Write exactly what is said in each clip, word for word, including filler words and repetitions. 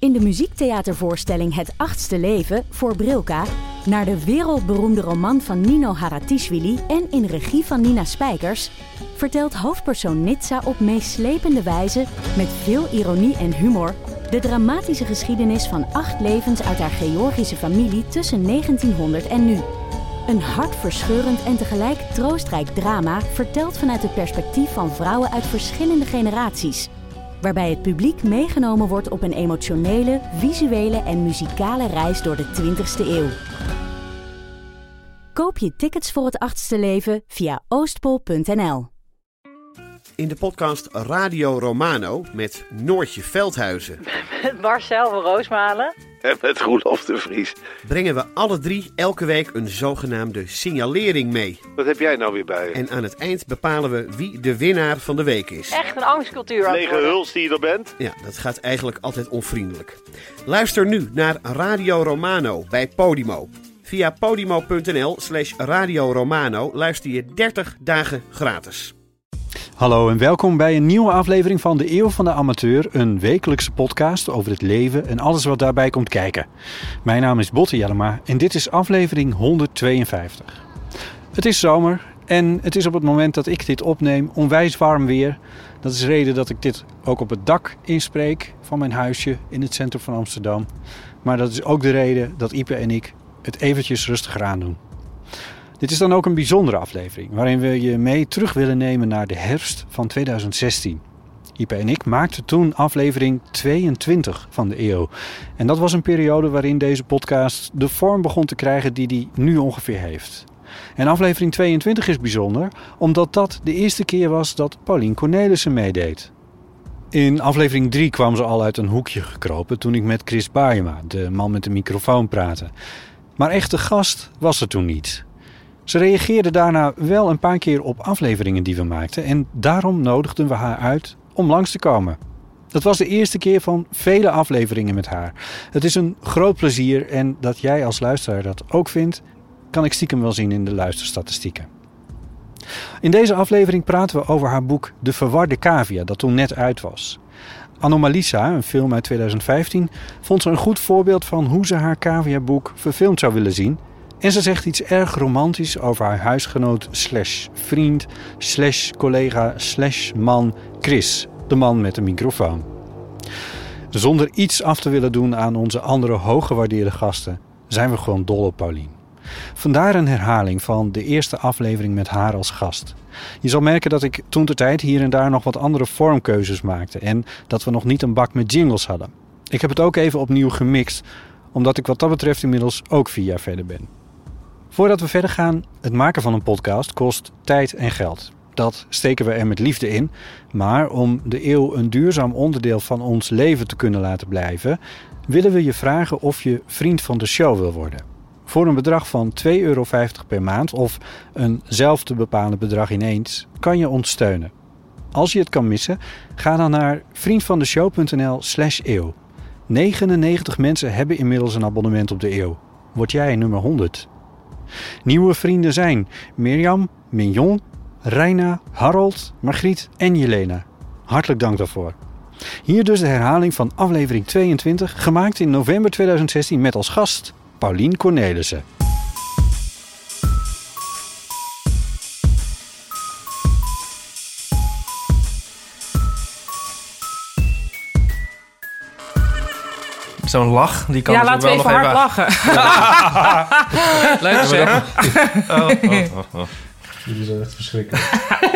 in de muziektheatervoorstelling Het Achtste Leven voor Brilka naar de wereldberoemde roman van Nino Haratischvili en in regie van Nina Spijkers, vertelt hoofdpersoon Nitsa op meeslepende wijze, met veel ironie en humor, de dramatische geschiedenis van acht levens uit haar Georgische familie tussen negentienhonderd en nu. Een hartverscheurend en tegelijk troostrijk drama verteld vanuit het perspectief van vrouwen uit verschillende generaties, waarbij het publiek meegenomen wordt op een emotionele, visuele en muzikale reis door de twintigste eeuw. Koop je tickets voor Het Achtste Leven via oostpol punt n l. In de podcast Radio Romano met Noortje Veldhuizen. Met Marcel van Roosmalen. En met Roelof de Vries. Brengen we alle drie elke week een zogenaamde signalering mee. Wat heb jij nou weer bij je? En aan het eind bepalen we wie de winnaar van de week is. Echt een angstcultuur aan het Lege worden. huls die je er bent. Ja, dat gaat eigenlijk altijd onvriendelijk. Luister nu naar Radio Romano bij Podimo. Via podimo punt n l slash Radio Romano luister je dertig dagen gratis. Hallo en welkom bij een nieuwe aflevering van De Eeuw van de Amateur, een wekelijkse podcast over het leven en alles wat daarbij komt kijken. Mijn naam is Botte Jellema en dit is aflevering honderdtweeënvijftig. Het is zomer en het is op het moment dat ik dit opneem onwijs warm weer. Dat is de reden dat ik dit ook op het dak inspreek van mijn huisje in het centrum van Amsterdam. Maar dat is ook de reden dat Ipe en ik het eventjes rustiger aandoen. Dit is dan ook een bijzondere aflevering, waarin we je mee terug willen nemen naar de herfst van tweeduizend zestien. Ipe en ik maakten toen aflevering tweeëntwintig van de eeuw. En dat was een periode waarin deze podcast de vorm begon te krijgen die die nu ongeveer heeft. En aflevering tweeëntwintig is bijzonder, omdat dat de eerste keer was dat Paulien Cornelissen meedeed. In aflevering drie kwam ze al uit een hoekje gekropen toen ik met Chris Baeyema, de man met de microfoon, praatte. Maar echte gast was er toen niet. Ze reageerde daarna wel een paar keer op afleveringen die we maakten en daarom nodigden we haar uit om langs te komen. Dat was de eerste keer van vele afleveringen met haar. Het is een groot plezier en dat jij als luisteraar dat ook vindt, kan ik stiekem wel zien in de luisterstatistieken. In deze aflevering praten we over haar boek De Verwarde Cavia, dat toen net uit was. Anomalisa, een film uit tweeduizend vijftien, vond ze een goed voorbeeld van hoe ze haar caviaboek verfilmd zou willen zien. En ze zegt iets erg romantisch over haar huisgenoot slash vriend slash collega slash man Chris, de man met de microfoon. Zonder iets af te willen doen aan onze andere hooggewaardeerde gasten, zijn we gewoon dol op Paulien. Vandaar een herhaling van de eerste aflevering met haar als gast. Je zal merken dat ik toentertijd hier en daar nog wat andere vormkeuzes maakte en dat we nog niet een bak met jingles hadden. Ik heb het ook even opnieuw gemixt, omdat ik wat dat betreft inmiddels ook vier jaar verder ben. Voordat we verder gaan, het maken van een podcast kost tijd en geld. Dat steken we er met liefde in. Maar om de eeuw een duurzaam onderdeel van ons leven te kunnen laten blijven, willen we je vragen of je vriend van de show wil worden. Voor een bedrag van twee euro vijftig per maand of een zelf te bepalen bedrag ineens kan je ons steunen. Als je het kan missen, ga dan naar vriendvandeshow punt n l slash eeuw. negenennegentig mensen hebben inmiddels een abonnement op de eeuw. Word jij nummer honderd? Nieuwe vrienden zijn Mirjam, Mignon, Reina, Harold, Margriet en Jelena. Hartelijk dank daarvoor. Hier dus de herhaling van aflevering tweeëntwintig, gemaakt in november tweeduizend zestien met als gast Paulien Cornelissen. Zo'n lach, die kan ja, natuurlijk laten we wel even nog hard even... lachen. Leuk zeg. Oh, oh, oh, oh. Jullie zijn echt verschrikkelijk.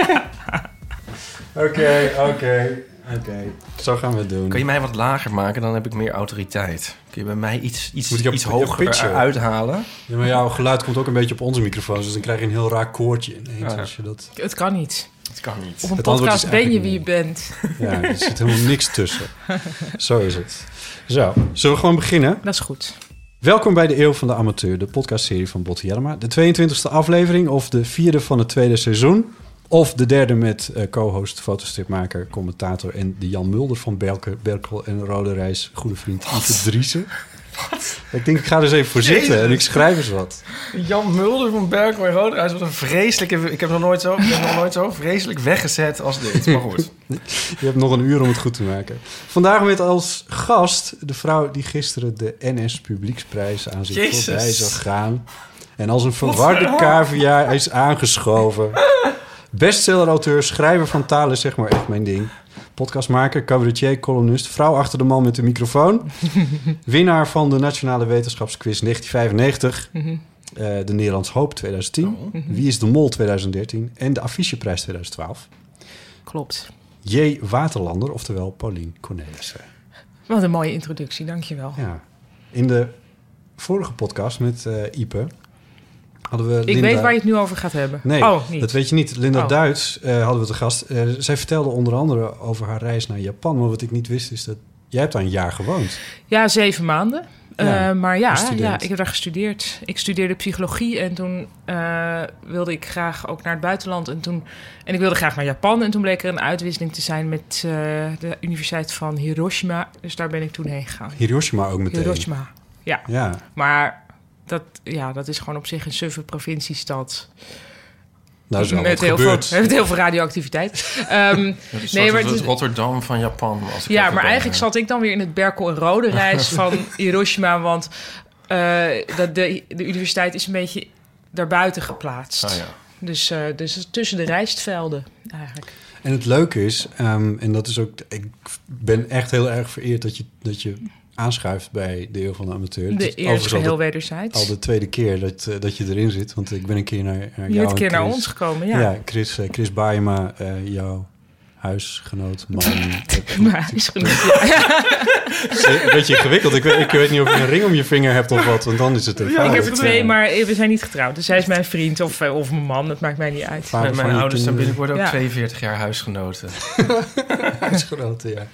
Oké, oké, oké. Zo gaan we het doen. Kan je mij wat lager maken, dan heb ik meer autoriteit. Kun je bij mij iets, iets, Moet je op- iets je hoger pitchen? uithalen? Ja, maar jouw geluid komt ook een beetje op onze microfoons, dus dan krijg je een heel raar koortje ineens Ja. als je dat... Het kan niet. Het kan niet. Op een Het antwoord podcast is ben je eigenlijk wie je bent. Ja, er zit helemaal niks tussen. Zo is het. Zo, zullen we gewoon beginnen? Dat is goed. Welkom bij de Eeuw van de Amateur, de podcastserie van Botte Jellema. De tweeëntwintigste aflevering, of de vierde van het tweede seizoen. Of de derde met uh, co-host, fotostripmaker, commentator en de Jan Mulder van Berkel, Berkel en Rode Reis, goede vriend Ipe Driessen. Wat? Ik denk, ik ga er eens even voor Jezus. zitten en ik schrijf eens wat. Jan Mulder van Berkel en Roderijs. Wat een vreselijke... Ik heb nog nooit zo, ik heb nog nooit zo vreselijk weggezet als dit. Maar goed. Je hebt nog een uur om het goed te maken. Vandaag met als gast de vrouw die gisteren de N S Publieksprijs aan zich Jezus. voorbij zag gaan. En als een verwarde cavia is aangeschoven. Bestseller-auteur, schrijver van taal is zeg maar echt mijn ding. Podcastmaker, cabaretier, columnist, vrouw achter de man met de microfoon. Winnaar van de Nationale Wetenschapsquiz negentien vijfennegentig. Mhm. Uh, de Nederlands Hoop twintig tien. Oh. Wie is de Mol twintig dertien. En de Afficheprijs twintig twaalf. Klopt. J. Waterlander, oftewel Paulien Cornelissen. Wat een mooie introductie, dankjewel. Ja. In de vorige podcast met uh, Ipe hadden we Ik Linda... weet waar je het nu over gaat hebben. Nee, oh, niet. dat weet je niet. Linda Oh. Duits uh, hadden we te gast. Uh, zij vertelde onder andere over haar reis naar Japan. Maar wat ik niet wist is dat... Jij hebt daar een jaar gewoond. Ja, zeven maanden. Ja, Uh, maar ja, als student. ja, ik heb daar gestudeerd. Ik studeerde psychologie en toen uh, wilde ik graag ook naar het buitenland. En, toen, en ik wilde graag naar Japan. En toen bleek er een uitwisseling te zijn met uh, de Universiteit van Hiroshima. Dus daar ben ik toen heen gegaan. Hiroshima ook meteen. Hiroshima, ja. Ja. Maar dat, ja, dat is gewoon op zich een suffe provinciestad. Nou, zo met, heel veel, met heel veel radioactiviteit. Um, Ja, nee, nee, maar het het is, Rotterdam van Japan. Als ik ja, even maar ben, eigenlijk hè. zat ik dan weer in het Berkel en Rode reis van Hiroshima. Want uh, dat de, de universiteit is een beetje daarbuiten geplaatst. Ah, ja. Dus, uh, dus tussen de rijstvelden eigenlijk. En het leuke is, um, en dat is ook... Ik ben echt heel erg vereerd dat je, dat je aanschuift bij de Eeuw van de Amateur. Het De is eerste overigens al geheel de- wederzijds. Al de tweede keer dat, uh, dat je erin zit. Want ik ben een keer naar, naar jou Je bent een en keer naar Chris- ons gekomen, ja. Ja, Chris, uh, Chris Baema, uh, jouw huisgenoot, man. Maar is genoeg. Ja. Een beetje ingewikkeld. Ik weet, ik weet niet of je een ring om je vinger hebt of wat. Want dan is het een Ik heb er twee, maar we zijn niet getrouwd. Dus hij is mijn vriend of, of mijn man. Dat maakt mij niet uit. Vader Mijn, van mijn je ouders zijn kinderen. binnenkort ook Ja. tweeënveertig jaar huisgenoten. Huisgenoten, ja.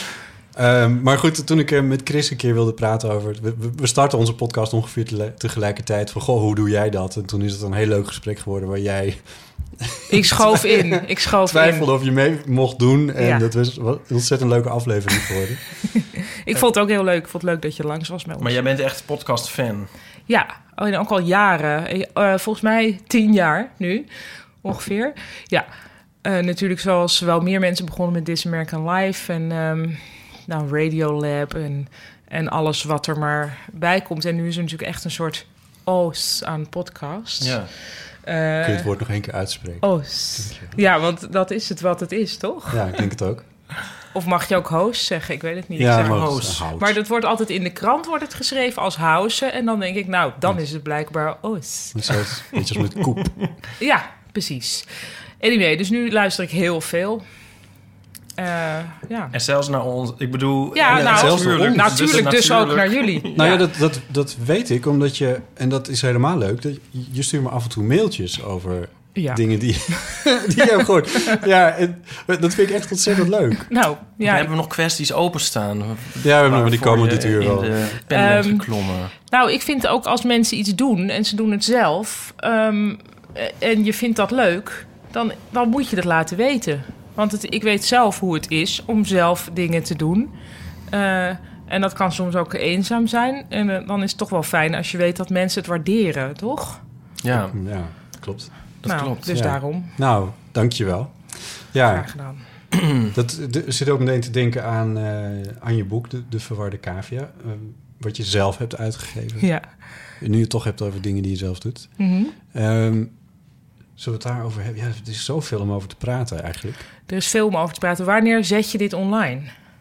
Um, maar goed, toen ik uh, met Chris een keer wilde praten over... We, we- we starten onze podcast ongeveer tele- tegelijkertijd van... Goh, hoe doe jij dat? En toen is het een heel leuk gesprek geworden... waar jij Ik schoof in. Ik schoof twijfelde in. of je mee mocht doen. En Ja. dat was wat- een ontzettend leuke aflevering geworden. Ik vond het ook heel leuk. Ik vond het leuk dat je langs was met ons. Maar jij bent echt podcast-fan. Ja, oh, en ook al jaren. Eh, volgens mij tien jaar nu, ongeveer. Ja, Eh, natuurlijk zoals wel meer mensen begonnen met This American Life... en um, nou, Radiolab en, en alles wat er maar bij komt. En nu is er natuurlijk echt een soort oos aan podcast. Ja. Eh, Kun je het woord nog één keer uitspreken? Oos. Ja, want dat is het wat het is, toch? Ja, ik denk het ook. Of mag je ook host zeggen? Ik weet het niet. Ik Ja, zeg maar house. het is hout. Maar dat wordt altijd in de krant wordt het geschreven als house. En dan denk ik, nou, dan is het blijkbaar oos. Net zoals- Beetje als met koep. Ja, precies. Anyway, dus nu luister ik heel veel. Uh, ja. En zelfs naar ons. Ik bedoel... Ja, en- nou, zelfs naar ons. natuurlijk dus, ook natuurlijk. naar jullie. Nou ja, Ja. dat, dat, dat weet ik, omdat je... En dat is helemaal leuk. Dat je, je stuurt me af en toe mailtjes over Ja. dingen die, die je hebt gehoord. Ja, en dat vind ik echt ontzettend leuk. Nou, We ja. hebben nog kwesties openstaan. Ja, we hebben nog, maar die komen dit uur in wel. de pen bent Ehm, geklommen. Nou, ik vind ook als mensen iets doen en ze doen het zelf... um, en je vindt dat leuk, dan, dan moet je dat laten weten. Want het, ik weet zelf hoe het is om zelf dingen te doen. Uh, en dat kan soms ook eenzaam zijn. En uh, dan is het toch wel fijn als je weet dat mensen het waarderen, toch? Ja, Ja, klopt. dat nou, klopt. Dus Ja. daarom, Nou, dankjewel. Ja, graag gedaan. dat de, zit ook meteen te denken aan, uh, aan je boek, De, de Verwarde Cavia. Uh, wat je zelf hebt uitgegeven. Ja. En nu je het toch hebt over dingen die je zelf doet. Mm-hmm. Um, zullen we het daarover hebben? Ja, er is zoveel om over te praten eigenlijk. Er is veel om over te praten. Wanneer zet je dit online?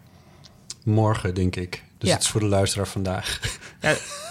Morgen, denk ik. Dus Ja. het is voor de luisteraar vandaag. Ja,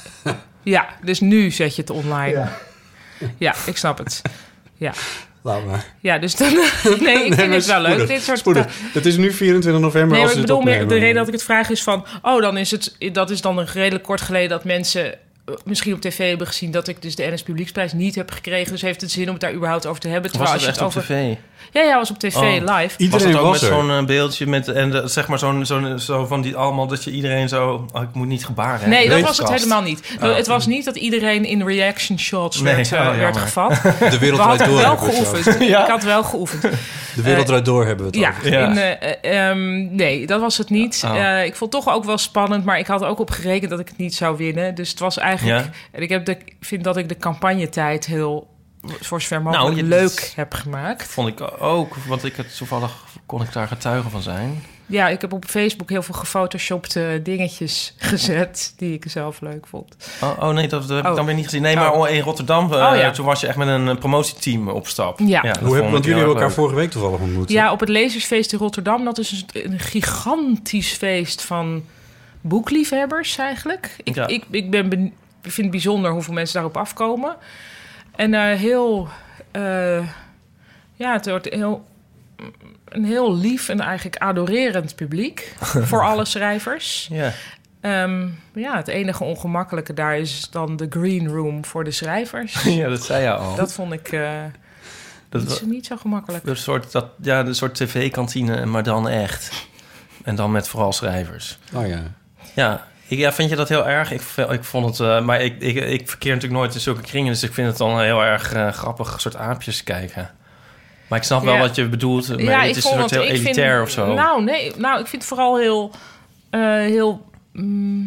ja, dus nu zet je het online. Ja. Ja, ik snap het. Ja, Laat maar. ja dus dan... Nee, ik vind maar het wel leuk. spoedig, Dit soort... spoedig. Het is nu vierentwintig november Nee, maar als ik we dit bedoel meer, opnemen. de reden dat ik het vraag is van... Oh, dan is het, dat is dan een redelijk kort geleden dat mensen misschien op tv hebben gezien dat ik dus de N S Publieksprijs niet heb gekregen. Dus heeft het zin om het daar überhaupt over te hebben. Was het als je echt het op over... tv? Ja, ja, was op tv Oh. live. Iedereen was het ook was met er. zo'n uh, beeldje met en de, zeg maar zo'n zo'n zo van die allemaal dat je iedereen zo. Oh, ik moet niet gebaren. Hè? Nee, dat was het Weeskast. helemaal niet. Oh. Het was niet dat iedereen in reaction shots Nee, werd, uh, oh, werd jammer. gevat. De wereld We draait hadden door. wel hebben we het geoefend. Ja. Ik had wel geoefend. De wereld draait door hebben we het Ja, over. Ja. in, uh, um, nee, dat was het niet. Oh. Uh, ik vond het toch ook wel spannend, maar ik had er ook op gerekend dat ik het niet zou winnen. Dus het was eigenlijk... Ja. En ik heb de, vind dat ik de campagnetijd heel, voor zover mogelijk, Nou, je- leuk heb gemaakt. Vond ik ook, want ik het toevallig kon ik daar getuige van zijn. Ja, ik heb op Facebook heel veel gefotoshopte dingetjes gezet die ik zelf leuk vond. Oh, oh nee, dat, dat heb ik Oh. dan weer niet gezien. Nee, maar Oh. in Rotterdam, uh, Oh, ja. toen was je echt met een promotieteam op stap. Ja. dat Hoe vond heb, ik want jullie heel hebben erg elkaar leuk. vorige week toevallig ontmoet. Ja, op het Lezersfeest in Rotterdam. Dat is een, een gigantisch feest van boekliefhebbers eigenlijk. Ik, Ja. ik, ik ben ben, ik vind het bijzonder hoeveel mensen daarop afkomen. En uh, heel... Uh, ja, het wordt heel... Een heel lief en eigenlijk adorerend publiek voor alle schrijvers. Ja. Um, ja, het enige ongemakkelijke daar is dan de green room voor de schrijvers. ja, dat zei je al. Dat vond ik uh, Dat niet, wa- zo, niet zo gemakkelijk. Een soort, dat, ja, een soort tv-kantine, maar dan echt. En dan met vooral schrijvers. Oh ja. Ja, ik, ja vind je dat heel erg? Ik, ik vond het... Uh, maar ik, ik, ik verkeer natuurlijk nooit in zulke kringen... dus ik vind het dan heel erg uh, grappig, soort aapjes kijken. Maar ik snap wel Ja. wat je bedoelt. Maar Ja, het ik is vond een soort het- heel ik vind- elitair of zo. Nou, nee, nou, ik vind het vooral heel... uh, heel mm,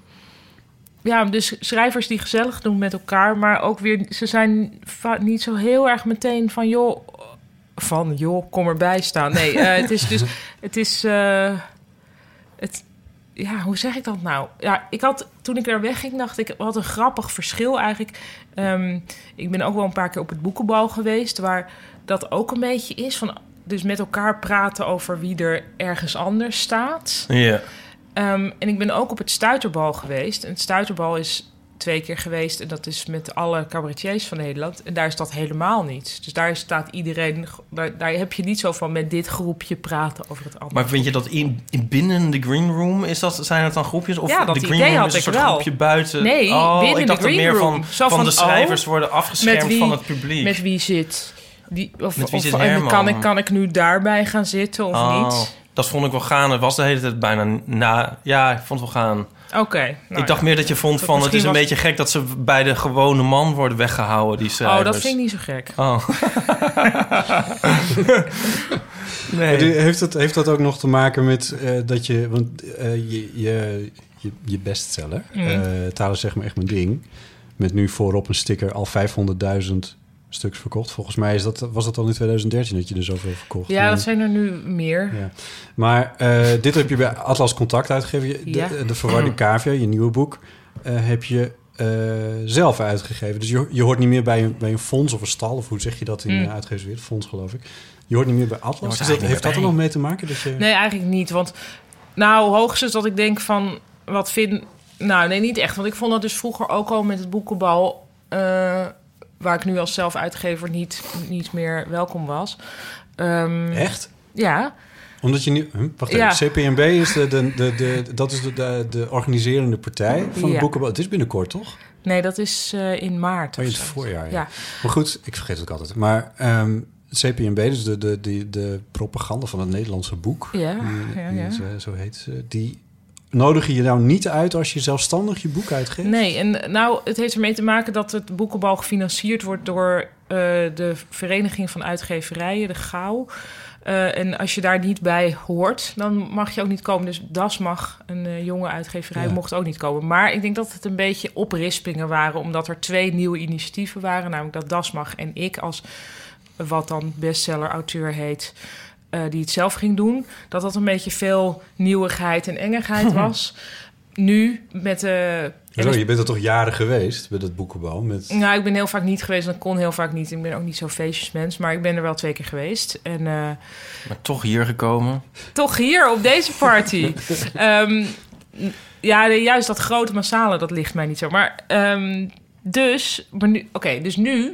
ja, dus schrijvers die gezellig doen met elkaar... maar ook weer... Ze zijn va- niet zo heel erg meteen van... joh, van joh, kom erbij staan. Nee, uh, het is dus... Het is... Uh, het, ja, hoe zeg ik dat nou? Ja, ik had, toen ik er wegging, dacht ik, wat een grappig verschil eigenlijk. Um, ik ben ook wel een paar keer op het boekenbal geweest, waar dat ook een beetje is van, dus met elkaar praten over wie er ergens anders staat. Ja. Um, en ik ben ook op het Stuiterbal geweest. En het Stuiterbal is twee keer geweest en dat is met alle cabaretiers van Nederland. En daar is dat helemaal niet. Dus daar staat iedereen, daar, daar heb je niet zo van met dit groepje praten over het andere. Maar vind je dat in, in binnen de green room, is dat, zijn het dan groepjes? Of Ja, dat de green idee room had is een ik soort wel. groepje buiten? Nee, oh, binnen ik de dacht dat green meer room. van, Zo van, van, de schrijvers oh, worden afgeschermd met wie- van het publiek. Met wie zit die, of, Met wie of, zit en Herman? kan ik, kan ik nu daarbij gaan zitten of Oh, niet? dat vond ik wel gaan. Het was de hele tijd bijna na. Ja, ik vond het wel gaan. Oké. Okay, nou ik dacht ja. meer dat je vond van... het is een was... beetje gek dat ze bij de gewone man worden weggehouden, die schrijvers. Oh, dat vind ik niet zo gek. Oh. nee. Heeft, het, heeft dat ook nog te maken met uh, dat je... Want uh, je, je, je, je bestseller, mm. uh, Talen zeg maar echt mijn ding... met nu voorop een sticker al vijfhonderdduizend stuks verkocht. Volgens mij is dat, was dat al in twintig dertien dat je er zoveel verkocht. Ja, dat zijn er nu meer. Ja. Maar uh, dit heb je bij Atlas Contact uitgegeven. De, ja. de, de Verwarde Cavia, je nieuwe boek, uh, heb je uh, zelf uitgegeven. Dus je, je hoort niet meer bij een, bij een fonds of een stal... of hoe zeg je dat in mm. uitgeverswereld? Fonds, geloof ik. Je hoort niet meer bij Atlas. Ja, dat, heeft dat er nog mee te maken? Dat je... Nee, eigenlijk niet. Want nou, hoogstens dat ik denk van... wat vind... Nou, nee, niet echt. Want ik vond dat dus vroeger ook al met het boekenbal... Uh, waar ik nu als zelfuitgever niet, niet meer welkom was. Um, Echt? Ja. Omdat je nu... Hm, wacht even. Ja. C P N B is de, de, de, de, dat is de, de, de organiserende partij van ja. het boekenbal. Het is binnenkort, toch? Nee, dat is uh, in maart. Oh, in het voorjaar, ja. ja. Maar goed, ik vergeet het ook altijd. Maar um, C P N B, dus de, de, de, de propaganda van het Nederlandse boek... Ja, die, ja, die ja. Is, uh, zo heet ze, die... Nodig je je nou niet uit als je zelfstandig je boek uitgeeft? Nee, en nou, het heeft ermee te maken dat het boekenbal gefinancierd wordt door uh, de Vereniging van Uitgeverijen, de G A U. Uh, en als je daar niet bij hoort, dan mag je ook niet komen. Dus D A S mag, een uh, jonge uitgeverij, ja. mocht ook niet komen. Maar ik denk dat het een beetje oprispingen waren, omdat er twee nieuwe initiatieven waren. Namelijk dat D A S mag en ik als wat dan bestseller-auteur heet... Uh, die het zelf ging doen, dat dat een beetje veel nieuwigheid en engigheid was. Nu met de... Uh, Zo, je bent er toch jaren geweest bij dat boekenbal? Met... Nou, ik ben heel vaak niet geweest en dat kon heel vaak niet. Ik ben ook niet zo'n feestjesmens, maar ik ben er wel twee keer geweest. En, uh, maar toch hier gekomen? Toch hier, op deze party. um, ja, juist dat grote massale, dat ligt mij niet zo. Maar um, dus, maar nu, oké, okay, dus nu...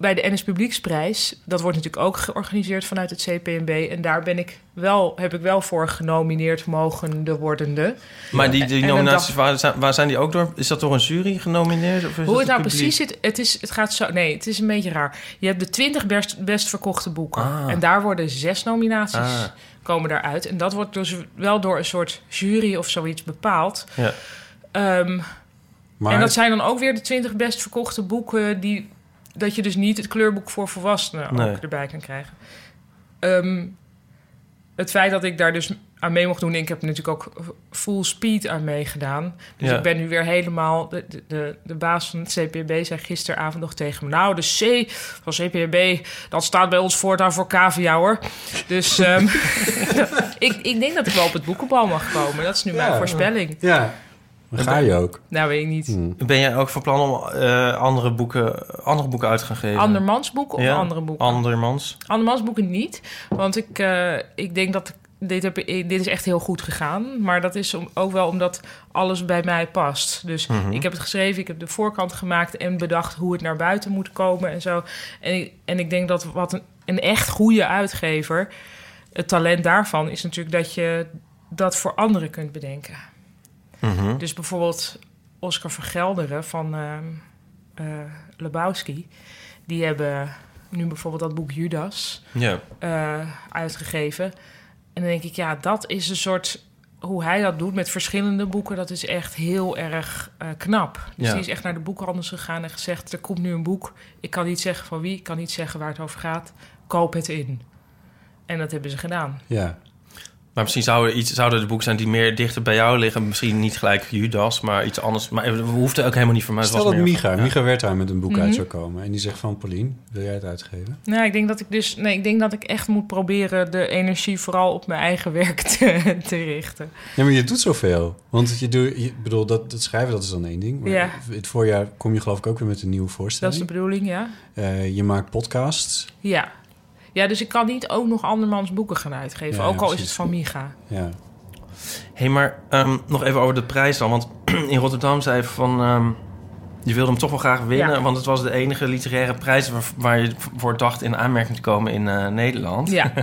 bij de N S Publieksprijs, dat wordt natuurlijk ook georganiseerd vanuit het C P N B. En daar ben ik wel, heb ik wel voor genomineerd mogende wordende. Maar die, die nominaties, dag, waar, zijn, waar zijn die ook door? Is dat door een jury genomineerd? Of is hoe het nou publiek? precies zit, het, is, het gaat zo... Nee, het is een beetje raar. Je hebt de twintig best, best verkochte boeken. Ah. En daar worden zes nominaties Ah. komen daaruit. En dat wordt dus wel door een soort jury of zoiets bepaald. Ja. Um, Maar... En dat zijn dan ook weer de twintig best verkochte boeken die... dat je dus niet het kleurboek voor volwassenen Nee. ook erbij kan krijgen. Um, het feit dat ik daar dus aan mee mocht doen... ik heb natuurlijk ook full speed aan meegedaan. Dus Ja. ik ben nu weer helemaal... De, de, de, de baas van het C P N B zei gisteravond nog tegen me... nou, de C van C P N B, dat staat bij ons voortaan voor cavia, hoor. Dus um, ik, ik denk dat ik wel op het boekenbal mag komen. Dat is nu Ja. mijn voorspelling. Ja, dan ga je ook. Nou, weet ik niet. Hmm. Ben jij ook van plan om uh, andere, boeken, andere boeken uit te gaan geven? Andermans boeken of Ja, andere boeken? Andermans. Andermans boeken niet. Want ik, uh, ik denk dat... Dit, heb, dit is echt heel goed gegaan. Maar dat is om, ook wel omdat alles bij mij past. Dus Mm-hmm. ik heb het geschreven, ik heb de voorkant gemaakt... en bedacht hoe het naar buiten moet komen en zo. En ik, en ik denk dat wat een, een echt goede uitgever... het talent daarvan is natuurlijk dat je dat voor anderen kunt bedenken. Mm-hmm. Dus bijvoorbeeld Oscar van Gelderen van uh, uh, Lebowski... die hebben nu bijvoorbeeld dat boek Judas Ja. uh, uitgegeven... En dan denk ik, ja, dat is een soort... hoe hij dat doet met verschillende boeken... dat is echt heel erg uh, knap. Dus Ja. die is echt naar de boekhandels gegaan en gezegd... er komt nu een boek, ik kan niet zeggen van wie... ik kan niet zeggen waar het over gaat, koop het in. En dat hebben ze gedaan. Ja. Maar misschien zouden, iets, zouden de boeken zijn die meer dichter bij jou liggen. Misschien niet gelijk Judas, maar iets anders. Maar het hoeft ook helemaal niet voor mij. Het Stel was dat meer- Micha, ja. Micha Wertheim met een boek Mhm. uit zou komen. En die zegt van, Paulien, wil jij het uitgeven? Nou, ik denk dat ik dus... Nee, ik denk dat ik echt moet proberen... de energie vooral op mijn eigen werk te, te richten. Ja, maar je doet zoveel. Want je doet, je bedoel, dat, dat schrijven, dat is dan één ding. Maar Ja. het voorjaar kom je geloof ik ook weer met een nieuwe Dat voorstelling. is de bedoeling, ja. Uh, je maakt podcasts. Ja. Ja, dus ik kan niet ook nog andermans boeken gaan uitgeven. Ja, ook al is precies. het van Micha. Ja. Hé, hey, maar um, nog even over de prijs dan. Want in Rotterdam zei je van... Um, je wilde hem toch wel graag winnen. Ja. Want het was de enige literaire prijs... waar, waar je voor dacht in aanmerking te komen in uh, Nederland. Ja.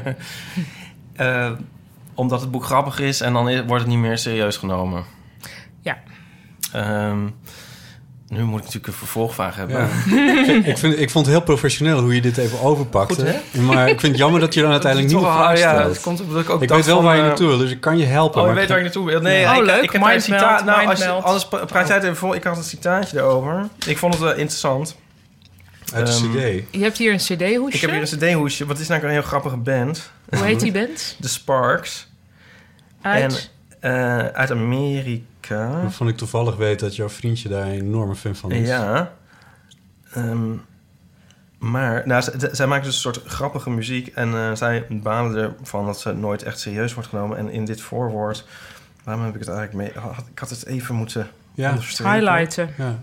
uh, omdat het boek grappig is... en dan is, wordt het niet meer serieus genomen. Ja. Um, nu moet ik natuurlijk een vervolgvraag hebben. Ja. ik, vind, ik vond het heel professioneel hoe je dit even overpakte. Goed, hè? Maar ik vind het jammer dat je dan uiteindelijk niet Toch meer wel, vraag ja, stelt. het komt omdat ik ook Ik dacht weet wel van, waar je uh, naartoe wil, dus ik kan je helpen. Oh, je maar weet ik waar je naartoe wil. Nee, Oh, ik, leuk. ik heb daar een Mindmeld, citaat. Nou, als je, Mindmeld. anders pra- praat jij het even vol. Ik had een citaatje erover. Ik vond het wel interessant. uit de Um, cd. Je hebt hier een cd-hoesje. Ik heb hier een cd-hoesje. Wat is nou een heel grappige band? Hoe heet die band? The Sparks. Uit... En uh, uit Amerika. Waarvan ik toevallig weet dat jouw vriendje daar een enorme fan van is. Ja. Um, maar nou, z- zij maken dus een soort grappige muziek. En uh, zij balen ervan dat ze nooit echt serieus wordt genomen. En in dit voorwoord... Waarom heb ik het eigenlijk mee... Oh, ik had het even moeten Ja. onderstrepen. Highlighten. Ja.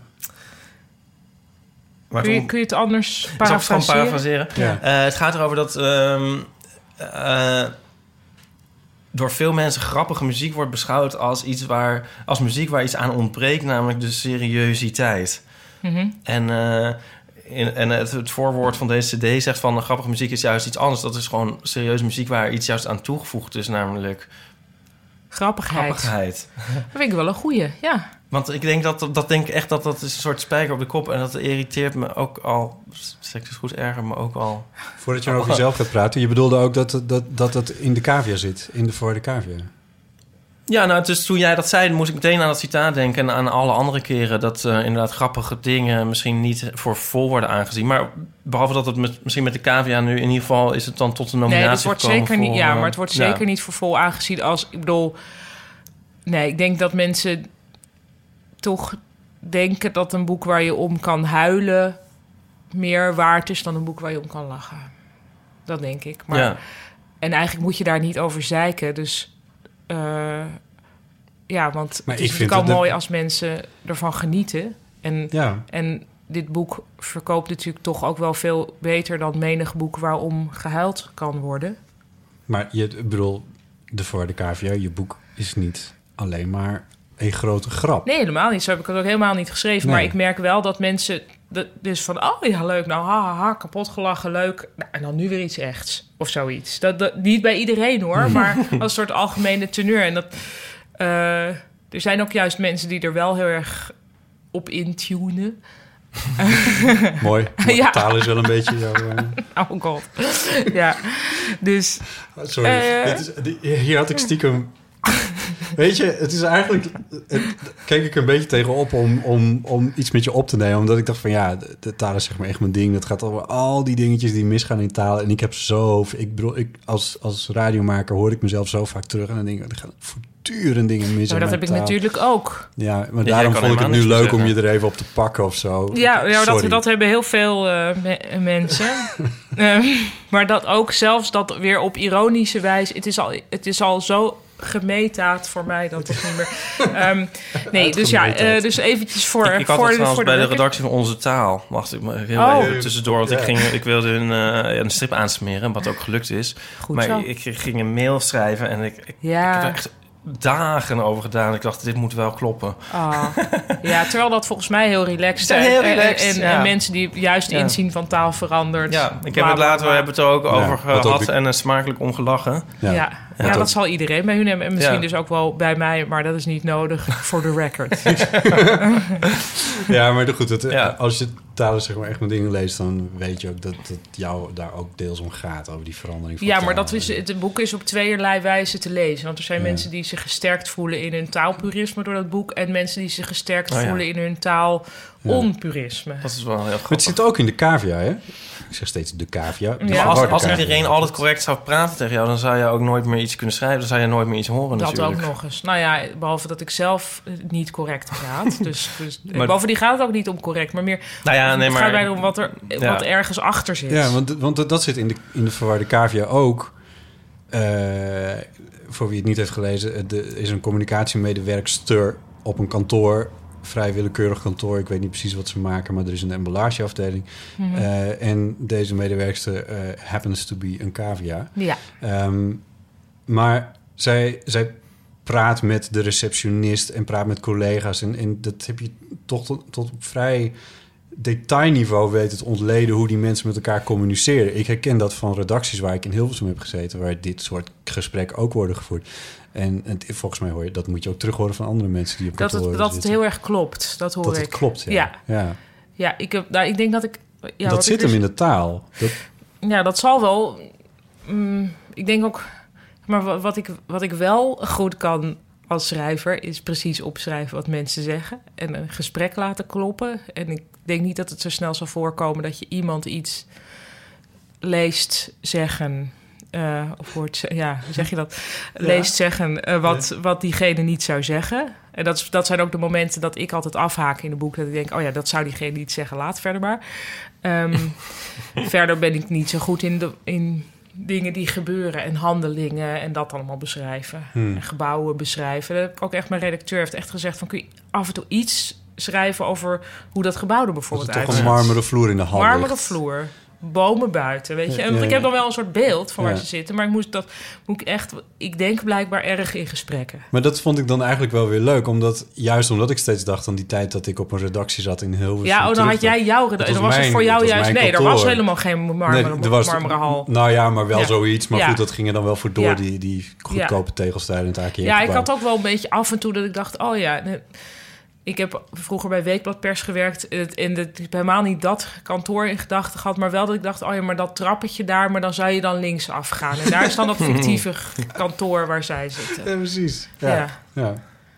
Maar Kun je, toen- kun je het anders Ik zal het gewoon parafraseren? parafraseren. Ja. Uh, het gaat erover dat um, uh, door veel mensen grappige muziek wordt beschouwd als iets waar als muziek waar iets aan ontbreekt, namelijk de seriositeit. Mhm. En, uh, in, en het, het voorwoord van deze cd zegt van grappige muziek is juist iets anders. Dat is gewoon serieuze muziek waar iets juist aan toegevoegd is, namelijk Grappigheid. grappigheid. Dat vind ik wel een goeie, ja. Want ik denk dat, dat denk ik echt dat dat is een soort spijker op de kop. En dat irriteert me ook al, zeg ik dus goed, erger me ook al. Voordat je over jezelf gaat praten, je bedoelde ook dat, dat, dat het in de cavia zit, in de voor de cavia. Ja, nou, dus toen jij dat zei, moest ik meteen aan dat citaat denken... en aan alle andere keren dat uh, inderdaad grappige dingen... misschien niet voor vol worden aangezien. Maar behalve dat het met, misschien met de cavia nu... in ieder geval is het dan tot de nominatie Nee, het wordt gekomen zeker niet, voor, ja, uh, maar het wordt ja. zeker niet voor vol aangezien als... Ik bedoel, nee, ik denk dat mensen toch denken dat een boek waar je om kan huilen... meer waard is dan een boek waar je om kan lachen. Dat denk ik. Maar, Ja. En eigenlijk moet je daar niet over zeiken, dus... Uh, ja, want Maar het is ik vind natuurlijk al dat de- mooi als mensen ervan genieten. En, Ja. en dit boek verkoopt natuurlijk toch ook wel veel beter... dan menig boek waarom gehuild kan worden. Maar je ik bedoel, de voor de cavia, je boek is niet alleen maar een grote grap. Nee, helemaal niet. Zo heb ik het ook helemaal niet geschreven. Nee. Maar ik merk wel dat mensen de, dus van, oh ja, leuk. Nou, ha, ha, ha, kapot gelachen, leuk. Nou, en dan nu weer iets echts of zoiets. Dat, dat, niet bij iedereen hoor, maar als een soort algemene teneur. En dat, uh, er zijn ook juist mensen die er wel heel erg op intunen. Mooi. Ja. Taal is wel een beetje zo... Uh... Oh god. Ja, dus... Sorry, Uh, Dit is, die, hier had ik stiekem... Weet je, het is eigenlijk... Het, keek ik een beetje tegenop om, om, om iets met je op te nemen. Omdat ik dacht van ja, de, de taal is zeg maar echt mijn ding. Dat gaat over al die dingetjes die misgaan in taal. En ik heb zo... Ik bedoel, ik, als, als radiomaker hoor ik mezelf zo vaak terug. En dan denk ik, er gaan voortdurend dingen mis. Maar dat heb ik natuurlijk ook. Ja, maar Ja, daarom kan vond ik het nu helemaal leuk niks om meer je er even op te pakken of zo. Ja, ja dat, Sorry. dat hebben heel veel uh, me- mensen. um, maar dat ook zelfs dat weer op ironische wijze... Het is al, het is al zo gemetaat voor mij dat het niet meer... Um, nee, dus ja, uh, dus eventjes voor... Ik, ik had voor dat de, trouwens voor de bij de record. redactie van Onze Taal. Wacht, ik maar heel Oh. even tussendoor. Want Ja. ik, ging, ik wilde hun uh, een strip aansmeren, wat ook gelukt is. Goed maar zo. ik, ik ging een mail schrijven en ik, ik, Ja. ik heb er echt dagen over gedaan. Ik dacht, dit moet wel kloppen. Oh. Ja, terwijl dat volgens mij heel relaxed Ja, is. heel En- relaxed, En, ja. en mensen die juist Ja. inzien van taal verandert. Ja, ik heb Bla, het bla, later, bla. we hebben het er ook Ja, over wat ook gehad weer- en uh, smakelijk om gelachen. Ja. Ja, ja, Ja, dat dat- zal iedereen bij hun hebben. En misschien Ja. dus ook wel bij mij, maar dat is niet nodig voor de record. Ja, maar goed, het, Ja. als je talen zeg maar echt met dingen leest... dan weet je ook dat het jou daar ook deels om gaat. Over die verandering van Ja, maar taal. dat is, het boek is op tweeërlei wijze te lezen. Want er zijn Ja. mensen die zich gesterkt voelen in hun taalpurisme door dat boek... en mensen die zich gesterkt Oh ja. voelen in hun taal-onpurisme. Dat is wel heel Maar het grappig. zit ook in de cavia, hè? Ik zeg steeds de cavia. De Ja. Maar als, verwarde als cavia. iedereen altijd correct zou praten tegen jou... dan zou je ook nooit meer iets kunnen schrijven. Dan zou je nooit meer iets horen Dat natuurlijk. ook nog eens. Nou ja, behalve dat ik zelf niet correct praat. Dus, dus Maar- bovendien gaat het ook niet om correct, maar meer... Nou ja, nee, het maar... gaat mij om wat er Ja. wat ergens achter zit. Ja, want, want dat zit in de, in de verwarde cavia ook. Uh, voor wie het niet heeft gelezen... er is een communicatiemedewerkster op een kantoor... vrij willekeurig kantoor. Ik weet niet precies wat ze maken... maar er is een emballageafdeling. Mhm. Uh, en deze medewerkster uh, happens to be een cavia. Ja. Um, maar zij, zij praat met de receptionist... en praat met collega's. En, en dat heb je toch tot, tot op vrij detailniveau weten te ontleden... hoe die mensen met elkaar communiceren. Ik herken dat van redacties waar ik in Hilversum heb gezeten... waar dit soort gesprekken ook worden gevoerd. En, en volgens mij hoor je, dat moet je ook terug horen van andere mensen die op Dat kantoor het, dat het zitten. heel erg klopt, dat hoor Dat ik. het klopt, ja. Ja, ja. ja ik, heb, nou, ik denk dat ik... Ja, dat wat zit ik dus, hem in de taal. Dat, Ja, dat zal wel. Mm, ik denk ook... Maar wa- wat ik, wat ik wel goed kan als schrijver... is precies opschrijven wat mensen zeggen. En een gesprek laten kloppen. En ik denk niet dat het zo snel zal voorkomen... dat je iemand iets leest zeggen... Uh, of hoort, ja, hoe zeg je dat? Ja. Leest zeggen uh, wat, ja. wat diegene niet zou zeggen. En dat, is, dat zijn ook de momenten dat ik altijd afhaak in de boek. Dat ik denk, oh ja, dat zou diegene niet zeggen. Laat verder maar. Um, verder ben ik niet zo goed in, de, in dingen die gebeuren. En handelingen en dat allemaal beschrijven. Hmm. En gebouwen beschrijven. Dat heb ik ook echt, mijn redacteur heeft echt gezegd... van kun je af en toe iets schrijven over hoe dat gebouw er bijvoorbeeld dat uitziet. is toch een marmeren vloer in de hal Marmeren ligt. vloer. Bomen buiten, weet je. En Ja, ja, ik heb dan wel een soort beeld van ja. waar ze zitten... maar ik moest dat moet ik echt... Ik denk blijkbaar erg in gesprekken. Maar dat vond ik dan eigenlijk wel weer leuk. Omdat, juist omdat ik steeds dacht aan die tijd... dat ik op een redactie zat in Hilversum. Ja, oh, dan had jij jouw redactie. Dan was mijn, het voor jou was juist... mijn Nee, er kantoor. was helemaal geen marmeren, Nee, er was, marmeren hal. Nou ja, maar wel Ja. zoiets. Maar Ja. goed, dat ging er dan wel voor door... Ja. die, die goedkope tegelstijlen in het A K Ja, ik had ook wel een beetje af en toe dat ik dacht... oh ja... Nee, ik heb vroeger bij Weekblad Pers gewerkt... en ik heb helemaal niet dat kantoor in gedachten gehad... maar wel dat ik dacht, oh ja, maar dat trappetje daar... maar dan zou je dan links afgaan. En daar is dan dat fictieve kantoor waar zij zitten. Ja, precies. Ja. Ja. ja.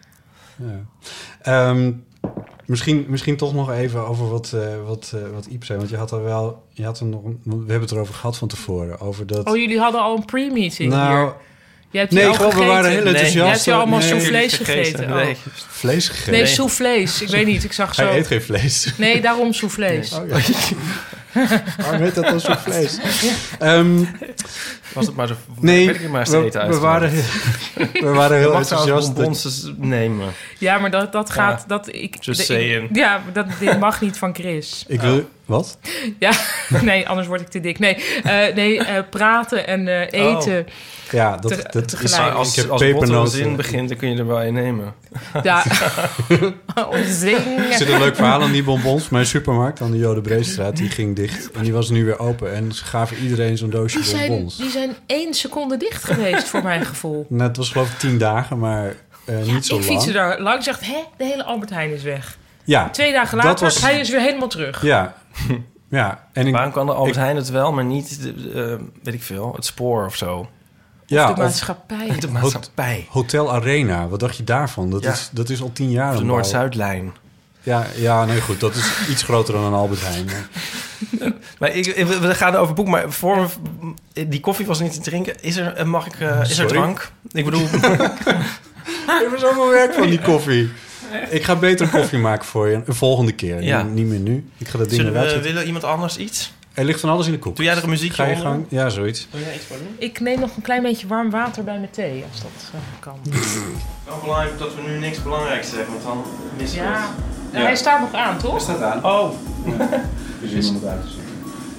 ja. Um, misschien, misschien toch nog even over wat, uh, wat, uh, wat Iep zei. Want je had er wel... Je had er nog, een, we hebben het erover gehad van tevoren. Over dat... Oh, jullie hadden al een pre-meeting nou, hier. Je hebt nee, al gewoon, we waren heel nee. enthousiast. Je hebt hier allemaal nee. soufflés gegeten. Nee. Oh. Vlees gegeten? Nee, soufflés. Ik weet niet, ik zag zo... Hij eet geen vlees. Nee, daarom soufflés. Nee. Oh, ja. Waarom heet dat dan soufflés? Um, Was het maar zo... Nee, weet ik het maar we, eten we, waren, we waren heel enthousiast. Bonbons nemen. Ja, maar dat, dat gaat... Ja. Dat, ik, Just de, saying. ik, ja, dat dit mag niet van Chris. Ik wil, Wat? Ja, nee, anders word ik te dik. Nee, uh, nee uh, praten en uh, eten. Oh. Ja, dat, te, dat is... Als, ik heb als Botte zin begint, dan kun je er wel in nemen. Ja. Zing. Er zit een leuk verhaal aan die bonbons. Mijn supermarkt aan de Jodenbreestraat, die ging dicht. En die was nu weer open. En ze gaven iedereen zo'n doosje die zijn, bonbons. Die zijn één seconde dicht geweest, voor mijn gevoel. Nou, het was geloof ik tien dagen, maar uh, ja, niet zo ik lang. Ik fietste daar lang. Ik dacht, hè, de hele Albert Heijn is weg. Ja. Twee dagen later, was... hij is weer helemaal terug. Ja. Ja. En ik, waarom kan de Albert ik, Heijn het wel, maar niet, uh, weet ik veel, het spoor of zo? Ja, of de maatschappij. Of de maatschappij. Hotel Arena, wat dacht je daarvan? Dat, ja. is, dat is al tien jaar. De Noord-Zuidlijn. Ja, ja, nee, goed. Dat is iets groter dan een Albert Heijn. Maar, maar ik, we gaan over boek, maar voor die koffie was niet te drinken. Is er, mag ik, uh, is er drank? Ik bedoel... ik heb zoveel werk van die koffie. Ik ga beter koffie maken voor je. Een volgende keer. Ja. Niet meer nu. Ik ga dat ding eruit zetten. Willen iemand anders iets? Er ligt van alles in de koek. Doe jij er een muziekje Ga je onder? gang? Ja, zoiets. Wil jij iets voor doen? Ik neem nog een klein beetje warm water bij mijn thee, als dat uh, kan. Wel belangrijk dat we nu niks belangrijks zeggen, want dan missen we ja. het. Ja. Hij staat nog aan, toch? Hij staat aan. Oh. Dus iemand het uit te zoeken.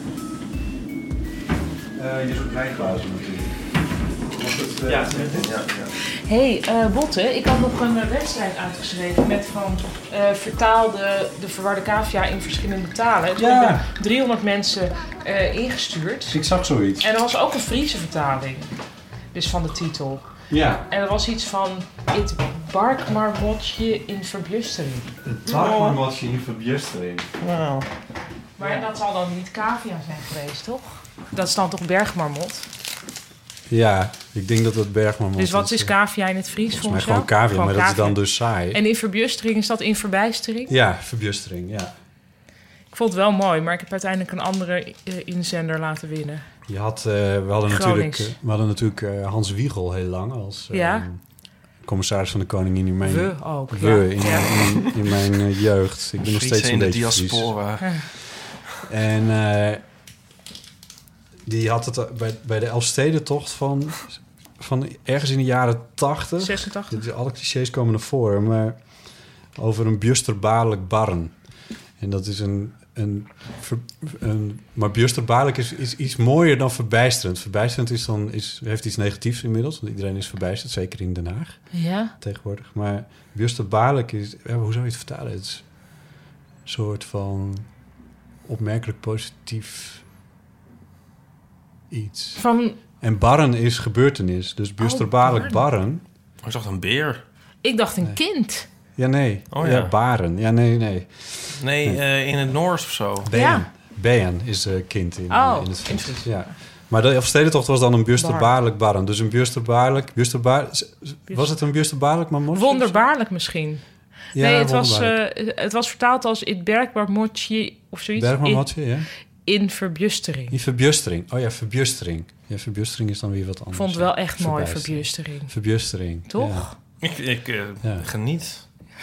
Uh, je zoekt wijnglazen natuurlijk. Het, uh, ja, ja, ja. Hé, hey, uh, Botte, ik had nog een uh, wedstrijd uitgeschreven met van uh, vertaal de, de verwarde cavia in verschillende talen. Dus ja. we hebben driehonderd mensen uh, ingestuurd. Ik zag zoiets. En er was ook een Friese vertaling, dus van de titel. Ja. En er was iets van het barkmarmotje in verbjustering. Het barkmarmotje in verbjustering. Wow. Maar ja. Dat zal dan niet cavia zijn geweest, toch? Dat is dan toch bergmarmot? Ja, ik denk dat dat bergmarmot is. Dus wat is cavia in het Fries? Volgens mij gewoon cavia, gewoon maar cavia. Dat is dan dus saai. En in verbjustering, is dat in verbijstering? Ja, verbjustering, ja. Ik vond het wel mooi, maar ik heb uiteindelijk een andere uh, inzender laten winnen. Je had, uh, we hadden natuurlijk, uh, we hadden natuurlijk uh, Hans Wiegel heel lang als uh, ja? commissaris van de Koningin in mijn, we ook, we, ja. in, ja. in, in, in mijn uh, jeugd. Ik ben nog steeds een beetje diaspora. En uh, die had het bij, bij de Elfstedentocht van, van ergens in de jaren tachtig. zesentachtig. Alle clichés komen naar voren, maar over een bjusterbaarlijk barren. En dat is een... een, een maar bjusterbaarlijk is, is iets mooier dan verbijsterend. Verbijsterend is dan, is, heeft iets negatiefs inmiddels, want iedereen is verbijsterd, zeker in Den Haag ja. tegenwoordig. Maar bjusterbaarlijk is, ja, hoe zou je het vertalen? Het is een soort van opmerkelijk positief iets. Van... En barren is gebeurtenis, dus bjusterbaarlijk oh, barren. barren. Ik dacht een beer. Ik dacht een nee. kind. Ja, nee. Oh, ja. ja, baren. Ja, nee, nee. Nee, nee. Uh, in het Noors of zo. Bean. Ja. Bean is uh, kind in, oh, uh, in het Fries. Ja. Maar de Elfstedentocht was dan een bjusterbaarlijk barren. Dus een bjusterbaarlijk... Bjusterbaar, was het een bjusterbaarlijk marmotje? Wonderbaarlijk misschien. Ja, nee, het was, uh, het was vertaald als het bergmarmotje of zoiets. Bergmarmotje, ja. In verbjustering. In verbjustering. Oh ja, verbjustering. Ja, verbjustering is dan weer wat anders. Ik vond het wel echt mooi, verbjustering. Verbjustering. Toch? Ja. Ik, ik uh, ja. geniet.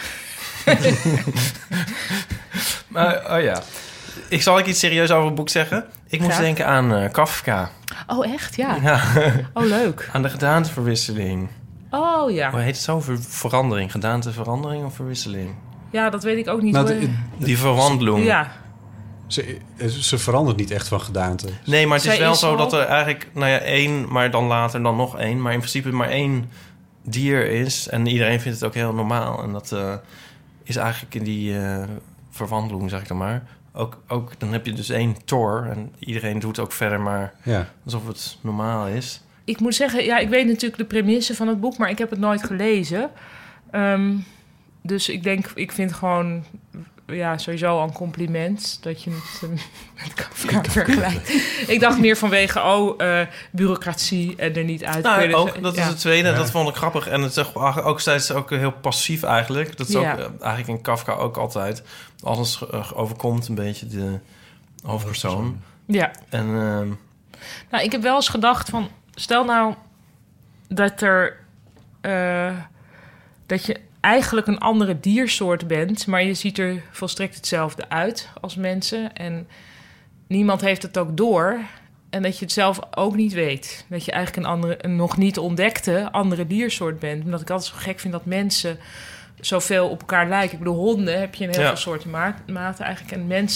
maar, oh ja. Ik zal ik iets serieus over het boek zeggen. Ik moest ja. denken aan uh, Kafka. Oh, echt? Ja. ja. Oh, leuk. Aan de gedaanteverwisseling. Oh, ja. Hoe heet het zo? Ver- verandering. Gedaanteverandering of verwisseling? Ja, dat weet ik ook niet. Nou, de, die verwandeling. Ja. Ze, ze verandert niet echt van gedaante. Nee, maar het is Zij wel is zo al... dat er eigenlijk... Nou ja, één, maar dan later dan nog één. Maar in principe maar één dier is. En iedereen vindt het ook heel normaal. En dat uh, is eigenlijk in die uh, verwandeling, zeg ik dan maar... Ook, ook, dan heb je dus één Thor. En iedereen doet ook verder maar ja. alsof het normaal is. Ik moet zeggen, ja, ik weet natuurlijk de premisse van het boek... maar ik heb het nooit gelezen. Um, dus ik denk, ik vind gewoon... ja, sowieso een compliment dat je het uh, met Kafka vergelijkt. Ik dacht meer vanwege, oh, uh, bureaucratie en er niet uit. Nou, ook, dat ja. is het tweede. Ja. Dat vond ik grappig. En het is ook steeds ook heel passief eigenlijk. Dat is ja. ook uh, eigenlijk in Kafka ook altijd. Alles uh, overkomt een beetje de hoofdpersoon. Ja. En, uh, nou, ik heb wel eens gedacht van... stel nou dat er... Uh, dat je... eigenlijk een andere diersoort bent... maar je ziet er volstrekt hetzelfde uit als mensen... en niemand heeft het ook door... en dat je het zelf ook niet weet. Dat je eigenlijk een, andere, een nog niet ontdekte andere diersoort bent. Omdat ik altijd zo gek vind dat mensen zoveel op elkaar lijken. Ik bedoel, honden heb je in heel ja. veel soorten ma- maten eigenlijk... en mensen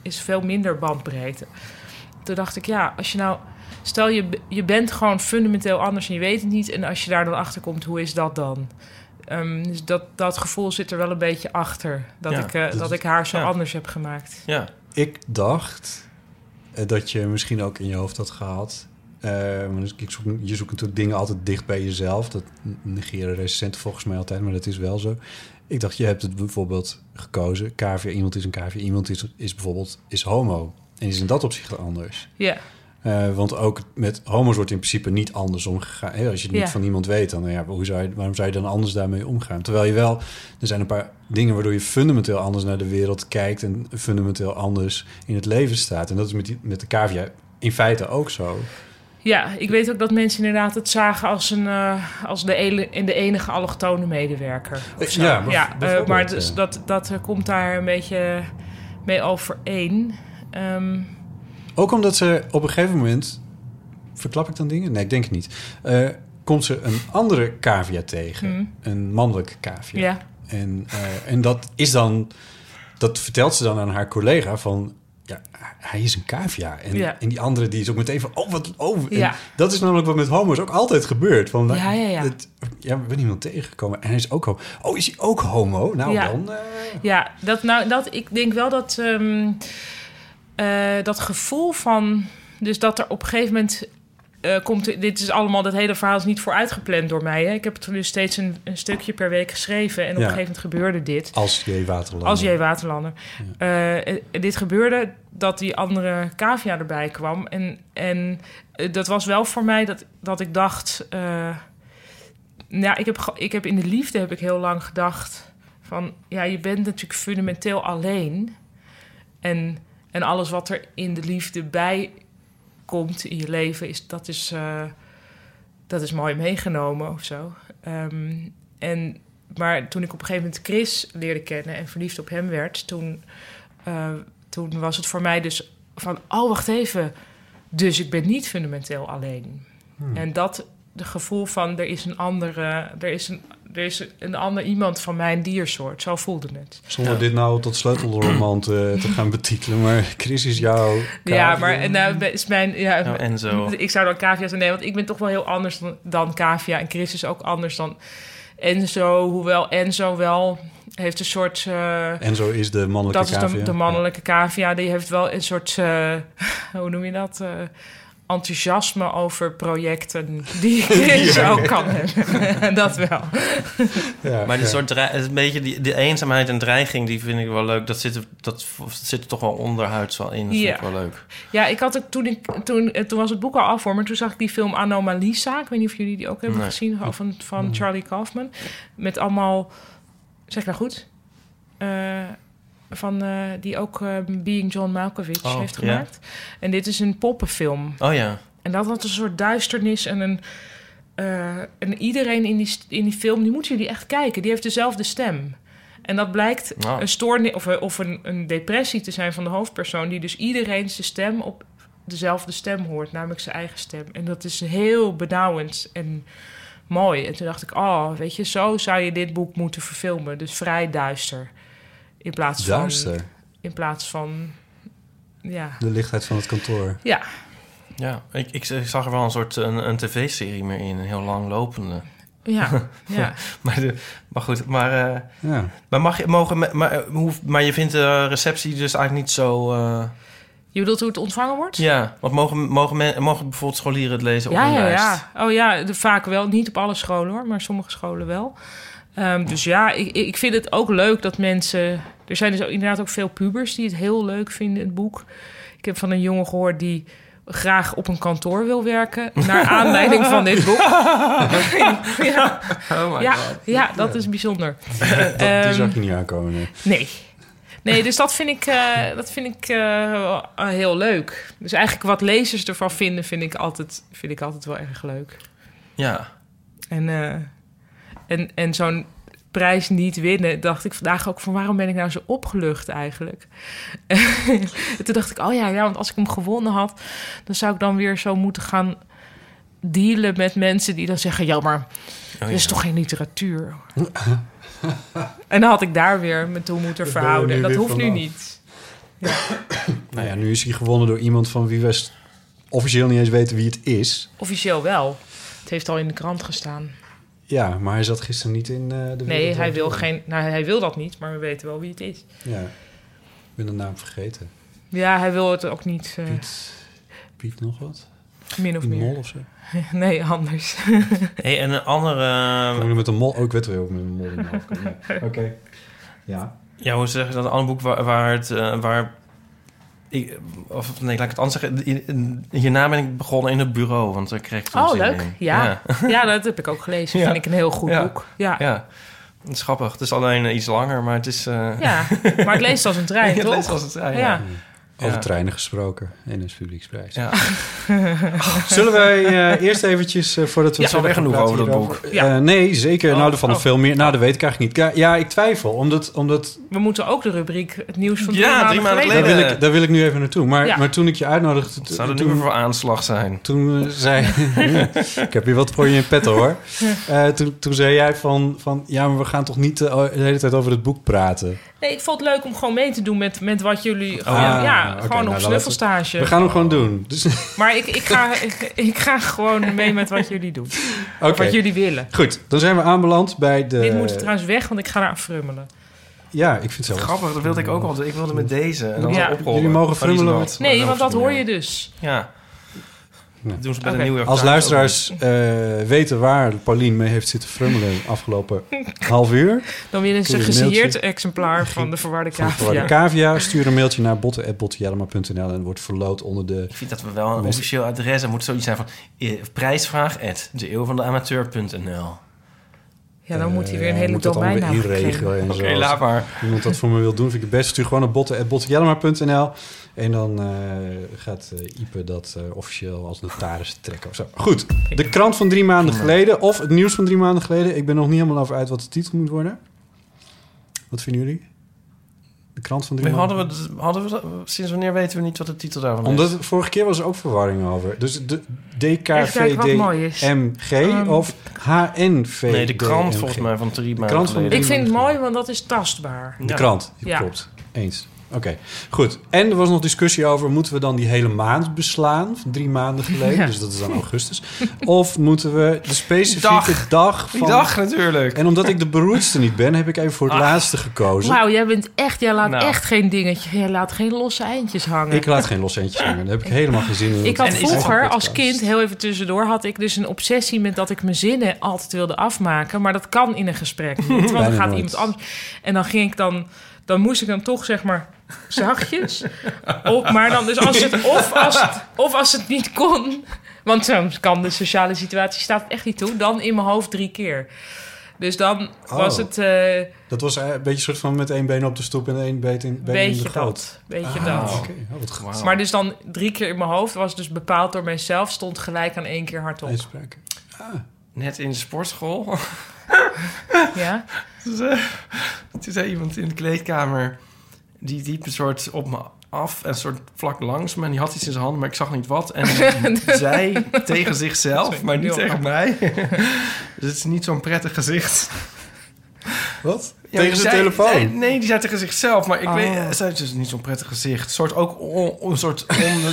is veel minder bandbreedte. Toen dacht ik, ja, als je nou... Stel, je, je bent gewoon fundamenteel anders en je weet het niet. En als je daar dan achter komt, hoe is dat dan? Um, dus dat, dat gevoel zit er wel een beetje achter. Dat, Ja, ik, uh, dat dat is- ik haar zo ja. anders heb gemaakt. Ja. Ik dacht eh, dat je misschien ook in je hoofd had gehad. Uh, maar dus ik zoek, je zoekt natuurlijk dingen altijd dicht bij jezelf. Dat negeren recensenten volgens mij altijd, maar dat is wel zo. Ik dacht, je hebt het bijvoorbeeld gekozen. Cavia, iemand is een cavia. Iemand is, is bijvoorbeeld is homo. En is in dat opzicht anders. Ja. Uh, want ook met homo's wordt in principe niet anders omgegaan. Hè? Als je het niet Ja. van iemand weet, dan ja, hoe zou je, waarom zou je dan anders daarmee omgaan? Terwijl je wel, er zijn een paar dingen waardoor je fundamenteel anders naar de wereld kijkt en fundamenteel anders in het leven staat. En dat is met, die, met de cavia in feite ook zo. Ja, ik weet ook dat mensen inderdaad het zagen als, een, uh, als de, ele, in de enige allochtone medewerker. Of zo. Ja, ja uh, bijvoorbeeld, maar dus ja. dat, dat uh, komt daar een beetje mee overeen. Um, Ook omdat ze op een gegeven moment... Verklap ik dan dingen? Nee, ik denk het niet. Uh, komt ze een andere cavia tegen. Mm. Een mannelijke cavia. ja. En, uh, en dat is dan... Dat vertelt ze dan aan haar collega van... Ja, hij is een cavia. En, Ja. en die andere die is ook meteen van... Oh, wat... Oh. En Ja. dat is namelijk wat met homo's ook altijd gebeurt. Van, Ja, ja, ja. Het, ja, we zijn iemand tegengekomen. En hij is ook homo. Oh, is hij ook homo? Nou, Ja. dan... Uh, Ja, dat, nou, dat, ik denk wel dat um, uh, dat gevoel van... Dus dat er op een gegeven moment uh, komt... Dit is allemaal, dat hele verhaal is niet vooruitgepland door mij. Hè? Ik heb er dus steeds een, een stukje per week geschreven. En op Ja. een gegeven moment gebeurde dit. als J. Waterlander. Als J. Waterlander. Ja. Uh, dit gebeurde dat die andere cavia erbij kwam. En, en uh, dat was wel voor mij dat, dat ik dacht... Uh, nou, ik heb, ik heb in de liefde heb ik heel lang gedacht... van ja, je bent natuurlijk fundamenteel alleen. En, en alles wat er in de liefde bij komt in je leven... Is, dat, is, uh, dat is mooi meegenomen of zo. Um, en... Maar toen ik op een gegeven moment Chris leerde kennen en verliefd op hem werd... toen, uh, toen was het voor mij dus van... oh, wacht even, dus ik ben niet fundamenteel alleen. Hmm. En dat, de gevoel van er is een andere... er is een, er is een ander iemand van mijn diersoort, zo voelde het. Zonder ja. dit nou tot sleutelroman te, te gaan betitelen, maar Chris is jouw cavia. Ja, maar nou, is mijn... Ja, nou, Enzo. Ik zou dan cavia zijn, nee, want ik ben toch wel heel anders dan, dan cavia... en Chris is ook anders dan... Enzo, hoewel Enzo wel heeft een soort... Uh, Enzo is de mannelijke dat cavia. Dat is de, de mannelijke cavia. Die heeft wel een soort... Uh, hoe noem je dat? Uh, enthousiasme over projecten die je ja. ook kan hebben. Dat wel. Ja, maar die ja. soort dreig, een beetje die, die eenzaamheid en dreiging, die vind ik wel leuk. Dat zit er, dat zit er toch wel onderhuids wel in. Dat ja. vind ik wel leuk. Ja, ik had ook toen ik toen toen was het boek al af hoor, maar toen zag ik die film Anomalisa. Ik weet niet of jullie die ook hebben nee. gezien van van mm. Charlie Kaufman met allemaal, zeg nou goed, uh, van uh, die ook uh, Being John Malkovich oh, heeft gemaakt. Ja. En dit is een poppenfilm. Oh ja. En dat had een soort duisternis en een uh, en iedereen in die in die film, die moeten jullie echt kijken. Die heeft dezelfde stem. En dat blijkt oh. een stoornis of, of een, een depressie te zijn van de hoofdpersoon, die dus iedereen zijn stem op dezelfde stem hoort, namelijk zijn eigen stem. En dat is heel benauwend en mooi. En toen dacht ik, oh, weet je, zo zou je dit boek moeten verfilmen. Dus vrij duister. In plaats van... Duister? In plaats van, ja... De lichtheid van het kantoor. Ja. Ja, ik, ik zag er wel een soort een, een tv-serie meer in, een heel langlopende. Ja, ja. maar, de, maar goed, maar... Uh, ja. Maar mag je, mogen... Maar, hoe, maar je vindt de receptie dus eigenlijk niet zo... Uh, Je bedoelt hoe het ontvangen wordt? Ja, want mogen, mogen, men, mogen bijvoorbeeld scholieren het lezen ja, op een ja, lijst? Ja, oh ja, de, vaak wel. Niet op alle scholen hoor, maar sommige scholen wel. Um, dus ja, ik, ik vind het ook leuk dat mensen... Er zijn dus ook, inderdaad ook veel pubers die het heel leuk vinden, het boek. Ik heb van een jongen gehoord die graag op een kantoor wil werken... naar aanleiding van dit boek. ja, oh my ja, God. ja, dat is bijzonder. dat, um, die zag je niet aankomen, nee. Nee. Nee, dus dat vind ik, uh, dat vind ik uh, heel leuk. Dus eigenlijk wat lezers ervan vinden, vind ik altijd, vind ik altijd wel erg leuk. Ja. En, uh, en, en zo'n prijs niet winnen, dacht ik vandaag ook van waarom ben ik nou zo opgelucht eigenlijk? Toen dacht ik, oh ja, ja, want als ik hem gewonnen had, dan zou ik dan weer zo moeten gaan dealen met mensen die dan zeggen, ja, maar dat is oh, ja. toch geen literatuur? En dan had ik daar weer me toe moeten verhouden. En dat hoeft nu niet. Ja. Nou ja, nu is hij gewonnen door iemand van wie we officieel niet eens weten wie het is. Officieel wel. Het heeft al in de krant gestaan. Ja, maar hij zat gisteren niet in uh, de... Nee, hij wil, geen, nou, hij wil dat niet, maar we weten wel wie het is. Ja, ik ben de naam vergeten. Ja, hij wil het ook niet... Uh, Piet, Piet nog wat? Min of Piet meer. Mol of zo? Nee, anders. Hey, en een andere... Uh... Met een mol... Oh, ik weet wel ook met een mol in de hoofd. Ja. Oké. Okay. Ja. Ja, hoe zeg je dat? Een ander boek waar, waar het... Uh, waar ik, of nee, laat ik het anders zeggen. In, in, hierna ben ik begonnen in het bureau, want daar kreeg ik Oh, leuk. In. Ja. Ja. Ja, dat heb ik ook gelezen. Dat ja. vind ik een heel goed ja. boek. Ja. ja. Het is grappig. Het is alleen uh, iets langer, maar het is... Uh... Ja, maar het leest als een trein, toch? Het leest als een trein, ja. ja. Over ja. treinen gesproken. N S Publieksprijs. Ja. Zullen wij uh, eerst eventjes, uh, voordat we... Ja, het is alweer genoeg over dat boek. Ja. Uh, nee, zeker. Oh, nou, er van oh. nog veel meer. Nou, dat weet ik eigenlijk niet. Ja, ja ik twijfel, omdat, omdat... We moeten ook de rubriek het nieuws van drie ja, maanden, drie maanden geleden. geleden. Daar wil, ik, daar wil ik nu even naartoe. Maar, ja. maar toen ik je uitnodigde... Wat zou er nu voor aanslag zijn? Toen uh, zei... ik heb hier wat voor je in petto, hoor. Uh, toen, toen zei jij van, van... Ja, maar we gaan toch niet uh, de hele tijd over het boek praten? Nee, ik vond het leuk om gewoon mee te doen met, met wat jullie... Ah, gewoon, ja, okay, gewoon nou, op snuffelstage. We gaan hem gewoon doen. Dus... Maar ik, ik, ga, ik, ik ga gewoon mee met wat jullie doen. Okay. Of wat jullie willen. Goed, dan zijn we aanbeland bij de... Dit moet trouwens weg, want ik ga naar frummelen. Ja, ik vind het zelf... Grappig, dat wilde ik ook al. Ik wilde met deze. En dan ja. oprollen. Jullie mogen frummelen met... Nee, want dat hoor je dus. Ja. Nee. Doen ze bij okay. de nieuwe Als luisteraars uh, weten waar Paulien mee heeft zitten frummelen afgelopen half uur... Dan winnen ze een gesigneerd exemplaar van de verwarde cavia. Van de verwarde cavia. Stuur een mailtje naar botte at bottejellema punt n l en wordt verloot onder de... Ik vind dat we wel een officieel adres... Er moet zoiets zijn van eh, prijsvraag at de eeuw van de amateur punt n l. Ja, dan moet hij weer een hele domeinnaam regelen. Oké, okay, laat maar. Iemand dat voor me wil doen, vind ik het best. Stuur gewoon naar botte at bottejellema punt n l. En dan uh, gaat uh, Ipe dat uh, officieel als notaris trekken of zo. Goed, de krant van drie maanden geleden... of het nieuws van drie maanden geleden. Ik ben nog niet helemaal over uit wat de titel moet worden. Wat vinden jullie? De krant van drie maar maanden? Hadden we, hadden we, sinds wanneer weten we niet wat de titel daarvan Omdat, is? Vorige keer was er ook verwarring over. Dus de D K V D M G um, of H N V D M G? Nee, de krant volgens mij van drie maanden geleden. Ik vind het mooi, want dat is tastbaar. De krant, ja. Klopt. Eens. Oké, okay. Goed. En er was nog discussie over... moeten we dan die hele maand beslaan? Drie maanden geleden, ja. Dus dat is dan augustus. Of moeten we de specifieke dag, dag van... Die dag natuurlijk. En omdat ik de beroerdste niet ben... heb ik even voor het Ach. laatste gekozen. Wauw, jij bent echt... Jij laat nou. echt geen dingetje... Jij laat geen losse eindjes hangen. Ik laat geen losse eindjes hangen. Daar heb ik helemaal geen zin in. Ik had vroeger als kind, heel even tussendoor... had ik dus een obsessie met dat ik mijn zinnen altijd wilde afmaken. Maar dat kan in een gesprek niet. Want dan gaat nooit. Iemand anders... En dan ging ik dan... Dan moest ik dan toch, zeg maar, zachtjes op. Maar dan dus als het of, als het... of als het niet kon... Want soms kan de sociale situatie, staat het echt niet toe... dan in mijn hoofd drie keer. Dus dan oh, was het... Uh, dat was een beetje een soort van met één been op de stoep... en één been in, been in de goot. Beetje ah, dat. Okay. Oh, wat goed. Wow. Maar dus dan drie keer in mijn hoofd... was dus bepaald door mijzelf... stond gelijk aan één keer hardop. Uitspraken. Ah. Net in de sportschool... Ja? Dus, uh, toen zei iemand in de kleedkamer... die liep een soort op me af... en een soort vlak langs me... en die had iets in zijn handen, maar ik zag niet wat. En zei tegen zichzelf, maar niet tegen mij. Dus het is niet zo'n prettig gezicht. Wat? Ja, tegen zijn zei, telefoon? Zei, nee, die zei tegen zichzelf. Maar ik oh. weet... zei dus niet zo'n prettig gezicht. Een soort ook... On, een soort... On,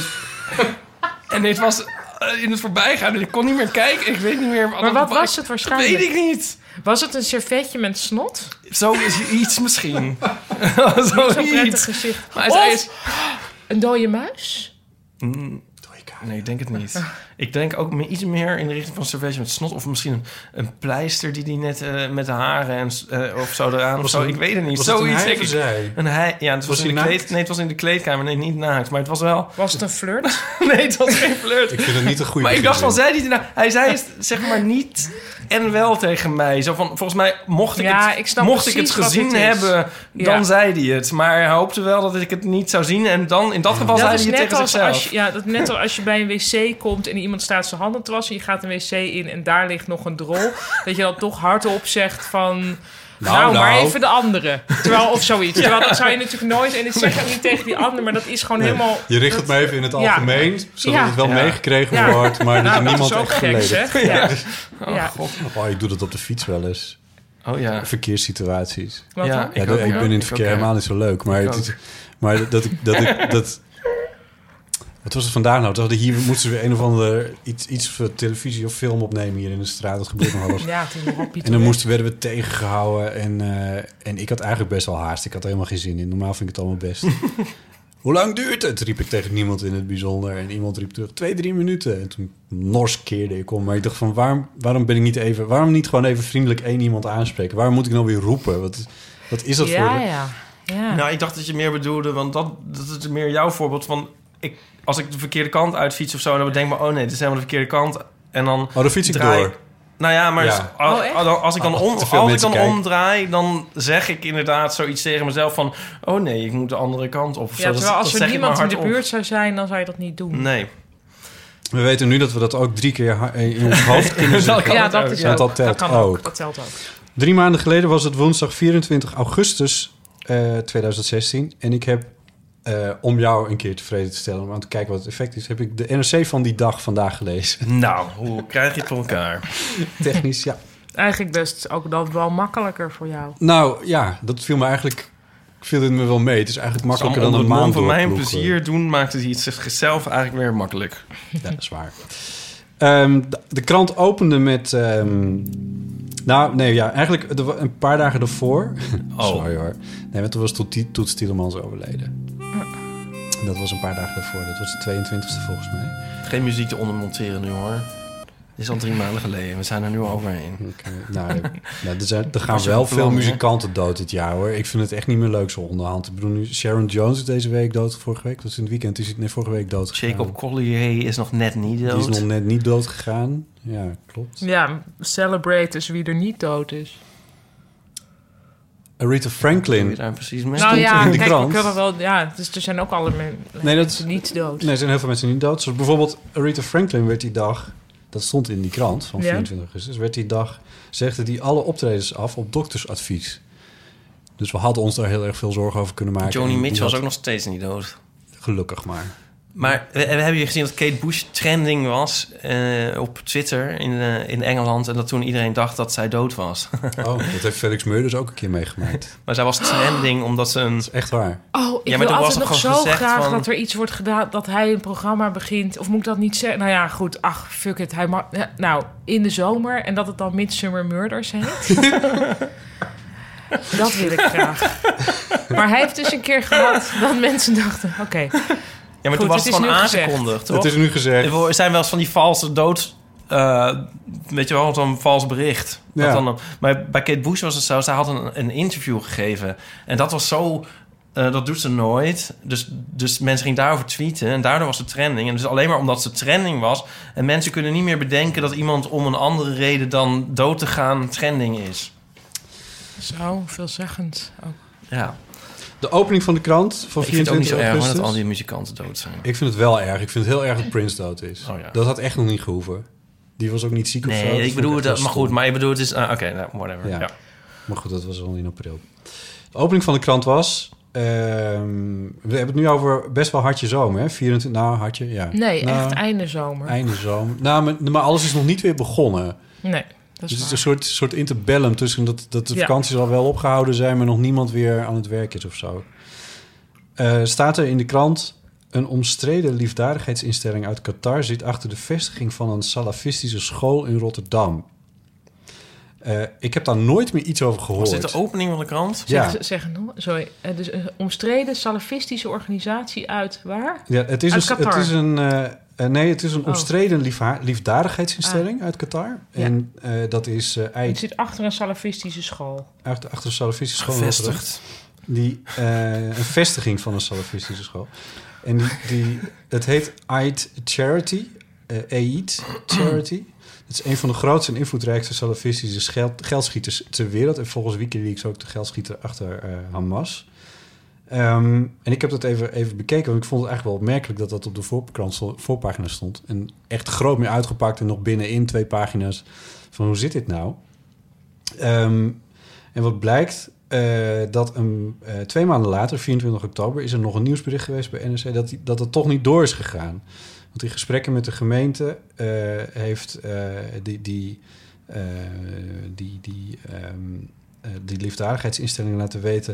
en dit was... in het voorbijgaan. En ik kon niet meer kijken. Ik weet niet meer... Maar wat was het waarschijnlijk? Dat weet ik niet. Was het een servetje met snot? Zo is iets misschien. Zo'n prettig gezicht. Maar het of is... een dode muis? Mm, nee, ik denk het niet. Ik denk ook iets meer in de richting van een servetje met snot. Of misschien een, een pleister die die net uh, met de haren en, uh, of zo eraan. Of zo. Een, ik weet het niet. Was Zoiets. Het een hij een hij, ja, het was, was in de kleed, nee, het was in de kleedkamer. Nee, niet naakt. Maar het was wel... Was het een flirt? Nee, het was geen flirt. Ik vind het niet een goede. Maar ik dacht van, zei hij nou... Hij zei het, zeg maar niet en wel tegen mij. Zo van, volgens mij mocht ik ja, het, ik snap mocht ik het gezien het hebben, dan ja. zei hij het. Maar hij hoopte wel dat ik het niet zou zien. En dan, in dat geval, ja, zei hij het tegen zichzelf. Als je, ja, dat net als als je bij een wc komt en iemand staat zijn handen te wassen... je gaat een wc in en daar ligt nog een drol... dat je dan toch hardop zegt van... Nou, nou, maar nou. even de andere. Terwijl, of zoiets. Ja. Terwijl dat zou je natuurlijk nooit... en dit zeg ik niet tegen die andere, maar dat is gewoon nee, helemaal... Je richt het dat, maar even in het algemeen... Ja. zodat ja. het wel ja. meegekregen ja. wordt... maar nou, dat je niemand echt geleden. Ja. Ja. Oh, ja. God. Oh, ik doe dat op de fiets wel eens. Oh ja. Verkeerssituaties. Wat ja, ja, ik, ook, ik ben in het verkeer helemaal niet zo leuk. Maar het is, Maar dat ik... Dat ik dat, wat was het vandaag nou? Dat hier moesten ze weer een of andere iets, iets voor televisie of film opnemen hier in de straat. Dat gebeurt nog alles. Ja, toen nog En dan moesten, werden we tegengehouden. En, uh, en ik had eigenlijk best wel haast. Ik had er helemaal geen zin in. Normaal vind ik het allemaal best. Hoe lang duurt het? Riep ik tegen niemand in het bijzonder. En iemand riep terug, twee, drie minuten. En toen nors keerde ik om. Maar ik dacht van, waarom, waarom ben ik niet even... Waarom niet gewoon even vriendelijk één iemand aanspreken? Waarom moet ik nou weer roepen? Wat, wat is dat ja, voor... Ja, ja. Nou, ik dacht dat je meer bedoelde, want dat, dat is meer jouw voorbeeld van... Ik, als ik de verkeerde kant uitfiets of zo, dan denk ik maar, oh nee, dit is helemaal de verkeerde kant. En dan... Oh, dan fiets ik draai, door. Nou ja, maar Ja. als, Oh, als ik dan, Oh, om, te veel als ik dan mensen omdraai, dan zeg ik inderdaad zoiets tegen mezelf van... Oh nee, ik moet de andere kant op. Of Ja, zo. terwijl Dat- als dat er zeg ik maar niemand in de hardop. buurt zou zijn, dan zou je dat niet doen. Nee. We weten nu dat we dat ook drie keer ha- in ons hoofd kunnen zeggen. Ja, dat is Ja, ook. dat telt kan ook. ook. Dat telt ook. Drie maanden geleden was het woensdag vierentwintig augustus uh, tweeduizend zestien. En ik heb, uh, om jou een keer tevreden te stellen... om aan te kijken wat het effect is... heb ik de N R C van die dag vandaag gelezen. Nou, hoe krijg je het voor elkaar? Technisch, ja. Eigenlijk best ook dan wel makkelijker voor jou. Nou, ja, dat viel me eigenlijk... viel het me wel mee. Het is eigenlijk makkelijker dan Om een het maand van mijn doorploegen. plezier doen, maakt het iets zichzelf eigenlijk weer makkelijk. Ja, dat is waar. Um, de, de krant opende met... Um, nou, nee, ja, eigenlijk de, een paar dagen daarvoor... Oh. Sorry hoor. Nee, want toen was Toet, Toets Tielemans overleden. Dat was een paar dagen daarvoor. Dat was de tweeëntwintigste volgens mij. Geen muziek te ondermonteren nu hoor. Het is al drie maanden geleden. We zijn er nu overheen. Okay. Nou, nou, er, zijn, er gaan Was je wel van veel plan, hè? muzikanten dood dit jaar, hoor. Ik vind het echt niet meer leuk zo onderhand. Ik bedoel, nu Sharon Jones is deze week dood. Vorige week, dat is in het weekend. Is het nee, vorige week dood gegaan. Jacob Collier is nog net niet dood. Die is nog net niet dood gegaan. Ja, klopt. Ja, celebrate is wie er niet dood is. Aretha Franklin. Weet je daar precies mee? Nou Stond ja, in de kijk, krant. we kunnen wel... Ja, dus er zijn ook alle men- Nee, dat- mensen niet dood. Nee, er zijn heel veel mensen niet dood. Zoals bijvoorbeeld Aretha Franklin werd die dag... Dat stond in die krant van Ja. vierentwintig augustus. Werd die dag, zegde die alle optredens af op doktersadvies. Dus we hadden ons daar heel erg veel zorgen over kunnen maken. Joni En die Mitchell was had- ook nog steeds niet dood. Gelukkig maar. Maar we, we hebben je gezien dat Kate Bush trending was uh, op Twitter in, uh, in Engeland... en dat toen iedereen dacht dat zij dood was. Oh, dat heeft Felix Meurders ook een keer meegemaakt. Maar zij was trending omdat ze een... Dat is echt waar. Oh, ik Ja, maar wil toen was altijd er nog gewoon zo gezegd graag van- dat er iets wordt gedaan... dat hij een programma begint. Of moet ik dat niet zeggen? Nou ja, goed. Ach, fuck it. Hij mag, ja, nou, in de zomer. En dat het dan Midsummer Murders heet. Dat wil ik graag. Maar hij heeft dus een keer gehad dat mensen dachten... Oké, Ja, maar Goed, toen was het het, is gewoon nu gezegd. aangekondigd, toch? Het is nu gezegd. Er zijn wel eens van die valse dood... Uh, weet je wel, zo'n vals bericht. Dat Ja. dan, maar bij Kate Bush was het zo... zij had een, een interview gegeven. En dat was zo... Uh, dat doet ze nooit. Dus, dus mensen gingen daarover tweeten. En daardoor was het trending. En dus alleen maar omdat ze trending was... en mensen kunnen niet meer bedenken... dat iemand om een andere reden dan dood te gaan trending is. zo veelzeggend ook. Ja. De opening van de krant van Ik vind het ook niet vierentwintig zo erg hoor, augustus. dat al die muzikanten dood zijn. Ik vind het wel erg. Ik vind het heel erg dat Prince dood is. Oh, ja. Dat had echt nog niet gehoeven. Die was ook niet ziek of zo. Nee, Dat ik vond bedoel echt dat, wel maar stom. goed, maar ik bedoel het is, uh, oké, okay, nou, whatever. Ja. Ja. Maar goed, dat was al in april. De opening van de krant was... ehm, we hebben het nu over best wel hartje zomer, hè? vierentwintig, nou, hartje, ja. Nee, nou, echt einde zomer. Einde zomer. Nou, maar, maar alles is nog niet weer begonnen. Nee, dat Dus is het is waar. een soort, soort interbellum tussen dat, dat de Ja. vakanties al wel opgehouden zijn... maar nog niemand weer aan het werk is of zo. Eh, staat er in de krant... Een omstreden liefdadigheidsinstelling uit Qatar... zit achter de vestiging van een salafistische school in Rotterdam. Uh, ik heb daar nooit meer iets over gehoord. Was dit de opening van de krant? Ja. Zeg, zeg het nog. Sorry. Eh, Dus een omstreden salafistische organisatie uit waar? Ja, het is Uit een, Qatar? het is een uh, uh, nee, het is een Oh. omstreden liefha- liefdadigheidsinstelling uit Qatar. Ja. En uh, dat is uh, Het eind, zit achter een salafistische school. achter, achter de salafistische school. in Rotterdam. Gevestigd. Die, uh, een vestiging van een salafistische school. En die, die, het heet Eid Charity. Uh, Eid Charity. Het is een van de grootste en invloedrijkste salafistische scheld, geldschieters ter wereld. En volgens WikiLeaks ook de geldschieter achter uh, Hamas. Um, en ik heb dat even, even bekeken, want ik vond het eigenlijk wel opmerkelijk dat dat op de voorkrant, voorpagina stond. En echt groot meer uitgepakt en nog binnenin twee pagina's van hoe zit dit nou? Um, en wat blijkt, uh, dat een, uh, twee maanden later, vierentwintig oktober, is er nog een nieuwsbericht geweest bij N R C dat, die, dat het toch niet door is gegaan. Want in gesprekken met de gemeente uh, heeft uh, die, die, uh, die, die, um, uh, die liefdadigheidsinstelling laten weten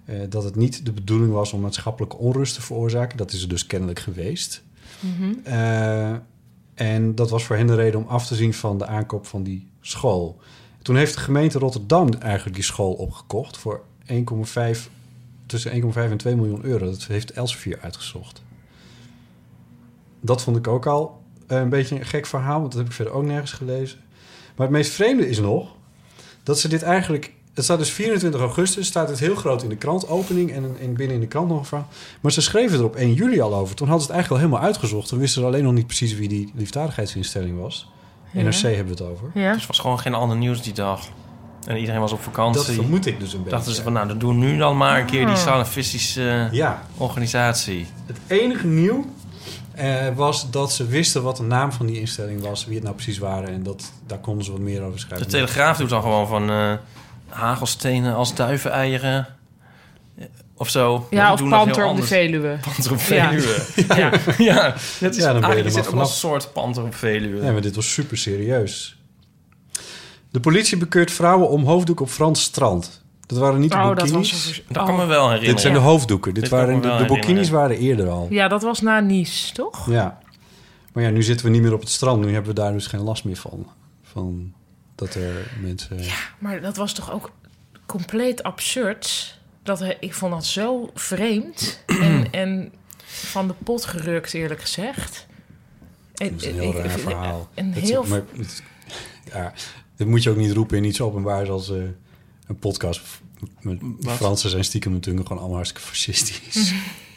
Uh, dat het niet de bedoeling was om maatschappelijke onrust te veroorzaken. Dat is er dus kennelijk geweest. Mm-hmm. Uh, en dat was voor hen de reden om af te zien van de aankoop van die school. Toen heeft de gemeente Rotterdam eigenlijk die school opgekocht voor één komma vijf, tussen één komma vijf en twee miljoen euro. Dat heeft Elsevier uitgezocht. Dat vond ik ook al een beetje een gek verhaal, want dat heb ik verder ook nergens gelezen. Maar het meest vreemde is nog dat ze dit eigenlijk... Het staat dus vierentwintig augustus, staat het heel groot in de krant, opening en, en binnen in de krant nog een verhaal. Maar ze schreven er op één juli al over. Toen hadden ze het eigenlijk al helemaal uitgezocht. Toen wisten ze alleen nog niet precies wie die liefdadigheidsinstelling was. Ja. N R C hebben we het over. Ja. Dus het was gewoon geen ander nieuws die dag. En iedereen was op vakantie. Dat vermoed ik dus een beetje. Dachten ze van, nou, dan doen we nu dan maar een keer die salafistische ja. organisatie. Het enige nieuw uh, was dat ze wisten wat de naam van die instelling was, wie het nou precies waren. En dat, daar konden ze wat meer over schrijven. De Telegraaf doet dan gewoon van uh, hagelstenen als duiveneieren of zo. Ja, of panter op de Veluwe. Panter op Veluwe. Ja, ja. ja. Het is, ja, dan ben je er maar vanaf. Een soort panter op Veluwe. Ja, maar dit was super serieus. De politie bekeurt vrouwen om hoofddoek op Frans strand. Dat waren niet de oh, bikinis. Dat, was zo... dat kan me wel herinneren. Dit zijn de hoofddoeken. Dit, Dit waren de, de bikinis waren eerder al. Ja, dat was na Nice, toch? Ja. Maar ja, nu zitten we niet meer op het strand. Nu hebben we daar dus geen last meer van. Van dat er mensen... Ja, maar dat was toch ook compleet absurd. Dat, ik vond dat zo vreemd. en, en van de pot gerukt, eerlijk gezegd. Dat is een heel ik, raar verhaal. Een heel... Is, maar, ja, dat moet je ook niet roepen in iets openbaars als uh, een podcast. Met Fransen zijn stiekem natuurlijk gewoon allemaal hartstikke fascistisch.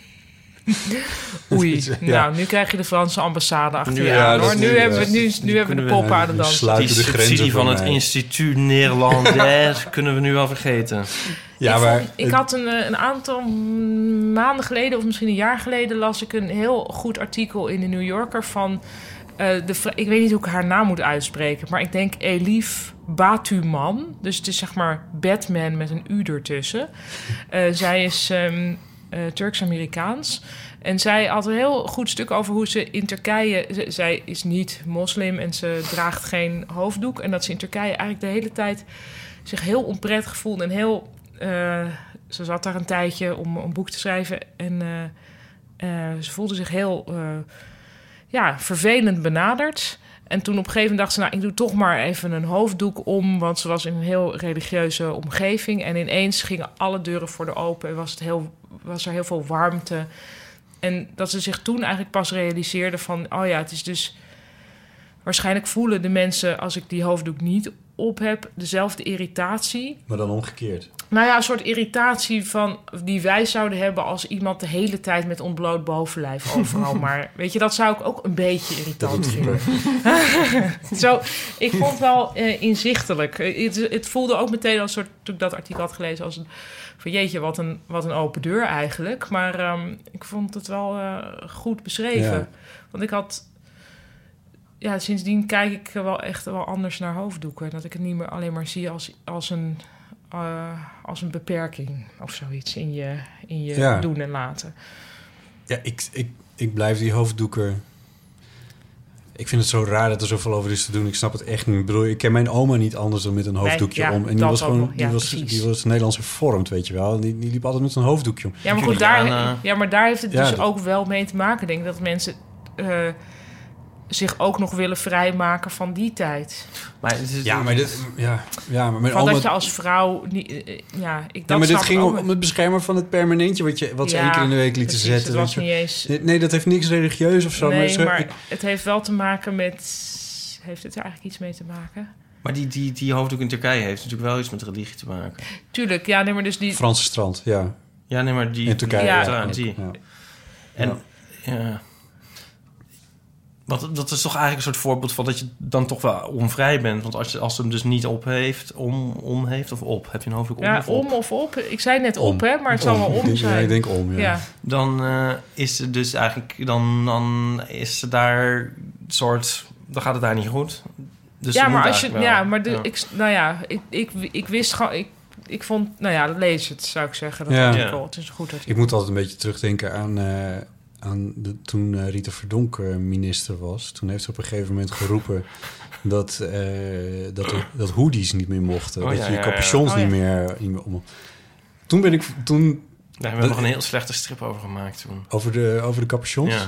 Oei, ja. Nou, nu krijg je de Franse ambassade achter je aan, hoor. Nu, nu hebben we, nu, nu hebben we de pop aan de dans. Die subsidie van het Instituut Néerlandais kunnen we nu wel vergeten. Ja, ik, maar, vond, ik had een, een aantal maanden geleden, of misschien een jaar geleden, las ik een heel goed artikel in de New Yorker van... Uh, de, ik weet niet hoe ik haar naam moet uitspreken, maar ik denk Elif Batuman. Dus het is zeg maar Batman met een U ertussen. Uh, zij is um, uh, Turks-Amerikaans. En zij had een heel goed stuk over hoe ze in Turkije... Z- zij is niet moslim en ze draagt geen hoofddoek. En dat ze in Turkije eigenlijk de hele tijd zich heel onprettig voelde. En heel... Uh, ze zat daar een tijdje om een boek te schrijven. En uh, uh, ze voelde zich heel... Uh, ja, vervelend benaderd. En toen op een gegeven moment dacht ze... nou, ik doe toch maar even een hoofddoek om... want ze was in een heel religieuze omgeving... en ineens gingen alle deuren voor de open... en was, het heel, was er heel veel warmte. En dat ze zich toen eigenlijk pas realiseerde van... oh ja, het is dus... waarschijnlijk voelen de mensen... als ik die hoofddoek niet op heb... dezelfde irritatie. Maar dan omgekeerd. Nou ja, een soort irritatie van die wij zouden hebben als iemand de hele tijd met ontbloot bovenlijf overal. Maar weet je, dat zou ik ook een beetje irritant vinden. Zo, ik vond het wel uh, inzichtelijk. Het, het voelde ook meteen als soort, toen ik dat artikel had gelezen, als een van jeetje, wat een, wat een open deur eigenlijk. Maar um, ik vond het wel uh, goed beschreven. Ja. Want ik had... Ja, sindsdien kijk ik wel echt wel anders naar hoofddoeken. Dat ik het niet meer alleen maar zie als, als een... Uh, als een beperking of zoiets in je, in je ja. doen en laten. Ja, ik, ik, ik blijf die hoofddoeken... Ik vind het zo raar dat er zoveel over is te doen. Ik snap het echt niet. Ik bedoel, ik ken mijn oma niet anders dan met een hoofddoekje nee, ja, om. En die was gewoon, ja, die, was, die was Nederlands hervormd, weet je wel. Die, die liep altijd met een hoofddoekje om. Ja, maar goed, daar, uh... ja, maar daar heeft het ja, dus dat... ook wel mee te maken, denk ik, dat mensen... Uh, zich ook nog willen vrijmaken van die tijd. Maar het is ja, maar dit, ja, ja, maar met van oma... dat je als vrouw niet, uh, ja, ik dat ja, maar dit ging om, om het beschermen van het permanentje wat je wat ja, ze één keer in de week lieten precies, zetten. Het was niet eens... Nee, dat heeft niks religieus of zo. Nee, maar, maar ik... het heeft wel te maken met... Heeft het er eigenlijk iets mee te maken? Maar die, die, die hoofddoek in Turkije heeft natuurlijk wel iets met religie te maken. Tuurlijk, ja, nee, maar dus die... Franse strand, ja. Ja, nee, maar die... In Turkije, ja. ja. Die. Ja. En, ja... ja. Want dat is toch eigenlijk een soort voorbeeld van dat je dan toch wel onvrij bent. Want als je als ze hem dus niet op heeft, om, om heeft of op. Heb je een hoofddoek om ja, of op? om of op. Ik zei net om. op, hè, maar het zal wel om zijn. Ja, ik denk om, ja. ja. Dan uh, is het dus eigenlijk... Dan, dan is het daar een soort... Dan gaat het daar niet goed. Dus ja, maar als je... wel, Ja, maar de, ja. Ik, nou ja, ik, ik, ik wist gewoon... Ik, ik vond... Nou ja, lees het, zou ik zeggen. Dat ja. artikel. Het is een goed artikel. Ik moet altijd een beetje terugdenken aan... Uh, aan de, toen uh, Rita Verdonk uh, minister was, toen heeft ze op een gegeven moment geroepen dat, uh, dat, er, dat hoodies niet meer mochten. Oh, dat ja, je je ja, capuchons ja. Oh, niet, ja. meer, niet meer om... toen ben ik... Toen, Daar hebben we nog een heel slechte strip over gemaakt toen. Over de, over de capuchons? Ja.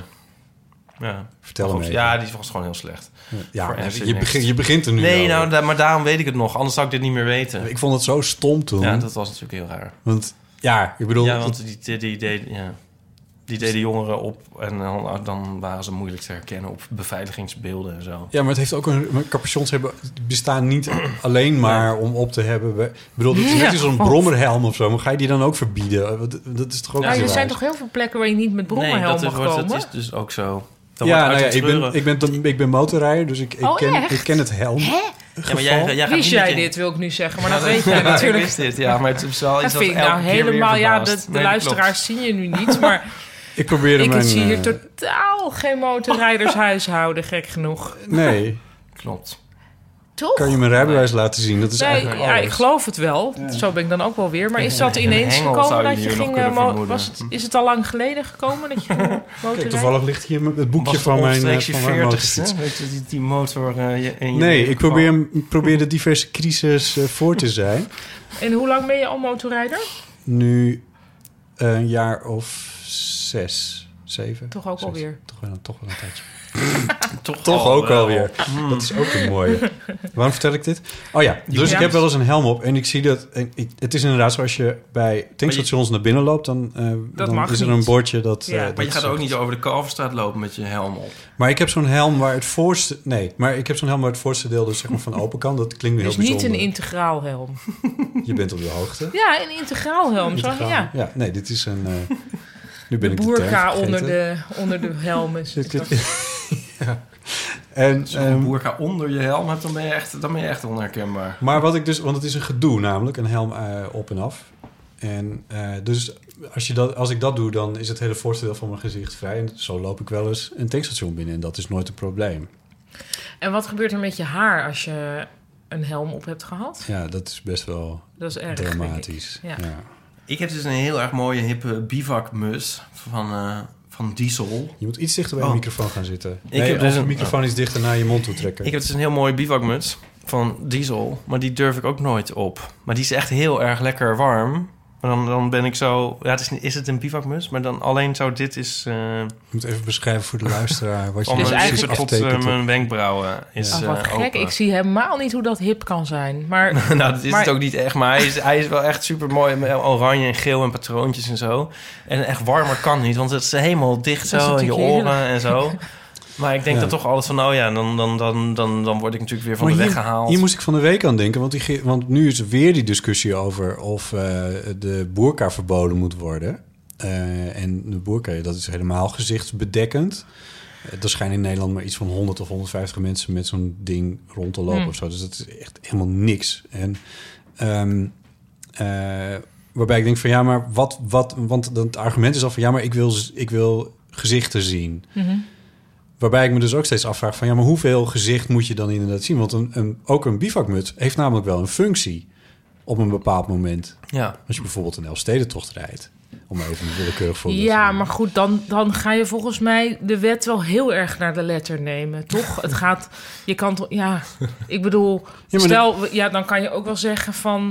ja. Vertel hem even. Ja, die was gewoon heel slecht. Ja, je, begint, je begint er nu Nee, over. nou, da- maar daarom weet ik het nog. Anders zou ik dit niet meer weten. Ik vond het zo stom toen. Ja, dat was natuurlijk heel raar. Want, ja, ik bedoel... Ja, want die, die, die, die, ja. die deden jongeren op en dan, dan waren ze moeilijk te herkennen op beveiligingsbeelden en zo. Ja, maar het heeft ook een... Capuchons hebben, bestaan niet alleen maar om op te hebben... Ik bedoel, het is net als zo'n brommerhelm of zo. Maar ga je die dan ook verbieden? Dat is toch ook... Ja, er zijn toch heel veel plekken waar je niet met brommerhelm nee, dat mag is, komen? dat is dus ook zo. Dan ja, nou ja ik, ben, ik, ben, ik ben motorrijder, dus ik, ik, oh, ken, echt? ik ken het helm. Hè? Ja, maar jij, jij wist jij dit, wil ik nu zeggen. Maar dat weet jij ja, natuurlijk. Ik wist dit, ja. Maar het is wel iets dat vind ik nou helemaal... Ja, de, de nee, luisteraars zien je nu niet, maar... ik probeerde ik mijn... zie hier uh... totaal geen motorrijdershuishouden, gek genoeg. Nee. Klopt. Toch? Kan je mijn rijbewijs nee. laten zien? Dat is nee, eigenlijk ja, ik geloof het wel. Ja. Zo ben ik dan ook wel weer. Maar is dat ineens gekomen dat je ging... Mo- was het, is het al lang geleden gekomen dat je Kijk, toevallig ligt hier het boekje van mijn, uh, van mijn motorfiets. Weet je, die, die motor uh, je, in je Nee, ik probeer, probeer de diverse crisis uh, voor te zijn. En hoe lang ben je al motorrijder? Nu uh, een jaar of zes, zeven. Toch ook zes. alweer? Toch wel, toch wel een tijdje. toch toch al ook wel. alweer. Mm. Dat is ook een mooie. Waarom vertel ik dit? Oh ja, dus ja. ik heb wel eens een helm op en ik zie dat... En ik, het is inderdaad zo als je bij tankstations naar binnen loopt... dan, uh, dan is er niet. een bordje dat... Ja. Uh, maar dat je gaat ook niet over de Kalverstraat lopen met je helm op. Maar ik heb zo'n helm waar het voorste... Nee, maar ik heb zo'n helm waar het voorste deel dus zeg maar van open kan. Dat klinkt nu heel dus bijzonder. Dus niet een integraal helm. Je bent op de hoogte. Ja, een integraal helm. Integraal. Zo, ja. ja, nee, dit is een... Uh, nu ben de ik boerka de onder de, onder de helm is het. ja. En, als je een um, boerka onder je helm hebt, dan ben je echt, dan ben je echt onherkenbaar. Maar wat ik dus... Want het is een gedoe namelijk, een helm uh, op en af. En uh, dus als, je dat, als ik dat doe, dan is het hele voorste deel van mijn gezicht vrij. En zo loop ik wel eens een tankstation binnen. En dat is nooit een probleem. En wat gebeurt er met je haar als je een helm op hebt gehad? Ja, dat is best wel dat is erg, dramatisch. Ik. Ja. Ja. Ik heb dus een heel erg mooie hippe bivakmus van... Uh, van Diesel. Je moet iets dichter bij oh. de microfoon gaan zitten. Ik nee, heb dus de een microfoon iets dichter naar je mond toe trekken. Ik heb dus een heel mooie bivakmuts van Diesel, maar die durf ik ook nooit op. Maar die is echt heel erg lekker warm. Maar dan, dan ben ik zo... Ja, het is, is het een bivakmuts? Maar dan alleen zo dit is... Uh, je moet even beschrijven voor de luisteraar wat je dus precies aftekent. Tot uh, mijn wenkbrauwen is oh, wat uh, gek. open. Ik zie helemaal niet hoe dat hip kan zijn. Maar, nou, dat is maar, het ook niet echt. Maar hij is, hij is wel echt super mooi. Met oranje en geel en patroontjes en zo. En echt warmer kan niet. Want het is helemaal dicht zo in je oren heel... en zo. Maar ik denk ja. dat toch alles van... Oh ja, dan, dan, dan, dan, dan word ik natuurlijk weer van maar de hier, weg gehaald. Hier moest ik van de week aan denken. Want, die, want nu is er weer die discussie over... of uh, de boerka verboden moet worden. Uh, en de boerka, dat is helemaal gezichtsbedekkend. Uh, er schijnen in Nederland maar iets van honderd of honderdvijftig mensen... met zo'n ding rond te lopen mm. of zo. Dus dat is echt helemaal niks. En... Um, uh, waarbij ik denk van ja, maar wat... wat want het argument is al van... ja, maar ik wil, ik wil gezichten zien... Mm-hmm. Waarbij ik me dus ook steeds afvraag van... ja, maar hoeveel gezicht moet je dan inderdaad zien? Want een, een, ook een bivakmuts heeft namelijk wel een functie... op een bepaald moment. Ja. Als je bijvoorbeeld een Elfstedentocht rijdt... om even een willekeurig voorbeeld ja, te doen. Maar goed, dan, dan ga je volgens mij de wet wel heel erg naar de letter nemen, toch? Het gaat... Je kan toch... Ja, ik bedoel... Ja, stel, de... ja, dan kan je ook wel zeggen van...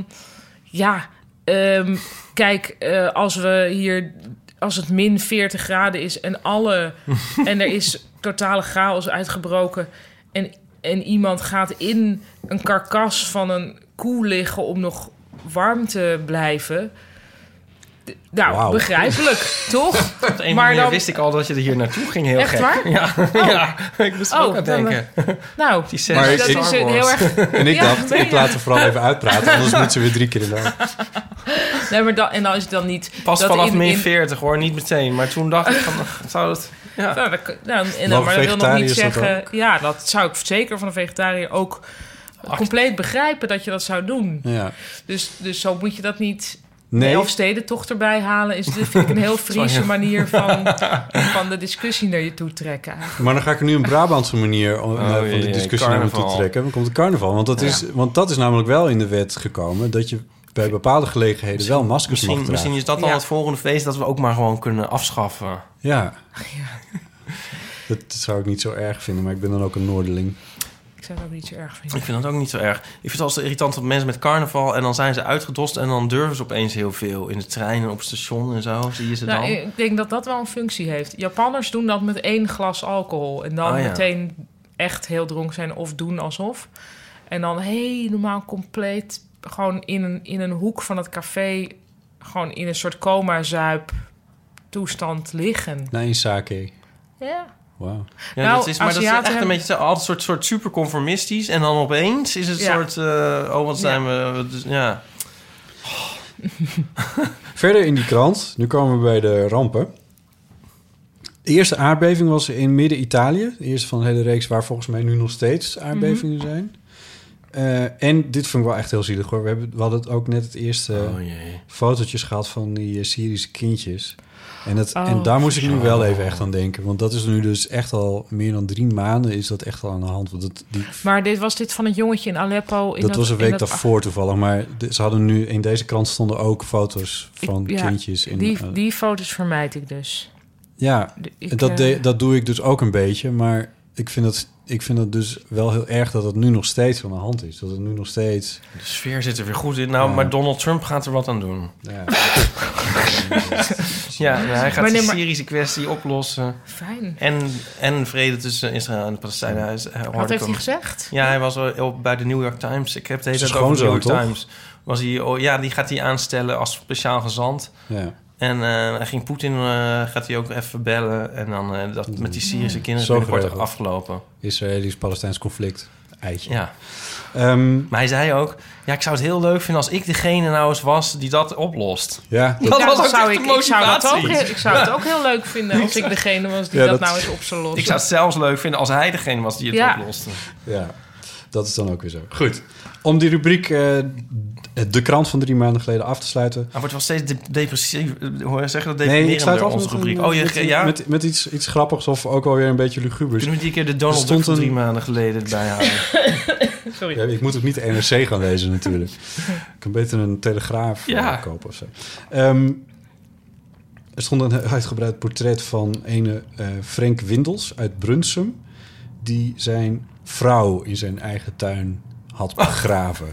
Ja, um, kijk, uh, als we hier... Als het min veertig graden is en alle... en er is totale chaos uitgebroken... en, en iemand gaat in een karkas van een koe liggen... om nog warm te blijven... Nou, wow. Begrijpelijk, toch? Op een maar dan wist ik al dat je er hier naartoe ging. Heel echt gek. waar? Ja, oh. ja, ik moest er oh, ook aan denken. Dan, nou, die zes, maar dat ik, is heel erg... En ik ja, dacht, ik laat er vooral even uitpraten... anders moet ze weer drie keer in de Nee, maar dan, en dan is het dan niet... Pas dat vanaf in, min in... veertig hoor, niet meteen. Maar toen dacht ik van, zou dat... Ja. Nou, dat, nou, en dan, maar dat wil nog niet zeggen... Dat ja, dat zou ik zeker van een vegetariër ook... Ach. compleet begrijpen dat je dat zou doen. Ja. Dus, dus zo moet je dat niet... Nee. De Elfstedentocht erbij halen... is vind ik een heel Friese manier van, van de discussie naar je toe trekken. Eigenlijk. Maar dan ga ik er nu een Brabantse manier oh, uh, van de jee, discussie naar me toe trekken. Dan komt de carnaval. Want dat, ja. is, want dat is namelijk wel in de wet gekomen... dat je bij bepaalde gelegenheden misschien, wel maskers misschien, mag dragen. Misschien is dat dan ja. het volgende feest... dat we ook maar gewoon kunnen afschaffen. Ja. ja. Dat zou ik niet zo erg vinden, maar ik ben dan ook een Noorderling. Ik zou het ook niet zo erg vinden. Ik vind dat ook niet zo erg. Ik vind het altijd irritant dat mensen met carnaval... en dan zijn ze uitgedost en dan durven ze opeens heel veel. In de trein en op het station en zo. Zie je ze nou, dan? Ik denk dat dat wel een functie heeft. Japanners doen dat met één glas alcohol. En dan oh, ja. meteen echt heel dronken zijn of doen alsof. En dan helemaal compleet gewoon in een, in een hoek van het café... gewoon in een soort coma-zuip toestand liggen. Nee, sake. Ja. Wauw. Ja, nou, dat is, maar dat is echt hebben... een beetje altijd een soort, soort super conformistisch. En dan opeens is het ja. soort... Uh, oh, wat zijn ja. we... Dus, ja. Verder in die krant, nu komen we bij de rampen. De eerste aardbeving was in midden-Italië. De eerste van de hele reeks waar volgens mij nu nog steeds aardbevingen mm-hmm. zijn. Uh, en dit vond ik wel echt heel zielig hoor. We, hebben, we hadden het ook net het eerste oh, fotootjes gehad van die uh, Syrische kindjes. En, het, oh, en daar moest ik nu wel even echt aan denken. Want dat is nu dus echt al meer dan drie maanden is dat echt al aan de hand. Want dat, die... Maar dit was dit van het jongetje in Aleppo? In dat, dat was een week dat... daarvoor ach... toevallig. Maar de, ze hadden nu in deze krant stonden ook foto's van ik, ja, kindjes. In, die, uh... die foto's vermijd ik dus. Ja, ik, dat, uh... de, dat doe ik dus ook een beetje. Maar ik vind het... Ik vind het dus wel heel erg dat het nu nog steeds aan de hand is. Dat het nu nog steeds... De sfeer zit er weer goed in. Nou, ja. Maar Donald Trump gaat er wat aan doen. Ja, ja nou, hij gaat maar nee, de maar... Syrische kwestie oplossen. Fijn. En, en vrede tussen Israël en de Palestijnen. Wat heeft hij gezegd? Ja, hij was al bij de New York Times. Ik heb het hele tijd over de New York toch? Times. Was hij, oh, ja, die gaat hij aanstellen als speciaal gezant. Ja. En uh, hij ging Poetin, uh, gaat hij ook even bellen. En dan uh, dat met die Syrische kinderen wordt er afgelopen. Israëlisch-Palestijns conflict. Eitje. Ja. Um, maar hij zei ook... Ja, ik zou het heel leuk vinden als ik degene nou eens was die dat oplost. Ja, dat, dat ja, was ook zou ik, ik zou dat ook. heel, ik zou het ook heel leuk vinden als ik degene was die ja, dat, dat nou eens op zou lossen. Ik zou het zelfs leuk vinden als hij degene was die het ja. oploste. Ja, dat is dan ook weer zo. Goed. Om die rubriek uh, de krant van drie maanden geleden af te sluiten. Hij wordt wel steeds de- depressief. Hoor je zeggen dat nee, deprimerender nee, onze rubriek. Een, oh, je, met, ja? met, met iets, iets grappigs of ook alweer een beetje lugubers. Kunnen we die keer de Donald Duck van een... drie maanden geleden erbij halen? Sorry. Ja, ik moet ook niet de N R C gaan lezen natuurlijk. Ik kan beter een Telegraaf ja. kopen of zo. Um, er stond een uitgebreid portret van ene uh, Frank Windels uit Brunsum, die zijn vrouw in zijn eigen tuin had begraven.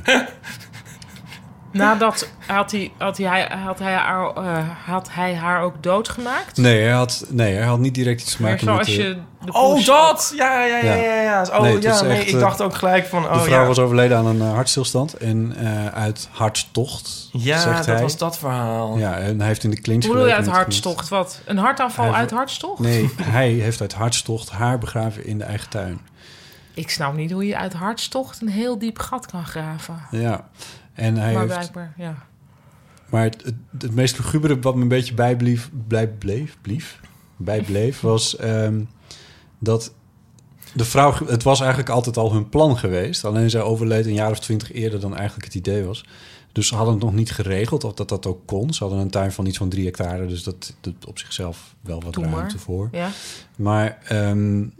Nadat had hij, had hij, had hij, haar, uh, had hij haar ook doodgemaakt? Nee, hij had, nee, hij had niet direct iets te maken maar met... Zoals de... je de oh, dat! Ja, ja, ja, ja. ja. Oh, nee, ja, nee, echt, ik dacht ook gelijk van... Oh, de vrouw ja. was overleden aan een uh, hartstilstand en uh, uit hartstocht, ja, zegt dat hij. was dat verhaal. Ja, en hij heeft in de clinch Hoe bedoel je uit gelegen hartstocht? Wat? Een hartaanval hij uit hartstocht? Nee, hij heeft uit hartstocht haar begraven in de eigen tuin. Ik snap niet hoe je uit hartstocht een heel diep gat kan graven. Ja, en hij maar heeft... blijkbaar, ja. Maar het, het, het meest lugubere wat me een beetje bijblief, blij, bleef, blief, bijbleef, was um, dat de vrouw... Het was eigenlijk altijd al hun plan geweest. Alleen zij overleed een jaar of twintig eerder dan eigenlijk het idee was. Dus ze hadden het nog niet geregeld of dat dat ook kon. Ze hadden een tuin van iets van drie hectare, dus dat, dat op zichzelf wel wat Doe ruimte maar. voor. Ja. Maar um,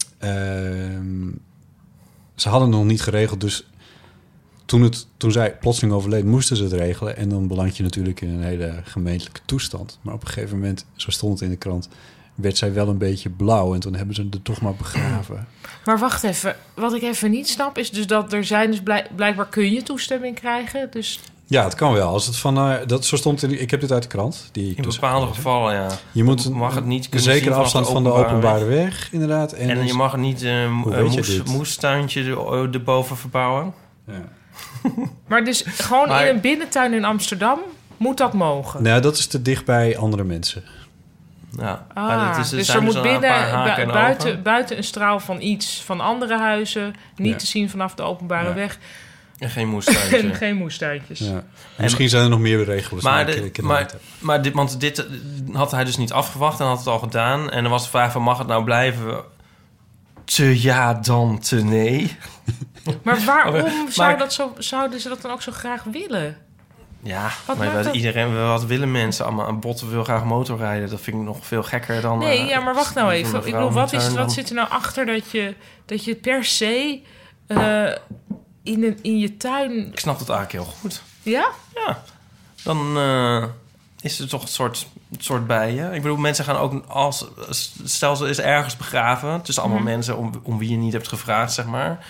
um, ze hadden het nog niet geregeld, dus... Toen, het, toen zij plotseling overleed, moesten ze het regelen. En dan beland je natuurlijk in een hele gemeentelijke toestand. Maar op een gegeven moment, zo stond het in de krant... werd zij wel een beetje blauw. En toen hebben ze het toch maar begraven. Maar wacht even. Wat ik even niet snap is dus dat er zijn... dus blijk, blijkbaar kun je toestemming krijgen. Dus... Ja, het kan wel. Als het van, uh, dat, zo stond in, ik heb dit uit de krant. Die ik in dus bepaalde gevallen, ja. Je moet mag het niet een zekere afstand van de openbare weg, weg inderdaad. En, en je mag niet een uh, moes, moestuintje erboven verbouwen. Ja. Maar dus gewoon maar... in een binnentuin in Amsterdam moet dat mogen? Nou, dat is te dicht bij andere mensen. Ja. Ah, ja, is, dus er moet binnen, bu- buiten, buiten een straal van iets van andere huizen... niet ja. te zien vanaf de openbare ja. weg... En geen moestuintje. en geen moestuintjes. Ja. Misschien zijn er nog meer regels. Maar, de, ik, ik maar, maar dit, want dit had hij dus niet afgewacht en had het al gedaan. En dan was de vraag van, mag het nou blijven? Te ja, dan te nee. Maar waarom okay, zou maar, dat zo, zouden ze dat dan ook zo graag willen? Ja, wat maar dat iedereen, wat willen mensen allemaal? Een Botte wil graag motorrijden. Dat vind ik nog veel gekker dan... Nee, uh, ja, maar wacht nou even. Ik bedoel, wat, is, wat zit er nou achter dat je, dat je per se... Uh, in, een, in je tuin... Ik snap dat eigenlijk heel goed. Ja? Ja. Dan uh, is er toch een soort, een soort bij je. Ik bedoel, mensen gaan ook als... Stel, ze is ergens begraven. Tussen allemaal mm-hmm. mensen om, om wie je niet hebt gevraagd, zeg maar.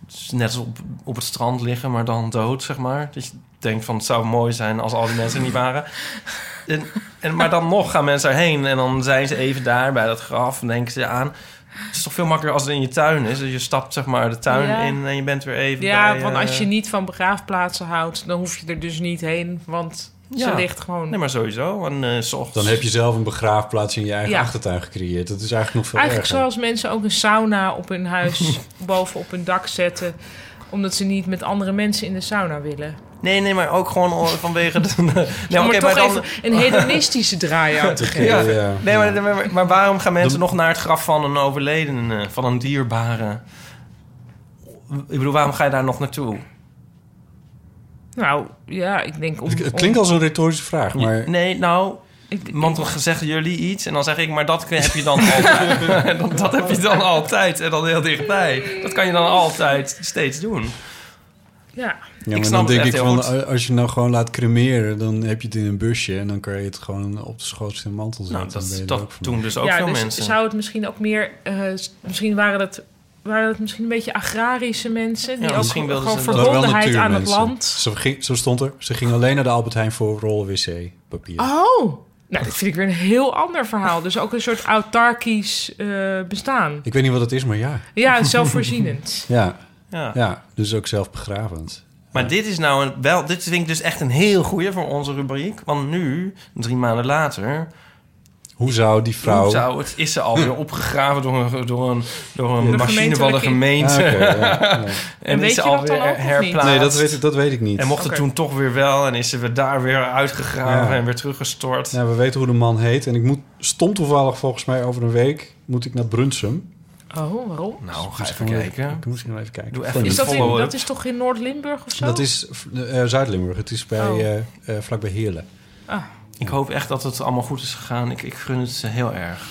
net als op, op het strand liggen, maar dan dood, zeg maar. Dat je denkt van, het zou mooi zijn als al die mensen niet waren. En, en, maar dan nog gaan mensen erheen en dan zijn ze even daar bij dat graf en denken ze aan... Het is toch veel makkelijker als het in je tuin is. Dus je stapt zeg maar de tuin ja. in en je bent weer even ja, bij... Ja, want uh... als je niet van begraafplaatsen houdt... dan hoef je er dus niet heen, want ja. ze ligt gewoon... Nee, maar sowieso. En, uh, 's ochtends... Dan heb je zelf een begraafplaats in je eigen ja. achtertuin gecreëerd. Dat is eigenlijk nog veel Eigenlijk erger. Zoals mensen ook een sauna op hun huis... boven op hun dak zetten... omdat ze niet met andere mensen in de sauna willen. Nee, nee, maar ook gewoon vanwege... De, nee, maar okay, toch maar dan... even een hedonistische draai aan te geven. Ja, ja. Nee, maar, maar, maar waarom gaan mensen de... nog naar het graf van een overledene, van een dierbare? Ik bedoel, waarom ga je daar nog naartoe? Nou, ja, ik denk... Om, het, het klinkt om... als een retorische vraag, maar... Nee, nou... Want dan zeggen jullie iets en dan zeg ik... maar dat heb je dan altijd. dat, dat heb je dan altijd en dan heel dichtbij. Dat kan je dan altijd steeds doen. Ja. Ja, maar ik dan denk ik van, goed. Als je nou gewoon laat cremeren... dan heb je het in een busje... en dan kan je het gewoon op de schootste mantel zetten. Nou, dat, dat dat doen dus ook ja, veel dus mensen. Zou het misschien ook meer... Uh, misschien waren het, waren het misschien een beetje agrarische mensen... die ja, ook gewoon verbondenheid aan het land... Zo, ging, zo stond er. Ze gingen alleen naar de Albert Heijn voor rollen wc-papier. Oh! Nou, dat vind ik weer een heel ander verhaal. Dus ook een soort autarkisch uh, bestaan. Ik weet niet wat het is, maar ja. Ja, zelfvoorzienend. ja. Ja. ja, dus ook zelfbegravend. Maar ja. dit is nou een, wel, dit vind ik dus echt een heel goeie voor onze rubriek. Want nu, drie maanden later... Hoe zou die vrouw... Hoe zou het, is ze alweer opgegraven door een, door een, door een machine van de gemeente. Ah, okay, ja, ja. en, en weet is ze je alweer dat dan ook, herplaatst. Nee, dat weet, dat weet ik niet. En mocht okay. het toen toch weer wel. En is ze weer daar weer uitgegraven ja. en weer teruggestort. Ja, we weten hoe de man heet. En ik moet stom toevallig volgens mij over een week... moet ik naar Brunsum. Oh, waarom? Nou, ga even kijken. Ik moet even kijken. Doe even is dat, in, dat is toch in Noord-Limburg of zo? Dat is uh, Zuid-Limburg. Het is bij, oh. uh, uh, vlakbij Heerlen. Ah. Ik hoop echt dat het allemaal goed is gegaan. Ik, ik gun het heel erg.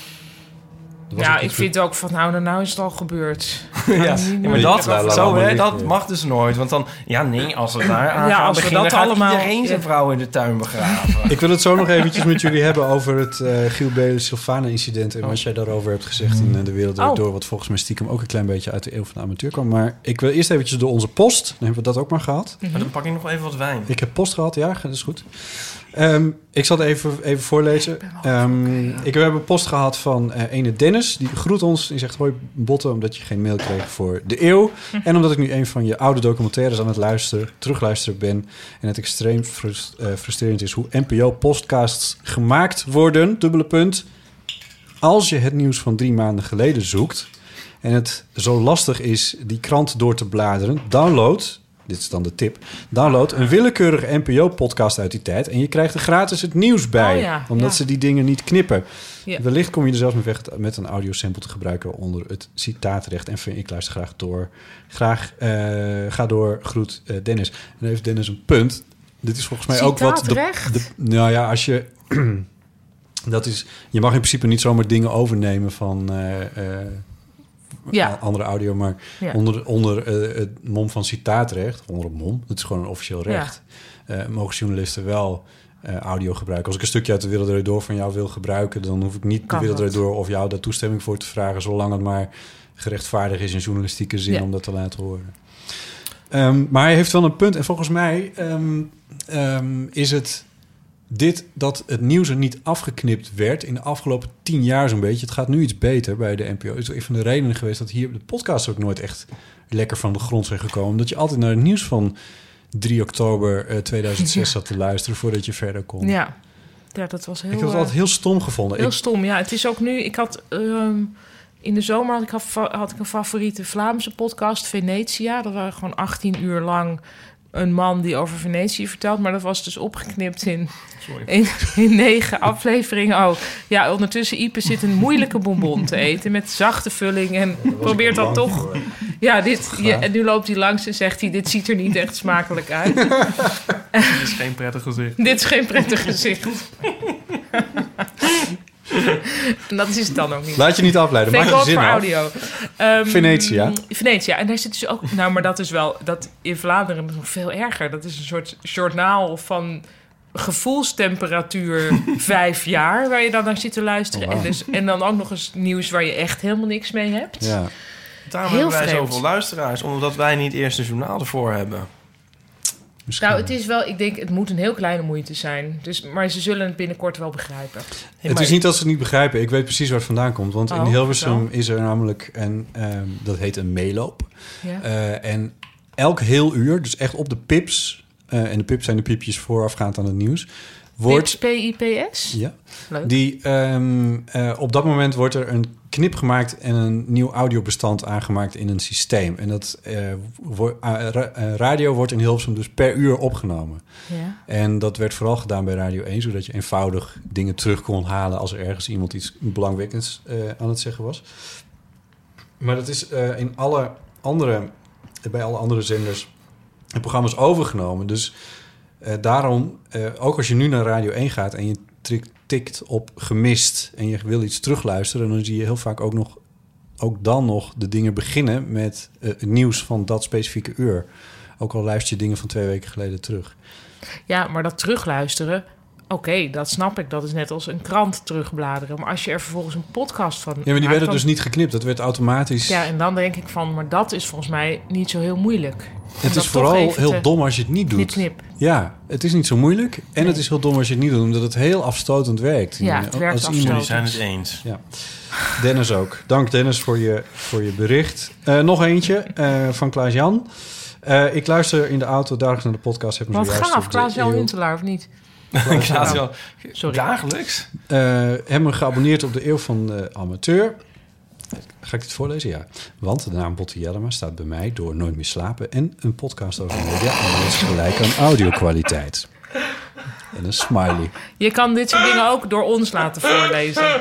Ja, ik vind ook van nou, nou is het al gebeurd. ja, ja, maar dat, la, la, zo, hè, dat mag dus nooit. Want dan, ja nee, als we daar aan ja, gaan als beginnen... we dat allemaal... iedereen zijn ja. vrouw in de tuin begraven. Ik wil het zo nog eventjes met jullie hebben over het uh, Giel Belen-Sylvana-incident... en oh. wat jij daarover hebt gezegd in uh, De Wereld Draait Door... wat volgens mij stiekem ook een klein beetje uit de eeuw van de amateur kwam. Maar ik wil eerst eventjes door onze post. Dan hebben we dat ook maar gehad. Mm-hmm. Maar dan pak ik nog even wat wijn. Ik heb post gehad, ja, dat is goed. Um, ik zal het even, even voorlezen. Um, ik heb een post gehad van uh, ene Dennis. Die groet ons. Die zegt, hoi Botte, omdat je geen mail kreeg voor de eeuw. En omdat ik nu een van je oude documentaires aan het luisteren, terugluisteren ben. En het extreem frust, uh, frustrerend is hoe N P O-podcasts gemaakt worden. Dubbele punt. Als je het nieuws van drie maanden geleden zoekt... en het zo lastig is die krant door te bladeren, download... Dit is dan de tip. Download een willekeurige N P O-podcast uit die tijd... en je krijgt er gratis het nieuws bij. Oh ja, omdat ja. ze die dingen niet knippen. Ja. Wellicht kom je er zelfs mee weg met een audiosample te gebruiken... onder het citaatrecht. En ik luister graag door. Graag uh, ga door. Groet uh, Dennis. En dan heeft Dennis een punt. Dit is volgens mij ook wat... Citaatrecht? De, de, nou ja, als je... dat is, je mag in principe niet zomaar dingen overnemen van... Uh, uh, Ja. andere audio, maar ja. onder, onder uh, het mom van citaatrecht, onder het mom, het is gewoon een officieel recht, ja. uh, mogen journalisten wel uh, audio gebruiken. Als ik een stukje uit De Wereld Draait Door van jou wil gebruiken, dan hoef ik niet kan De Wereld Draait Door of jou daar toestemming voor te vragen, zolang het maar gerechtvaardigd is in journalistieke zin ja. om dat te laten horen. Um, maar hij heeft wel een punt en volgens mij um, um, is het dit dat het nieuws er niet afgeknipt werd in de afgelopen tien jaar zo'n beetje. Het gaat nu iets beter bij de N P O. Het is een van de redenen geweest dat hier de podcasts ook nooit echt lekker van de grond zijn gekomen. Omdat je altijd naar het nieuws van drie oktober tweeduizend zes zat te luisteren voordat je verder kon. Ja, ja dat was heel... Ik heb het altijd heel stom gevonden. Heel ik... stom, ja. Het is ook nu... Ik had... Um, in de zomer had ik, had ik een favoriete Vlaamse podcast, Venetia. Dat waren gewoon achttien uur lang... een man die over Venetië vertelt, maar dat was dus opgeknipt in, in, in negen afleveringen. Oh, ja, ondertussen Ipe zit een moeilijke bonbon te eten met zachte vulling en probeert dan toch... Voor. Ja, dit, ja, en nu loopt hij langs en zegt hij, dit ziet er niet echt smakelijk uit. Dit is geen prettig gezicht. Dit is geen prettig gezicht. En dat is het dan ook niet. Laat je niet afleiden, maak je zin voor af. audio. Um, Venetia. Venetia. En daar zit dus ook... Nou, maar dat is wel... Dat in Vlaanderen is nog veel erger. Dat is een soort journaal van gevoelstemperatuur vijf jaar... waar je dan naar zit te luisteren. Oh, wow. en, dus, en dan ook nog eens nieuws waar je echt helemaal niks mee hebt. Ja. Daarom Heel hebben wij vreemd. zoveel luisteraars. Omdat wij niet eerst een journaal ervoor hebben. Misschien. Nou, het is wel, ik denk, het moet een heel kleine moeite zijn. Dus, maar ze zullen het binnenkort wel begrijpen. Hey, Het is niet dat ze het niet begrijpen. Ik weet precies waar het vandaan komt. Want Oh, in Hilversum vertel. is er namelijk een, um, dat heet een meeloop. Ja. Uh, en elk heel uur, dus echt op de pips... Uh, en de pips zijn de piepjes voorafgaand aan het nieuws... wordt P I P S? Ja. Leuk. Die, um, uh, op dat moment wordt er een knip gemaakt en een nieuw audiobestand aangemaakt in een systeem. En dat uh, wo- uh, ra- uh, radio wordt in Hilversum dus per uur opgenomen. Ja. En dat werd vooral gedaan bij Radio één, zodat je eenvoudig dingen terug kon halen als er ergens iemand iets belangwekkends uh, aan het zeggen was. Maar dat is uh, in alle andere, bij alle andere zenders en programma's overgenomen. Dus uh, daarom, uh, ook als je nu naar Radio één gaat en je trik, tikt op gemist en je wil iets terugluisteren, dan zie je heel vaak ook nog, ook dan nog de dingen beginnen met uh, het nieuws van dat specifieke uur. Ook al luister je dingen van twee weken geleden terug. Ja, maar dat terugluisteren, oké, okay, dat snap ik. Dat is net als een krant terugbladeren. Maar als je er vervolgens een podcast van Ja, maar die maakt, werden dan... dus niet geknipt. Dat werd automatisch... Ja, en dan denk ik van, maar dat is volgens mij niet zo heel moeilijk. Het is vooral heel dom als je het niet doet. Knip, knip. Ja, het is niet zo moeilijk. En nee. Het is heel dom als je het niet doet, omdat het heel afstotend werkt. Ja, het werkt afstotend. Jullie zijn het eens. Ja. Dennis ook. Dank Dennis voor je, voor je bericht. Uh, nog eentje uh, van Klaas-Jan. Uh, ik luister in de auto dagelijks naar de podcast. Heb me Wat zojuist gaaf, op de Klaas-Jan eeuw- Huntelaar, of niet? Klaas-Jan. Sorry. Dagelijks? Uh, hebben me geabonneerd op de Eeuw van de Amateur. Ga ik dit voorlezen? Ja. Want de naam Botte Jellema staat bij mij door Nooit meer slapen en een podcast over media. En dat is gelijk aan audio-kwaliteit. En een smiley. Je kan dit soort dingen ook door ons laten voorlezen.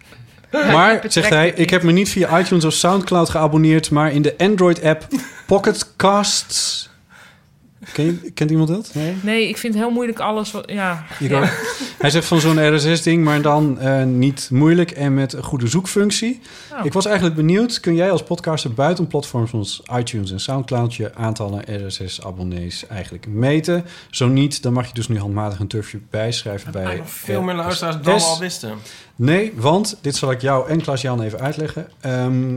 Maar, zegt hij, ik heb me niet via iTunes of Soundcloud geabonneerd, maar in de Android-app Pocket Casts. Ken je, kent iemand dat? Nee? Nee, ik vind heel moeilijk alles wat... Ja. Ik ja. ook. Hij zegt van zo'n R S S-ding, maar dan uh, niet moeilijk en met een goede zoekfunctie. Oh. Ik was eigenlijk benieuwd, kun jij als podcaster buiten platforms zoals iTunes en Soundcloud je aantallen R S S-abonnees eigenlijk meten? Zo niet, dan mag je dus nu handmatig een turfje bijschrijven bij... Eigenlijk nog veel meer luisteraars dan we al wisten. Nee, want, dit zal ik jou en Klaas-Jan even uitleggen. Um, uh,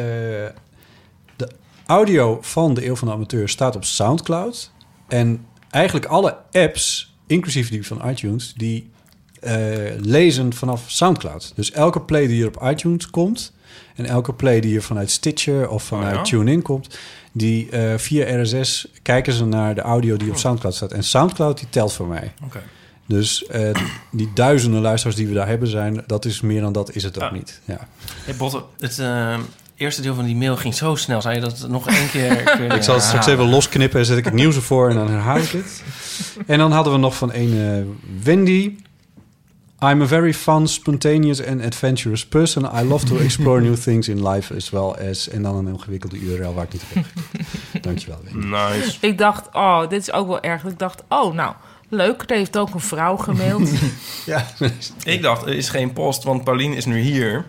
de audio van de Eeuw van de Amateur staat op Soundcloud. En eigenlijk alle apps, inclusief die van iTunes, die uh, lezen vanaf Soundcloud. Dus elke play die hier op iTunes komt en elke play die hier vanuit Stitcher of vanuit oh, ja? TuneIn komt, die uh, via R S S kijken ze naar de audio die op Soundcloud staat. En Soundcloud die telt voor mij. Okay. Dus uh, die duizenden luisteraars die we daar hebben zijn, dat is meer dan dat is het ook ah. niet. Ja. Hey Botte, het uh, eerste deel van die mail ging zo snel. Zou je dat nog één keer kunnen Ik zal het straks even losknippen en zet ik het nieuws ervoor en dan herhaal ik het. En dan hadden we nog van een uh, Wendy. I'm a very fun, spontaneous and adventurous person. I love to explore new things in life as well as... En dan een ingewikkelde U R L waar ik niet op heb. Dankjewel, Wendy. Nice. Ik dacht, oh, dit is ook wel erg. Ik dacht, oh, nou... Leuk, er heeft ook een vrouw gemaild. Ja. Ik dacht, er is geen post, want Paulien is nu hier.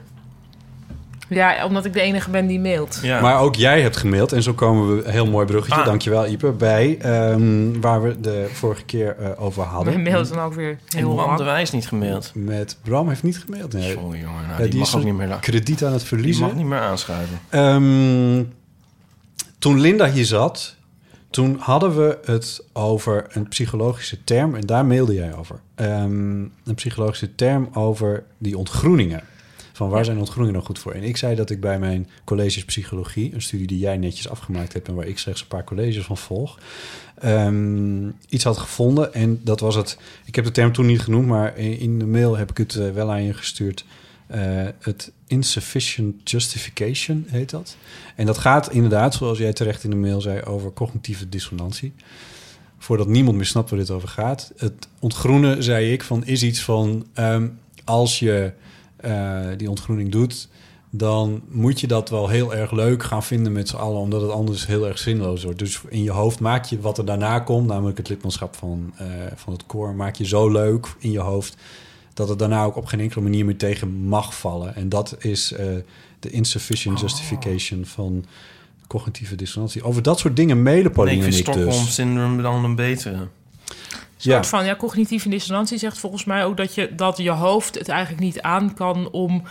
Ja, omdat ik de enige ben die mailt. Ja. Maar ook jij hebt gemaild. En zo komen we, een heel mooi bruggetje, ah. dankjewel Ipe, bij um, waar we de vorige keer uh, over hadden. Mijn mail is dan ook weer heel en Bram lang. de Wijs niet gemaild. Met Bram heeft niet gemaild. Nee. Sorry jongen, nou, ja, die, die mag is ook niet meer... krediet aan het verliezen. Die mag niet meer aanschuiven. Um, toen Linda hier zat... Toen hadden we het over een psychologische term... en daar mailde jij over. Um, een psychologische term over die ontgroeningen. Van waar zijn ontgroeningen nou goed voor? En ik zei dat ik bij mijn colleges psychologie... een studie die jij netjes afgemaakt hebt... en waar ik slechts een paar colleges van volg... Um, iets had gevonden. En dat was het... Ik heb de term toen niet genoemd... maar in de mail heb ik het uh, wel aan je gestuurd... Uh, het insufficient justification heet dat. En dat gaat inderdaad, zoals jij terecht in de mail zei... over cognitieve dissonantie. Voordat niemand meer snapt waar dit over gaat. Het ontgroenen, zei ik, van is iets van... Um, als je uh, die ontgroening doet... dan moet je dat wel heel erg leuk gaan vinden met z'n allen... omdat het anders heel erg zinloos wordt. Dus in je hoofd maak je wat er daarna komt... namelijk het lidmaatschap van, uh, van het koor... maak je zo leuk in je hoofd... dat het daarna ook op geen enkele manier meer tegen mag vallen. En dat is uh, de insufficient oh. justification van cognitieve dissonantie. Over dat soort dingen mailen Pauline nee, en ik dus. Stockholm-syndroom dan een betere. Een ja. soort van, ja, cognitieve dissonantie zegt volgens mij ook... dat je, dat je hoofd het eigenlijk niet aan kan om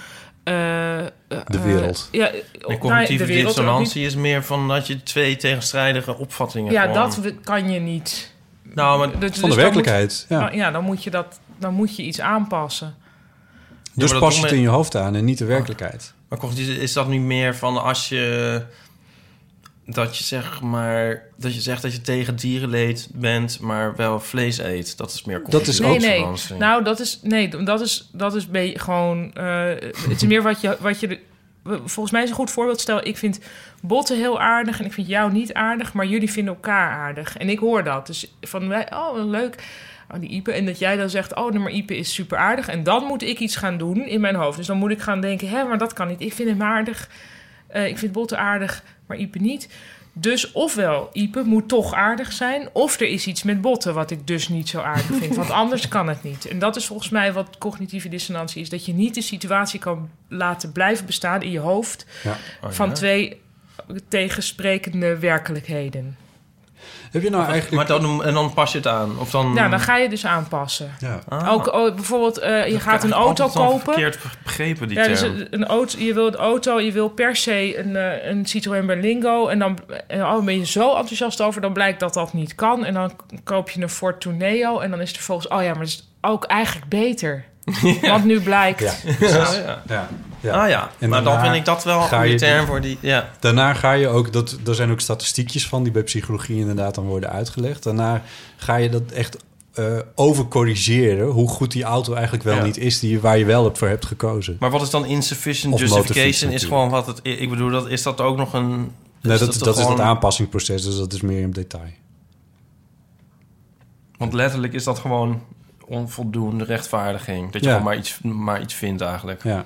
Uh, de wereld. Uh, ja, de cognitieve nou, dissonantie is meer van dat je twee tegenstrijdige opvattingen ja, gewoon... dat kan je niet. Nou, maar dus, van de dus werkelijkheid. Dan moet, ja. ja, dan moet je dat, dan moet je iets aanpassen. Dus ja, pas je het in je hoofd aan en niet de werkelijkheid. Maar is dat niet meer van als je dat je zeg maar dat je zegt dat je tegen dierenleed bent, maar wel vlees eet? Dat is meer. Dat is nee, ook nee. Nou, dat is nee, dat is dat is be- gewoon. Uh, het is meer wat je wat je. Volgens mij is een goed voorbeeld. Stel, ik vind Botte heel aardig en ik vind jou niet aardig, maar jullie vinden elkaar aardig. En ik hoor dat. Dus van wij, oh, leuk. Oh, die Ipe. En dat jij dan zegt, oh, maar Ipe is super aardig. En dan moet ik iets gaan doen in mijn hoofd. Dus dan moet ik gaan denken, hè, maar dat kan niet. Ik vind hem aardig. Uh, ik vind Botte aardig, maar Ipe niet. Dus ofwel, Ipe moet toch aardig zijn, of er is iets met Botte wat ik dus niet zo aardig vind. Want anders kan het niet. En dat is volgens mij wat cognitieve dissonantie is. Dat je niet de situatie kan laten blijven bestaan in je hoofd ja. oh, van ja. twee tegensprekende werkelijkheden. Heb je nou of, eigenlijk... Maar dan, en dan pas je het aan? Of dan... Ja, dan ga je dus aanpassen. Ja. Ah. Ook oh, bijvoorbeeld, uh, je dat gaat een auto kopen. Verkeerd begrepen, die ja, term. Dus een auto, je wil een auto, je wil per se een, uh, een Citroën Berlingo. En dan oh, ben je zo enthousiast over, dan blijkt dat dat niet kan. En dan koop je een Ford Tourneo. En dan is er volgens, oh ja, maar dat is ook eigenlijk beter. Ja. Want nu blijkt... Ja. Ja. Ja. Ja. Ja. Ah ja, en maar dan vind ik dat wel een goede term voor die... Ja. Daarna ga je ook... Dat, er zijn ook statistiekjes van die bij psychologie inderdaad dan worden uitgelegd. Daarna ga je dat echt uh, overcorrigeren... hoe goed die auto eigenlijk wel ja. niet is... Die, waar je wel op voor hebt gekozen. Maar wat is dan insufficient of justification? Is gewoon wat het... Ik bedoel, dat, is dat ook nog een... Nee, dat, dat, dat gewoon... is het aanpassingsproces, dus dat is meer in detail. Want letterlijk is dat gewoon... onvoldoende rechtvaardiging. Dat je ja. gewoon maar iets, maar iets vindt eigenlijk. Ja.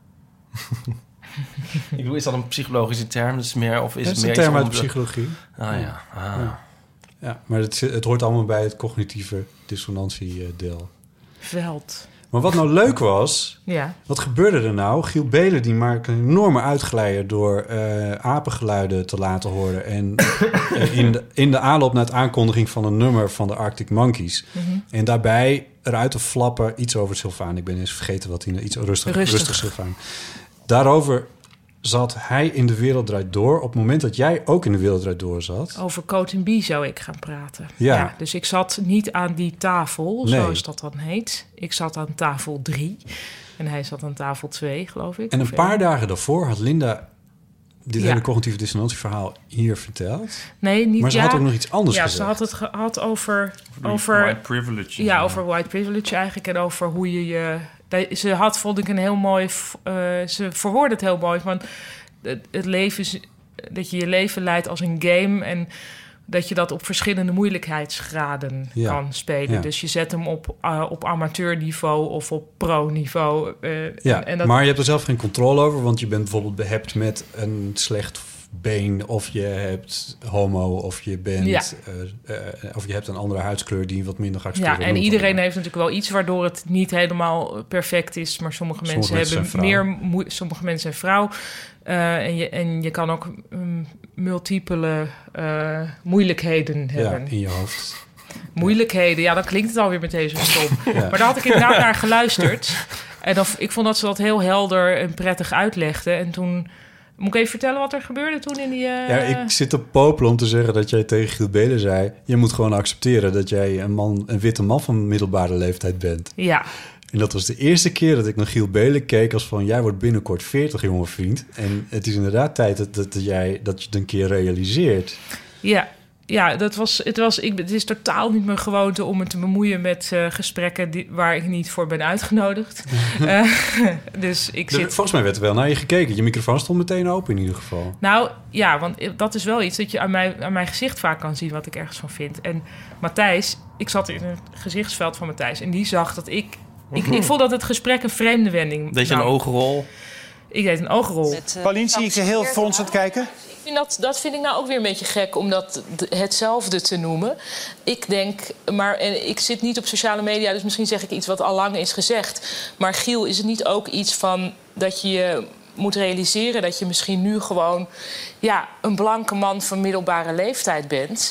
Ik bedoel, is dat een psychologische term? Dus meer, of is het, het is meer een term uit de psychologie. Ah ja. Ah. Ja. ja, maar het, het hoort allemaal bij het cognitieve dissonantiedeel. Veld. Maar wat nou leuk was... Ja. Wat gebeurde er nou? Giel Belen die maakte een enorme uitglijder... door uh, apengeluiden te laten horen. En uh, in, de, in de aanloop naar het aankondiging van een nummer... van de Arctic Monkeys. Mm-hmm. En daarbij eruit te flappen iets over Sylvaan. Ik ben eens vergeten wat hij... Iets rustig, rustig. rustig Sylvaan. Daarover zat hij in De Wereld Draait Door... op het moment dat jij ook in De Wereld Draait Door zat. Over Coat and Bee zou ik gaan praten. Ja. ja. Dus ik zat niet aan die tafel, nee. zoals dat dan heet. Ik zat aan tafel drie. En hij zat aan tafel twee, geloof ik. En een paar dagen daarvoor had Linda... dit ja. hele cognitieve dissonantieverhaal hier verteld. Nee, niet... Maar ze ja, had ook nog iets anders ja, gezegd. Ja, ze had het gehad over... over white privilege. Ja, over white privilege eigenlijk. En over hoe je je... Ze had, vond ik, een heel mooi... Uh, ze verwoordde het heel mooi. Van het, het leven is... Dat je je leven leidt als een game... En dat je dat op verschillende moeilijkheidsgraden ja. kan spelen. Ja. Dus je zet hem op, uh, op amateurniveau of op pro-niveau. Uh, ja, en, en dat... maar je hebt er zelf geen controle over... want je bent bijvoorbeeld behept met een slecht been... of je hebt homo, of je bent... Ja. Uh, uh, of je hebt een andere huidskleur die wat minder geaccepteerd wordt. Ja, en iedereen heeft natuurlijk wel iets... waardoor het niet helemaal perfect is... maar sommige, sommige mensen, mensen hebben meer... Moe- sommige mensen zijn vrouw... Uh, en, je, en je kan ook um, multiple uh, moeilijkheden hebben. Ja, in je hoofd. Moeilijkheden, ja, dan klinkt het alweer meteen zo stom. Ja. Maar daar had ik inderdaad naar geluisterd. En dan, ik vond dat ze dat heel helder en prettig uitlegde. En toen... Moet ik even vertellen wat er gebeurde toen in die... Uh... Ja, ik zit op popelen om te zeggen dat jij tegen Giel Belen zei... je moet gewoon accepteren dat jij een, man, een witte man van middelbare leeftijd bent. Ja. En dat was de eerste keer dat ik naar Giel Belen keek... als van, jij wordt binnenkort veertig, jonge vriend. En het is inderdaad tijd dat, dat, jij, dat je het een keer realiseert. Ja, ja dat was, het, was, ik, het is totaal niet mijn gewoonte om me te bemoeien met uh, gesprekken... Die, waar ik niet voor ben uitgenodigd. uh, dus ik de, zit... Volgens mij werd er wel naar je gekeken. Je microfoon stond meteen open in ieder geval. Nou, ja, want dat is wel iets dat je aan, mij, aan mijn gezicht vaak kan zien... wat ik ergens van vind. En Matthijs, ik zat in het gezichtsveld van Matthijs... en die zag dat ik... Ik, ik vond dat het gesprek een vreemde wending. Deed je nou, een oogrol? Ik deed een oogrol. Met, uh, Paulien, zie ik je heel fronsend kijken? Ik vind dat, dat vind ik nou ook weer een beetje gek om dat hetzelfde te noemen. Ik denk, maar en ik zit niet op sociale media... dus misschien zeg ik iets wat al lang is gezegd. Maar Giel, is het niet ook iets van dat je je moet realiseren... dat je misschien nu gewoon ja, een blanke man van middelbare leeftijd bent...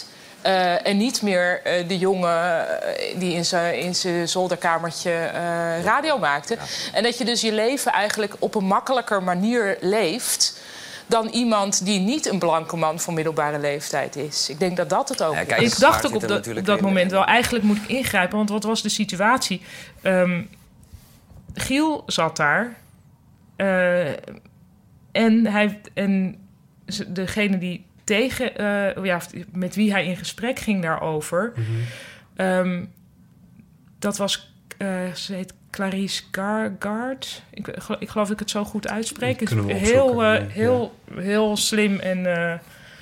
Uh, en niet meer uh, de jongen uh, die in zijn in zijn zolderkamertje uh, radio maakte. Ja. En dat je dus je leven eigenlijk op een makkelijker manier leeft dan iemand die niet een blanke man van middelbare leeftijd is. Ik denk dat dat het ook ja, is. kijk, Ik dacht ook op, dat, op dat moment wel, eigenlijk moet ik ingrijpen. Want wat was de situatie? Um, Giel zat daar. Uh, en, hij, en degene die tegen... Uh, ja, met wie hij in gesprek ging daarover... Mm-hmm. Um, dat was... Uh, ze heet Clarice Gargard. Ik, ik geloof dat ik het zo goed uitspreek. Het is heel, uh, heel, ja. heel slim en uh,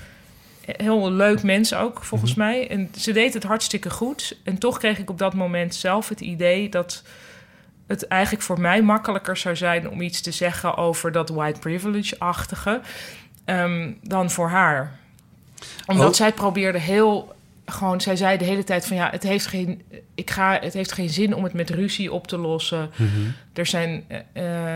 heel leuk mens ook, volgens mm-hmm. mij. En ze deed het hartstikke goed. En toch kreeg ik op dat moment zelf het idee dat het eigenlijk voor mij makkelijker zou zijn om iets te zeggen over dat white privilege-achtige um, dan voor haar. Omdat oh. zij probeerde heel... Gewoon, zij zei de hele tijd van ja, het heeft geen, ik ga, het heeft geen zin om het met ruzie op te lossen. Mm-hmm. Er zijn. Uh,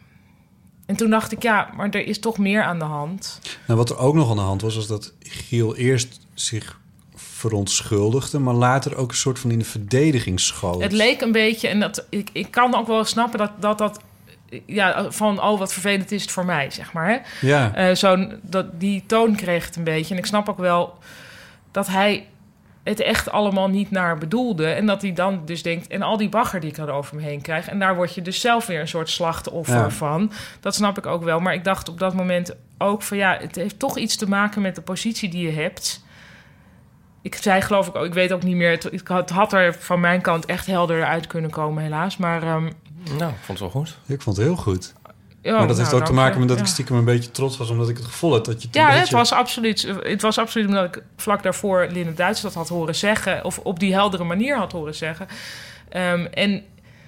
en toen dacht ik ja, maar er is toch meer aan de hand. Nou, wat er ook nog aan de hand was, was dat Giel eerst zich verontschuldigde, maar later ook een soort van in de verdediging schoot. Het leek een beetje, en dat ik, ik kan ook wel snappen dat dat. dat ja, van oh, wat vervelend is het voor mij, zeg maar. Hè? Ja. Uh, zo, dat, die toon kreeg het een beetje. En ik snap ook wel dat hij het echt allemaal niet naar bedoelde. En dat hij dan dus denkt... en al die bagger die ik er over me heen krijg... en daar word je dus zelf weer een soort slachtoffer ja. van. Dat snap ik ook wel. Maar ik dacht op dat moment ook van... ja, het heeft toch iets te maken met de positie die je hebt. Ik zei geloof ik ook... ik weet ook niet meer... het, het had er van mijn kant echt helder uit kunnen komen, helaas. Maar... Um, nou, ik vond het wel goed. Ik vond het heel goed. Ja, maar dat heeft nou, ook te maken met dat ja. ik stiekem een beetje trots was... omdat ik het gevoel had dat je het Ja, een beetje... het was absoluut. Het was absoluut omdat ik vlak daarvoor Linde Duits dat had horen zeggen... of op die heldere manier had horen zeggen. Um, en,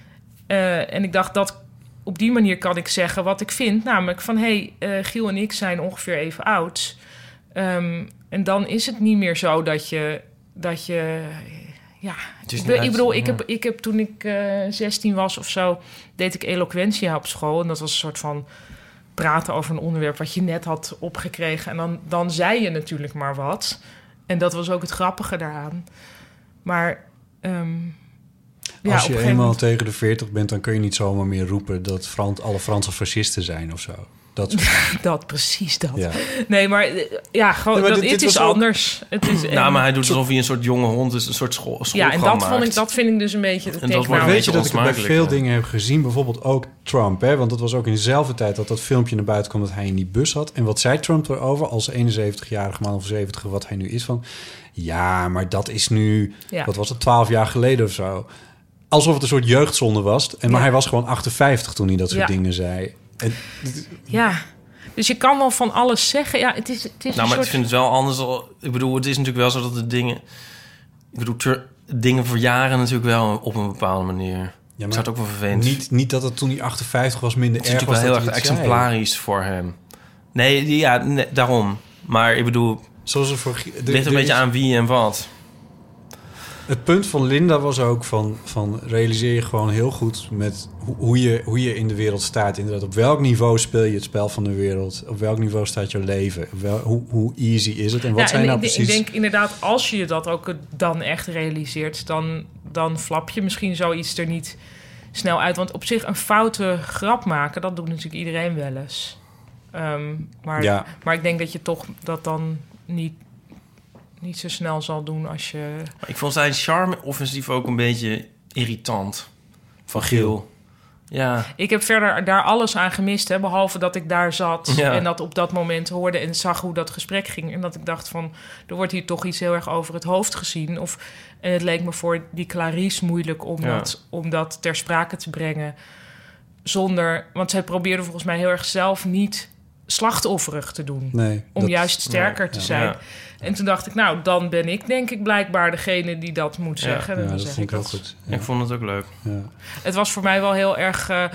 uh, en ik dacht, dat op die manier kan ik zeggen wat ik vind. Namelijk van, hé, hey, uh, Giel en ik zijn ongeveer even oud. Um, en dan is het niet meer zo dat je... Dat je ja, ik, ik bedoel, ik heb, ik heb toen ik uh, zestien was of zo... deed ik eloquentia op school. En dat was een soort van praten over een onderwerp... wat je net had opgekregen. En dan, dan zei je natuurlijk maar wat. En dat was ook het grappige daaraan. Maar... Um, Als ja, je eenmaal moment... tegen de veertig bent... dan kun je niet zomaar meer roepen... dat Frans, alle Franse fascisten zijn of zo. Dat, dat precies dat. Ja. Nee, maar ja, gewoon, nee, maar dit, dat, dit het is ook... anders. Het is, nou, maar hij doet alsof hij een soort jonge hond is, een soort school. Ja, en dat vond ik, dat vind ik dus een beetje. En dat wordt weet je dat ik bij veel ja. dingen heb gezien, bijvoorbeeld ook Trump, hè? Want dat was ook in dezelfde tijd dat dat filmpje naar buiten kwam dat hij in die bus had. En wat zei Trump erover als eenenzeventigjarige man of zeventig, wat hij nu is van? Ja, maar dat is nu, ja. wat was het, twaalf jaar geleden of zo. Alsof het een soort jeugdzonde was. En maar ja. hij was gewoon achtenvijftig toen hij dat soort ja. dingen zei. En, ja. Dus je kan wel van alles zeggen. Ja, het is, het is nou, maar soort... ik vind het wel anders. Ik bedoel, het is natuurlijk wel zo dat de dingen... Ik bedoel, ter, dingen verjaren natuurlijk wel op een bepaalde manier. Ja, maar ik zou het ook wel vervelend. Niet, niet dat het toen hij achtenvijftig was minder erg was. Het is natuurlijk wel heel erg exemplarisch zei. Voor hem. Nee, ja, nee, daarom. Maar ik bedoel... Zoals er voor, het ligt een beetje aan wie en wat. Het punt van Linda was ook van, van realiseer je gewoon heel goed met hoe je, hoe je in de wereld staat. Inderdaad, op welk niveau speel je het spel van de wereld? Op welk niveau staat je leven? Wel, hoe, hoe easy is het? En wat ja, zijn en nou ik, precies... Ik denk inderdaad, als je dat ook dan echt realiseert... dan, dan flap je misschien zoiets er niet snel uit. Want op zich een foute grap maken, dat doet natuurlijk iedereen wel eens. Um, maar, ja. maar ik denk dat je toch dat dan niet... niet zo snel zal doen als je... Ik vond zijn charme-offensief ook een beetje irritant. Van Giel. Ja. Ik heb verder daar alles aan gemist, hè, behalve dat ik daar zat... Ja. en dat op dat moment hoorde en zag hoe dat gesprek ging. En dat ik dacht van, er wordt hier toch iets heel erg over het hoofd gezien. Of, en het leek me voor die Clarice moeilijk om, ja. dat, om dat ter sprake te brengen. Zonder... Want zij probeerde volgens mij heel erg zelf niet... slachtofferig te doen. Nee, om dat, juist sterker nee, te ja, zijn. Ja. En toen dacht ik, nou, dan ben ik denk ik blijkbaar degene die dat moet zeggen. Ja, en dan dat zeg vond ik ik ook goed. Ja. Ik vond het ook leuk. Ja. Het was voor mij wel heel erg uh,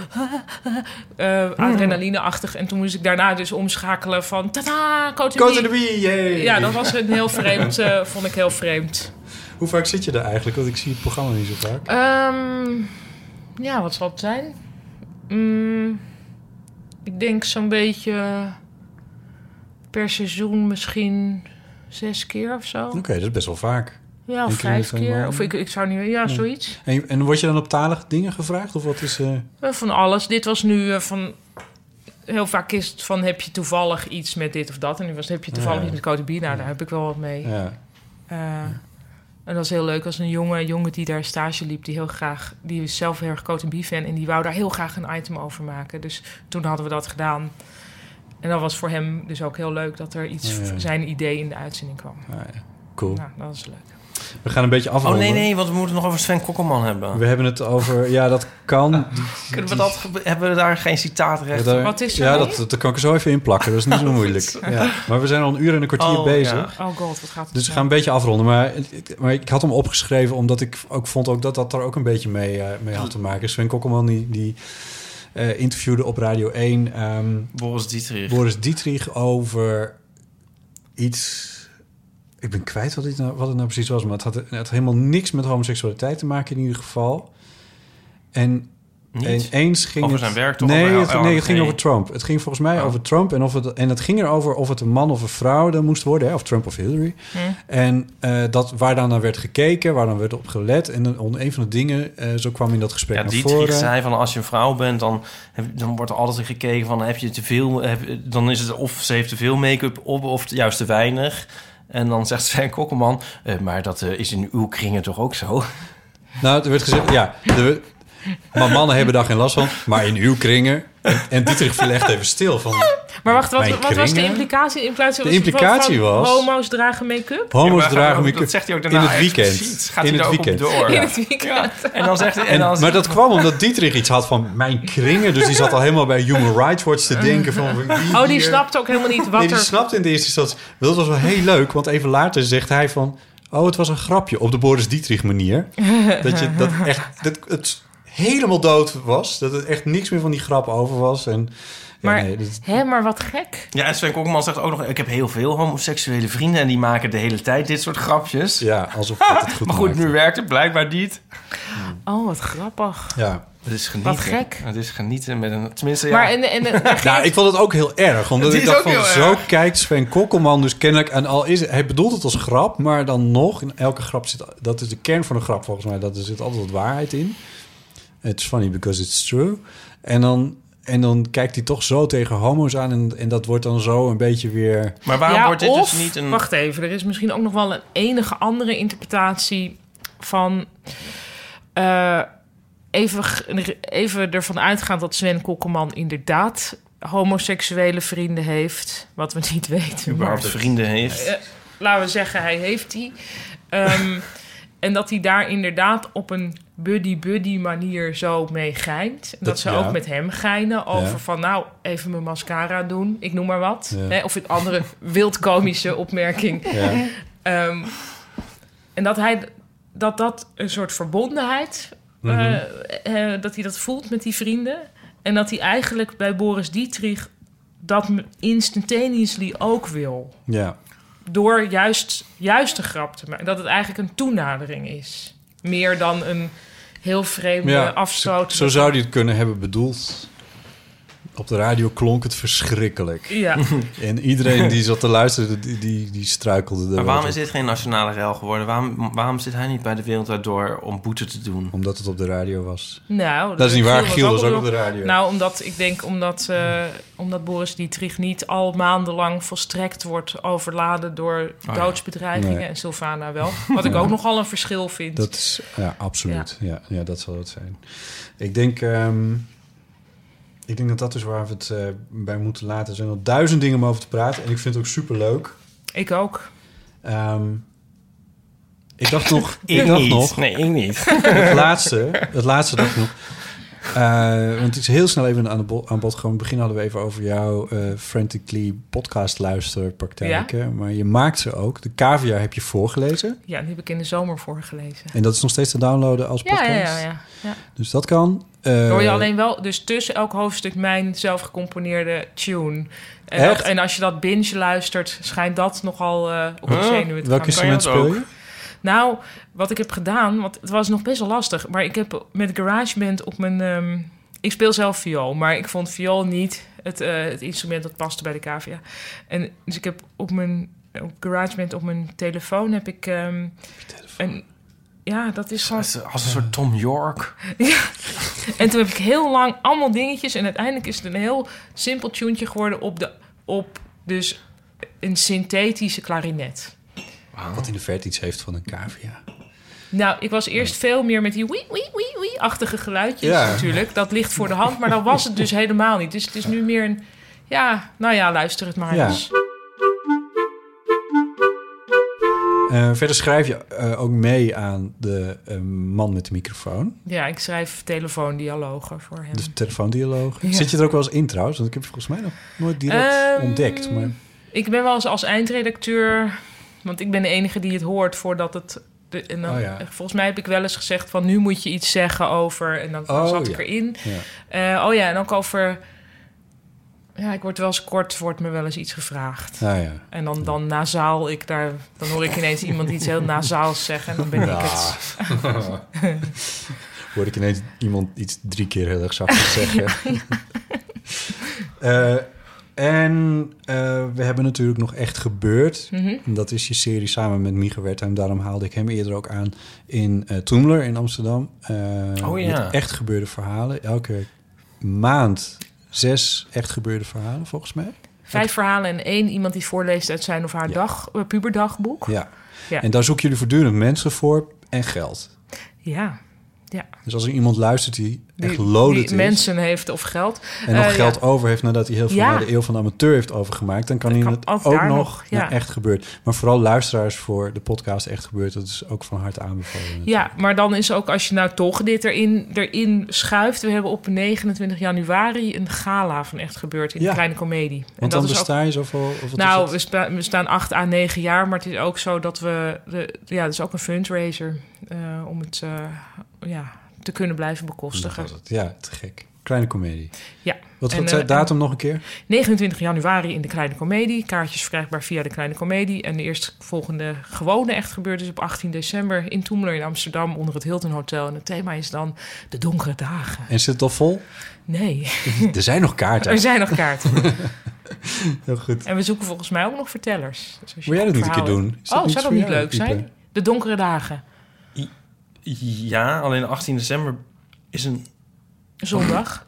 uh, adrenalineachtig. En toen moest ik daarna dus omschakelen van... Tada, Cote de Bie! Ja, dat was een heel vreemd, uh, vond ik heel vreemd. Hoe vaak zit je daar eigenlijk? Want ik zie het programma niet zo vaak. Um, ja, wat zal het zijn? Um, ik denk zo'n beetje... per seizoen misschien zes keer of zo. Oké, okay, dat is best wel vaak. Ja, of vijf keer. Of ik, ik zou niet... Ja, ja. zoiets. En, en word je dan op talige dingen gevraagd? Of wat is... Uh... Van alles. Dit was nu uh, van... Heel vaak is het van, heb je toevallig iets met dit of dat? En nu was heb je toevallig ja. iets met Cote B. Nou, ja. daar heb ik wel wat mee. Ja. Uh, en dat was heel leuk. Als een jonge jongen die daar stage liep... die heel graag... die is zelf heel erg Cote B-fan... en die wou daar heel graag een item over maken. Dus toen hadden we dat gedaan. En dat was voor hem dus ook heel leuk... dat er iets, ja, ja. zijn idee in de uitzending kwam. Ja, ja. Cool. Nou, dat is leuk. We gaan een beetje afronden. Oh nee, nee, want we moeten het nog over Sven Kokkelman hebben. We hebben het over... Ja, dat kan. Kunnen we dat... Hebben we daar geen citaatrecht? Ja, daar, Wat is er Ja, dat, dat kan ik er zo even in plakken. Dat is niet zo moeilijk. Ja. Maar we zijn al een uur en een kwartier oh, bezig. Ja. Oh god, wat gaat het? Dus we gaan een beetje afronden. Maar, maar ik had hem opgeschreven... omdat ik ook vond ook dat dat er ook een beetje mee, uh, mee had te maken. Sven Kokkelman die... die uh, interviewde op Radio één... Um, Boris Dietrich. Boris Dietrich over iets... Ik ben kwijt wat, dit nou, wat het nou precies was... maar het had, het had helemaal niks met homoseksualiteit te maken in ieder geval. En Niet? eens ging over het... zijn werk toch? Nee, over, het, nee, het ging over Trump. Het ging volgens mij oh. over Trump. En, of het, en het ging erover of het een man of een vrouw dan moest worden. Hè? Of Trump of Hillary. Hmm. En uh, dat, waar dan naar werd gekeken, waar dan werd op gelet. En dan, een van de dingen, uh, zo kwam in dat gesprek ja, naar die voren. Ja, zei van als je een vrouw bent, dan, heb, dan wordt er altijd gekeken van heb je te veel... Heb, dan is het of ze heeft te veel make-up op of juist te weinig... En dan zegt Sven Kokkelman... Uh, maar dat uh, is in uw kringen toch ook zo? Nou, er werd gezegd... Ja, er, maar mannen hebben daar geen last van. Maar in uw kringen... En, en Dietrich viel echt even stil van... Maar wacht, wat, wat was de implicatie? implicatie de implicatie was, was... Homo's dragen make-up? Homo's ja, dragen make-up. Dat zegt hij ook daarna. In het weekend. Gaat in hij het weekend. Door. In het weekend. Ja. En dan zegt hij... En en, dan maar dat kwam omdat Dietrich iets had van mijn kringen. Dus die zat al helemaal bij Human Rights Watch te denken van... Wie oh, die snapte ook helemaal niet wat nee, die er... snapte in de eerste instantie... Dat was wel heel leuk, want even later zegt hij van... Oh, het was een grapje op de Boris Dietrich manier. dat je dat echt... Dat het helemaal dood was. Dat het echt niks meer van die grap over was. En... Maar, ja, nee, dat... hè, maar wat gek. Ja, en Sven Kokkelman zegt ook nog... Ik heb heel veel homoseksuele vrienden... en die maken de hele tijd dit soort grapjes. Ja, alsof dat het goed Maar goed, maakt. nu werkt het blijkbaar niet. Oh, wat grappig. Ja. Het is genieten. Wat gek. Het is genieten met een... Tenminste, maar ja. En, en, en, en, nou, ik vond het ook heel erg. Omdat ik dacht van, zo erg. Kijkt Sven Kokkelman dus kennelijk... En al is het, hij bedoelt het als grap, maar dan nog... In elke grap zit... Dat is de kern van een grap volgens mij. Dat er zit altijd wat waarheid in. It's funny because it's true. En dan... En dan kijkt hij toch zo tegen homo's aan... en, en dat wordt dan zo een beetje weer... Maar waarom ja, wordt dit of, dus niet een... Wacht even, er is misschien ook nog wel een enige andere interpretatie... van... Uh, even, even ervan uitgaan dat Sven Kokkelman inderdaad... homoseksuele vrienden heeft. Wat we niet weten. Überhaupt maar, vrienden heeft. Uh, laten we zeggen, hij heeft die. Um, en dat hij daar inderdaad op een buddy-buddy manier zo mee geint. En dat, dat ze ja. ook met hem geinen over ja. van... nou, even mijn mascara doen, ik noem maar wat. Ja. Hè, of een andere wildkomische opmerking. Ja. Um, en dat hij dat dat een soort verbondenheid... Mm-hmm. Uh, uh, dat hij dat voelt met die vrienden. En dat hij eigenlijk bij Boris Dietrich... dat instantaneously ook wil. Ja. Door juist, juist een grap te maken. Dat het eigenlijk een toenadering is. Meer dan een heel vreemde ja, afstoot. Zo, zo zou hij het kunnen hebben bedoeld. Op de radio klonk het verschrikkelijk. Ja. En iedereen die zat te luisteren, die, die, die struikelde. Maar waarom is dit geen nationale rel geworden? Waarom, waarom zit hij niet bij de Wereld Door om boete te doen? Omdat het op de radio was. Nou, dat, dat is niet waar. Giel was ook op de radio. Nou, omdat ik denk omdat, uh, omdat Boris Dietrich niet al maandenlang volstrekt wordt overladen door oh, doodsbedreigingen. Nee. En Sylvana wel. Wat ik ook nogal een verschil vind. Dat is, ja, absoluut. Ja. Ja, ja, dat zal het zijn. Ik denk... Um, Ik denk dat dat is waar we het uh, bij moeten laten. Er zijn nog duizend dingen om over te praten. En ik vind het ook superleuk. Ik ook. Um, ik dacht nog... ik ik dacht niet. nog nee, ik niet. Het laatste, het laatste dacht ik nog... Uh, want het is heel snel even aan, de bo- aan bod gekomen. In het begin hadden we even over jouw uh, Frantically podcast luisterpraktijken. Ja? Maar je maakt ze ook. De cavia heb je voorgelezen. Ja, die heb ik in de zomer voorgelezen. En dat is nog steeds te downloaden als podcast? Ja, ja, ja. ja. Dus dat kan. Uh, Hoor je alleen wel, dus tussen elk hoofdstuk mijn zelf gecomponeerde tune. En, dat, en als je dat binge luistert, schijnt dat nogal uh, op de zenuwen te gaan. Welk instrument speel je? Nou, wat ik heb gedaan, want het was nog best wel lastig. Maar ik heb met GarageBand op mijn... Um, ik speel zelf viool, maar ik vond viool niet het, uh, het instrument dat paste bij de cavia. En dus ik heb op mijn op GarageBand op mijn telefoon heb ik um, een... Ja, dat is gewoon... Als een soort Tom York. Ja. En toen heb ik heel lang allemaal dingetjes... en uiteindelijk is het een heel simpel tuentje geworden... op, de, op dus een synthetische klarinet. Wow. Wat in de verte iets heeft van een cavia. Nou, ik was eerst veel meer met die wee, wee, wee, wee-achtige geluidjes ja. natuurlijk. Dat ligt voor de hand, maar dat was het dus helemaal niet. Dus het is nu meer een... Ja, nou ja, luister het maar ja. eens. Uh, verder schrijf je uh, ook mee aan de uh, man met de microfoon. Ja, ik schrijf telefoondialogen voor hem. De telefoondialoog. Ja. Ja. Zit je er ook wel eens in trouwens? Want ik heb volgens mij nog nooit direct um, ontdekt. Maar... Ik ben wel eens als eindredacteur... Want ik ben de enige die het hoort voordat het... De, en dan, oh ja. Volgens mij heb ik wel eens gezegd van... nu moet je iets zeggen over... En dan, dan oh, zat ja. ik erin. Ja. Uh, oh ja, en ook over... Ja, ik word wel eens kort, wordt me wel eens iets gevraagd. Ah, ja. En dan, dan nasaal ik daar... Dan hoor ik ineens iemand iets heel nasaals zeggen... en dan ben ja. ik het. Hoor ik ineens iemand iets drie keer heel erg zachtjes zeggen. uh, en uh, we hebben natuurlijk nog Echt Gebeurd. Mm-hmm. Dat is je serie samen met Mieke Wertheim. Daarom haalde ik hem eerder ook aan in uh, Toemler in Amsterdam. Uh, oh ja. Met echt gebeurde verhalen. Elke maand... Zes echt gebeurde verhalen, volgens mij. Vijf verhalen en één iemand die voorleest uit zijn of haar ja. dag, uh, puberdagboek. Ja. ja, en daar zoeken jullie voortdurend mensen voor en geld. Ja, ja. Dus als er iemand luistert die echt die, loaded die is... mensen heeft of geld. En nog uh, geld ja. over heeft nadat hij heel veel ja. naar de Eeuw van de Amateur heeft overgemaakt... dan kan dat hij kan het ook, ook nog, nog ja. naar Echt Gebeurd. Maar vooral luisteraars voor de podcast Echt Gebeurd... dat is ook van harte aanbevolen. Natuurlijk. Ja, maar dan is ook als je nou toch dit erin, erin schuift... we hebben op negenentwintig januari een gala van Echt Gebeurd in ja. de Kleine Comedie. Want en dan dat besta is ook, je zoveel... Of wat nou, is we, spa, we staan acht à negen jaar, maar het is ook zo dat we... De, ja, het is ook een fundraiser uh, om het uh, ja, te kunnen blijven bekostigen. Ja, te gek. Kleine Comedie. Ja. Wat en, was de uh, datum nog een keer? negenentwintig januari in de Kleine Comedie. Kaartjes verkrijgbaar via de Kleine Comedie. En de eerstvolgende gewone Echt Gebeurd is op achttien december... in Toemler in Amsterdam onder het Hilton Hotel. En het thema is dan de donkere dagen. En zit het al vol? Nee. Er zijn nog kaarten. Er zijn nog kaarten. Heel goed. En we zoeken volgens mij ook nog vertellers. Dus wil jij dat niet een keer doen? Oh, zou dat niet jou, leuk zijn? Ipe? De donkere dagen. I- ja, alleen achttien december is een... Zondag.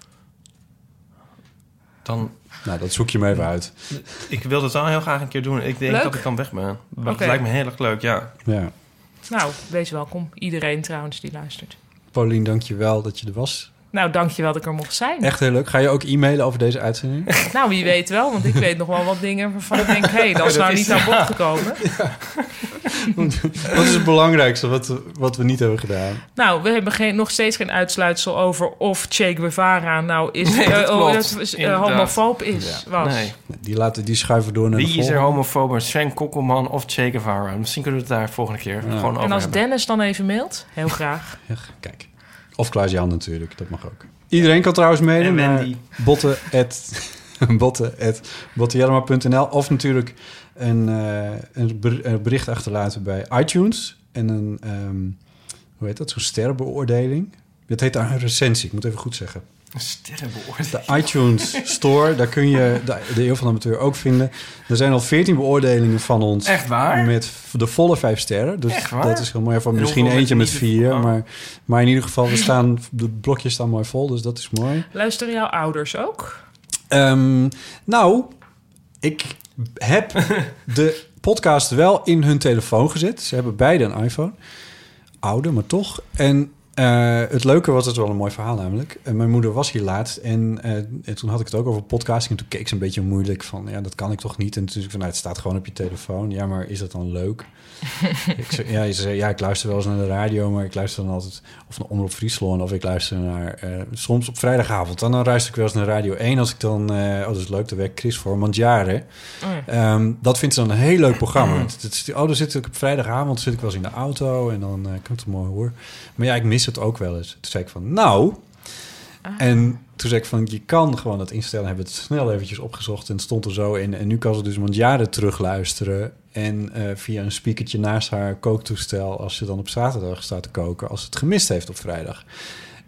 Dan... Nou, dat zoek je me even uit. Ik wil het wel heel graag een keer doen. Ik denk leuk. dat ik dan weg ben. Maar okay. Het lijkt me heel erg leuk, ja. ja. Nou, wees welkom. Iedereen trouwens die luistert. Paulien, dank je wel dat je er was. Nou, dank je wel dat ik er mocht zijn. Echt heel leuk. Ga je ook e-mailen over deze uitzending? Nou, wie weet wel. Want ik weet nog wel wat dingen waarvan ik denk... hé, hey, dat is nou niet aan bod gekomen. Ja. Wat is het belangrijkste wat we, wat we niet hebben gedaan? Nou, we hebben geen, nog steeds geen uitsluitsel over of Che Guevara nou is, nee, uh, klopt, uh, is uh, homofoob is. Ja. Was. Nee. Die, laten, die schuiven door naar Wie de is er volgende. homofoob? Sven Kokkelman of Che Guevara? Misschien kunnen we het daar volgende keer ja. gewoon over En als hebben. Dennis dan even mailt, heel graag. Ja, kijk. Of Klaas-Jan natuurlijk, dat mag ook. Iedereen kan trouwens mailen naar botten at bottenjellema punt n l of natuurlijk een, uh, een bericht achterlaten bij iTunes en een, um, hoe heet dat, zo'n sterrenbeoordeling. Dat heet daar een recensie, ik moet even goed zeggen. Een sterrenbeoordeling. De iTunes Store, daar kun je de, de Eeuw van de Amateur ook vinden. Er zijn al veertien beoordelingen van ons. Echt waar? Met de volle vijf sterren. Dus Echt waar? dat is heel mooi. Van misschien eentje met vier. Oh. Maar, maar in ieder geval, we staan, de blokjes staan mooi vol. Dus dat is mooi. Luisteren jouw ouders ook? Um, nou, ik heb de podcast wel in hun telefoon gezet. Ze hebben beide een iPhone. Oude, maar toch. En Uh, het leuke was, het wel een mooi verhaal namelijk. Uh, mijn moeder was hier laatst en, uh, en toen had ik het ook over podcasting. En toen keek ze een beetje moeilijk van, ja, dat kan ik toch niet. En toen zei ik van, nou, het staat gewoon op je telefoon. Ja, maar is dat dan leuk? ik zei, ja, ze zei, ja, ik luister wel eens naar de radio, maar ik luister dan altijd of naar Omroep Friesland of ik luister naar, uh, soms op vrijdagavond. Dan, dan luister ik wel eens naar Radio één als ik dan, uh, oh, dat is leuk, daar werkt Chris voor, Mandjaren. Oh ja. um, dat vindt ze dan een heel leuk programma. Mm. Het, het, oh, dan zit ik op vrijdagavond, zit ik wel eens in de auto en dan uh, kan ik het mooi horen. Maar ja, ik mis het ook wel eens. Toen zei ik van, nou... Ah. En toen zei ik van, je kan gewoon dat instellen. Hebben we het snel eventjes opgezocht en het stond er zo in. En nu kan ze dus Mandjaren terugluisteren. En uh, via een speakertje naast haar kooktoestel... als ze dan op zaterdag staat te koken... als ze het gemist heeft op vrijdag.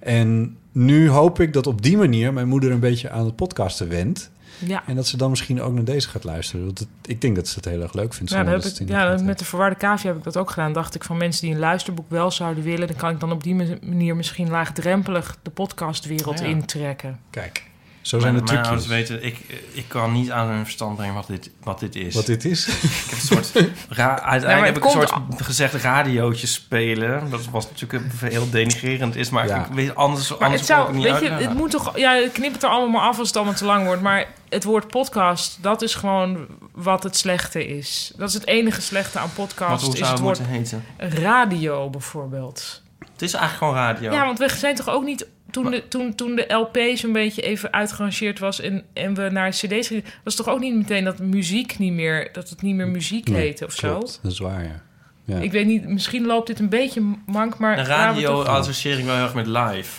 En nu hoop ik dat op die manier mijn moeder een beetje aan het podcasten wendt. Ja. En dat ze dan misschien ook naar deze gaat luisteren. Want het, ik denk dat ze het heel erg leuk vindt. Ja, dat heb ik, ja met de Verwarde Cavia heb ik dat ook gedaan. Dacht ik van mensen die een luisterboek wel zouden willen... dan kan ik dan op die manier misschien laagdrempelig de podcastwereld ja. intrekken. Kijk, zo zijn de trucjes. Mijn ouders weten, ik, ik kan niet aan hun verstand brengen wat dit, wat dit is. Wat dit is? Ik heb een soort... Ra- uiteindelijk ja, heb ik een soort al... gezegd radiootjes spelen. Dat was natuurlijk een heel denigrerend is, maar ja. ik weet anders, maar anders het zou, ook niet weet uit. Je, het moet toch... Ja, knip het er allemaal af als het allemaal te lang wordt, maar het woord podcast, dat is gewoon wat het slechte is. Dat is het enige slechte aan podcast. Wat, hoe is zou het het woord moeten heten? Radio bijvoorbeeld. Het is eigenlijk gewoon radio. Ja, want we zijn toch ook niet... Toen de, toen, toen de L P zo'n beetje even uitgerangeerd was en, en we naar cd's gingen, was het toch ook niet meteen dat muziek niet meer, dat het niet meer muziek nee, heette of klopt, zo? Dat is waar, ja. ja. Ik weet niet, misschien loopt dit een beetje mank, maar... De radio associeer ik wel heel erg met live.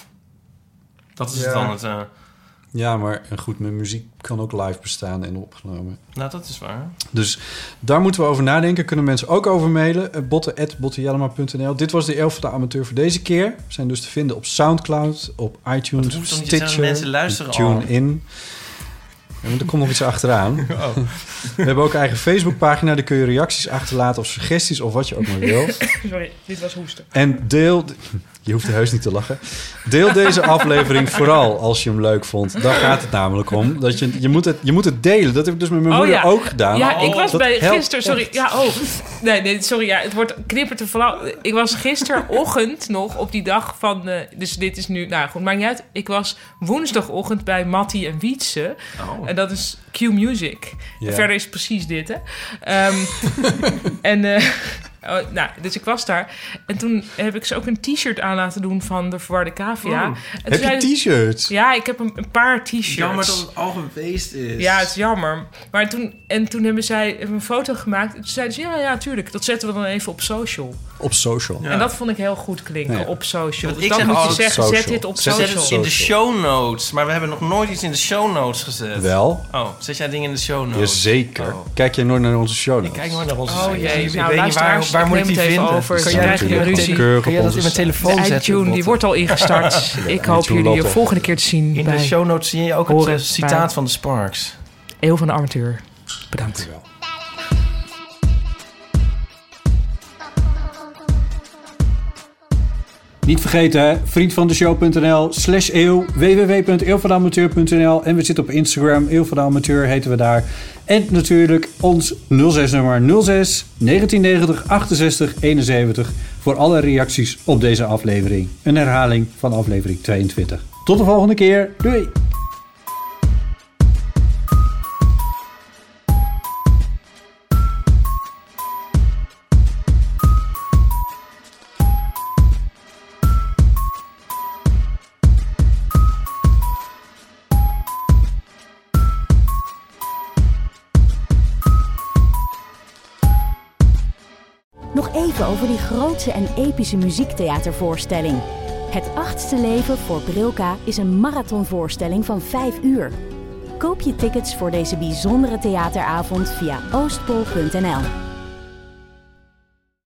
Dat is ja. het dan het... Uh... Ja, maar goed, met muziek kan ook live bestaan en opgenomen. Nou, dat is waar. Dus daar moeten we over nadenken. Kunnen mensen ook over mailen. botte at bottejellema punt n l. Dit was de Eeuw van de Amateur voor deze keer. We zijn dus te vinden op Soundcloud, op iTunes, op Stitcher, mensen luisteren TuneIn. Ja, er komt nog iets achteraan. Oh. We hebben ook een eigen Facebookpagina. Daar kun je reacties achterlaten of suggesties of wat je ook maar wil. Sorry, dit was hoesten. En deel... Je hoeft er heus niet te lachen. Deel deze aflevering vooral als je hem leuk vond. Daar gaat het namelijk om. Dat je, je, moet het, je moet het delen. Dat heb ik dus met mijn oh, moeder ja. ook gedaan. Ja, ik was dat bij gisteren... Sorry, ja, oh. Nee, nee, sorry. Ja, het wordt knippert te flauw. Ik was gisterochtend nog op die dag van... Uh, dus dit is nu... Nou goed, maakt niet uit. Ik was woensdagochtend bij Mattie en Wietse. Oh. En dat is Q Music. Ja. En verder is het precies dit, hè. Um, en... Uh, Oh, nou, dus ik was daar. En toen heb ik ze ook een t-shirt aan laten doen van de Verwarde Cavia. Oh. Heb je t-shirts? Ja, ik heb een, een paar t-shirts. Jammer dat het al geweest is. Ja, het is jammer. Maar toen, en toen hebben zij een foto gemaakt. En toen zeiden ze, ja, ja, tuurlijk. Dat zetten we dan even op social. Op social. Ja. En dat vond ik heel goed klinken, ja. op social. Dus ik dat zeg moet je altijd zeggen, social. zet dit op zet social. Zet het in de show notes. Maar we hebben nog nooit iets in de show notes gezet. Wel. Oh, zet jij dingen in de show notes? Jazeker. Oh. Kijk jij nooit naar onze show notes? Ik kijk nooit naar onze oh, show notes. Oh jee, ik nou, weet niet waar, waar moet ik die vinden? Over. Kan jij je ruzie? Kun je dat in mijn telefoon de zetten? iTunes, die wordt al ingestart. Ik hoop jullie de volgende keer te zien. In bij de show notes zie je ook Horen, het citaat van de Sparks. Eeuw van de Amateur. Bedankt. Dank u wel. Niet vergeten, hè? vriendvandeshow.nl slash eeuw, w w w punt eeuw van de amateur punt n l en we zitten op Instagram, Eeuw van de Amateur heten we daar. En natuurlijk ons nul zes nummer nul zes negentien negentig achtenzestig eenenzeventig voor alle reacties op deze aflevering. Een herhaling van aflevering tweeëntwintig. Tot de volgende keer. Doei! Nog even over die grootse en epische muziektheatervoorstelling. Het achtste leven voor Brilka is een marathonvoorstelling van vijf uur. Koop je tickets voor deze bijzondere theateravond via oostpol punt n l.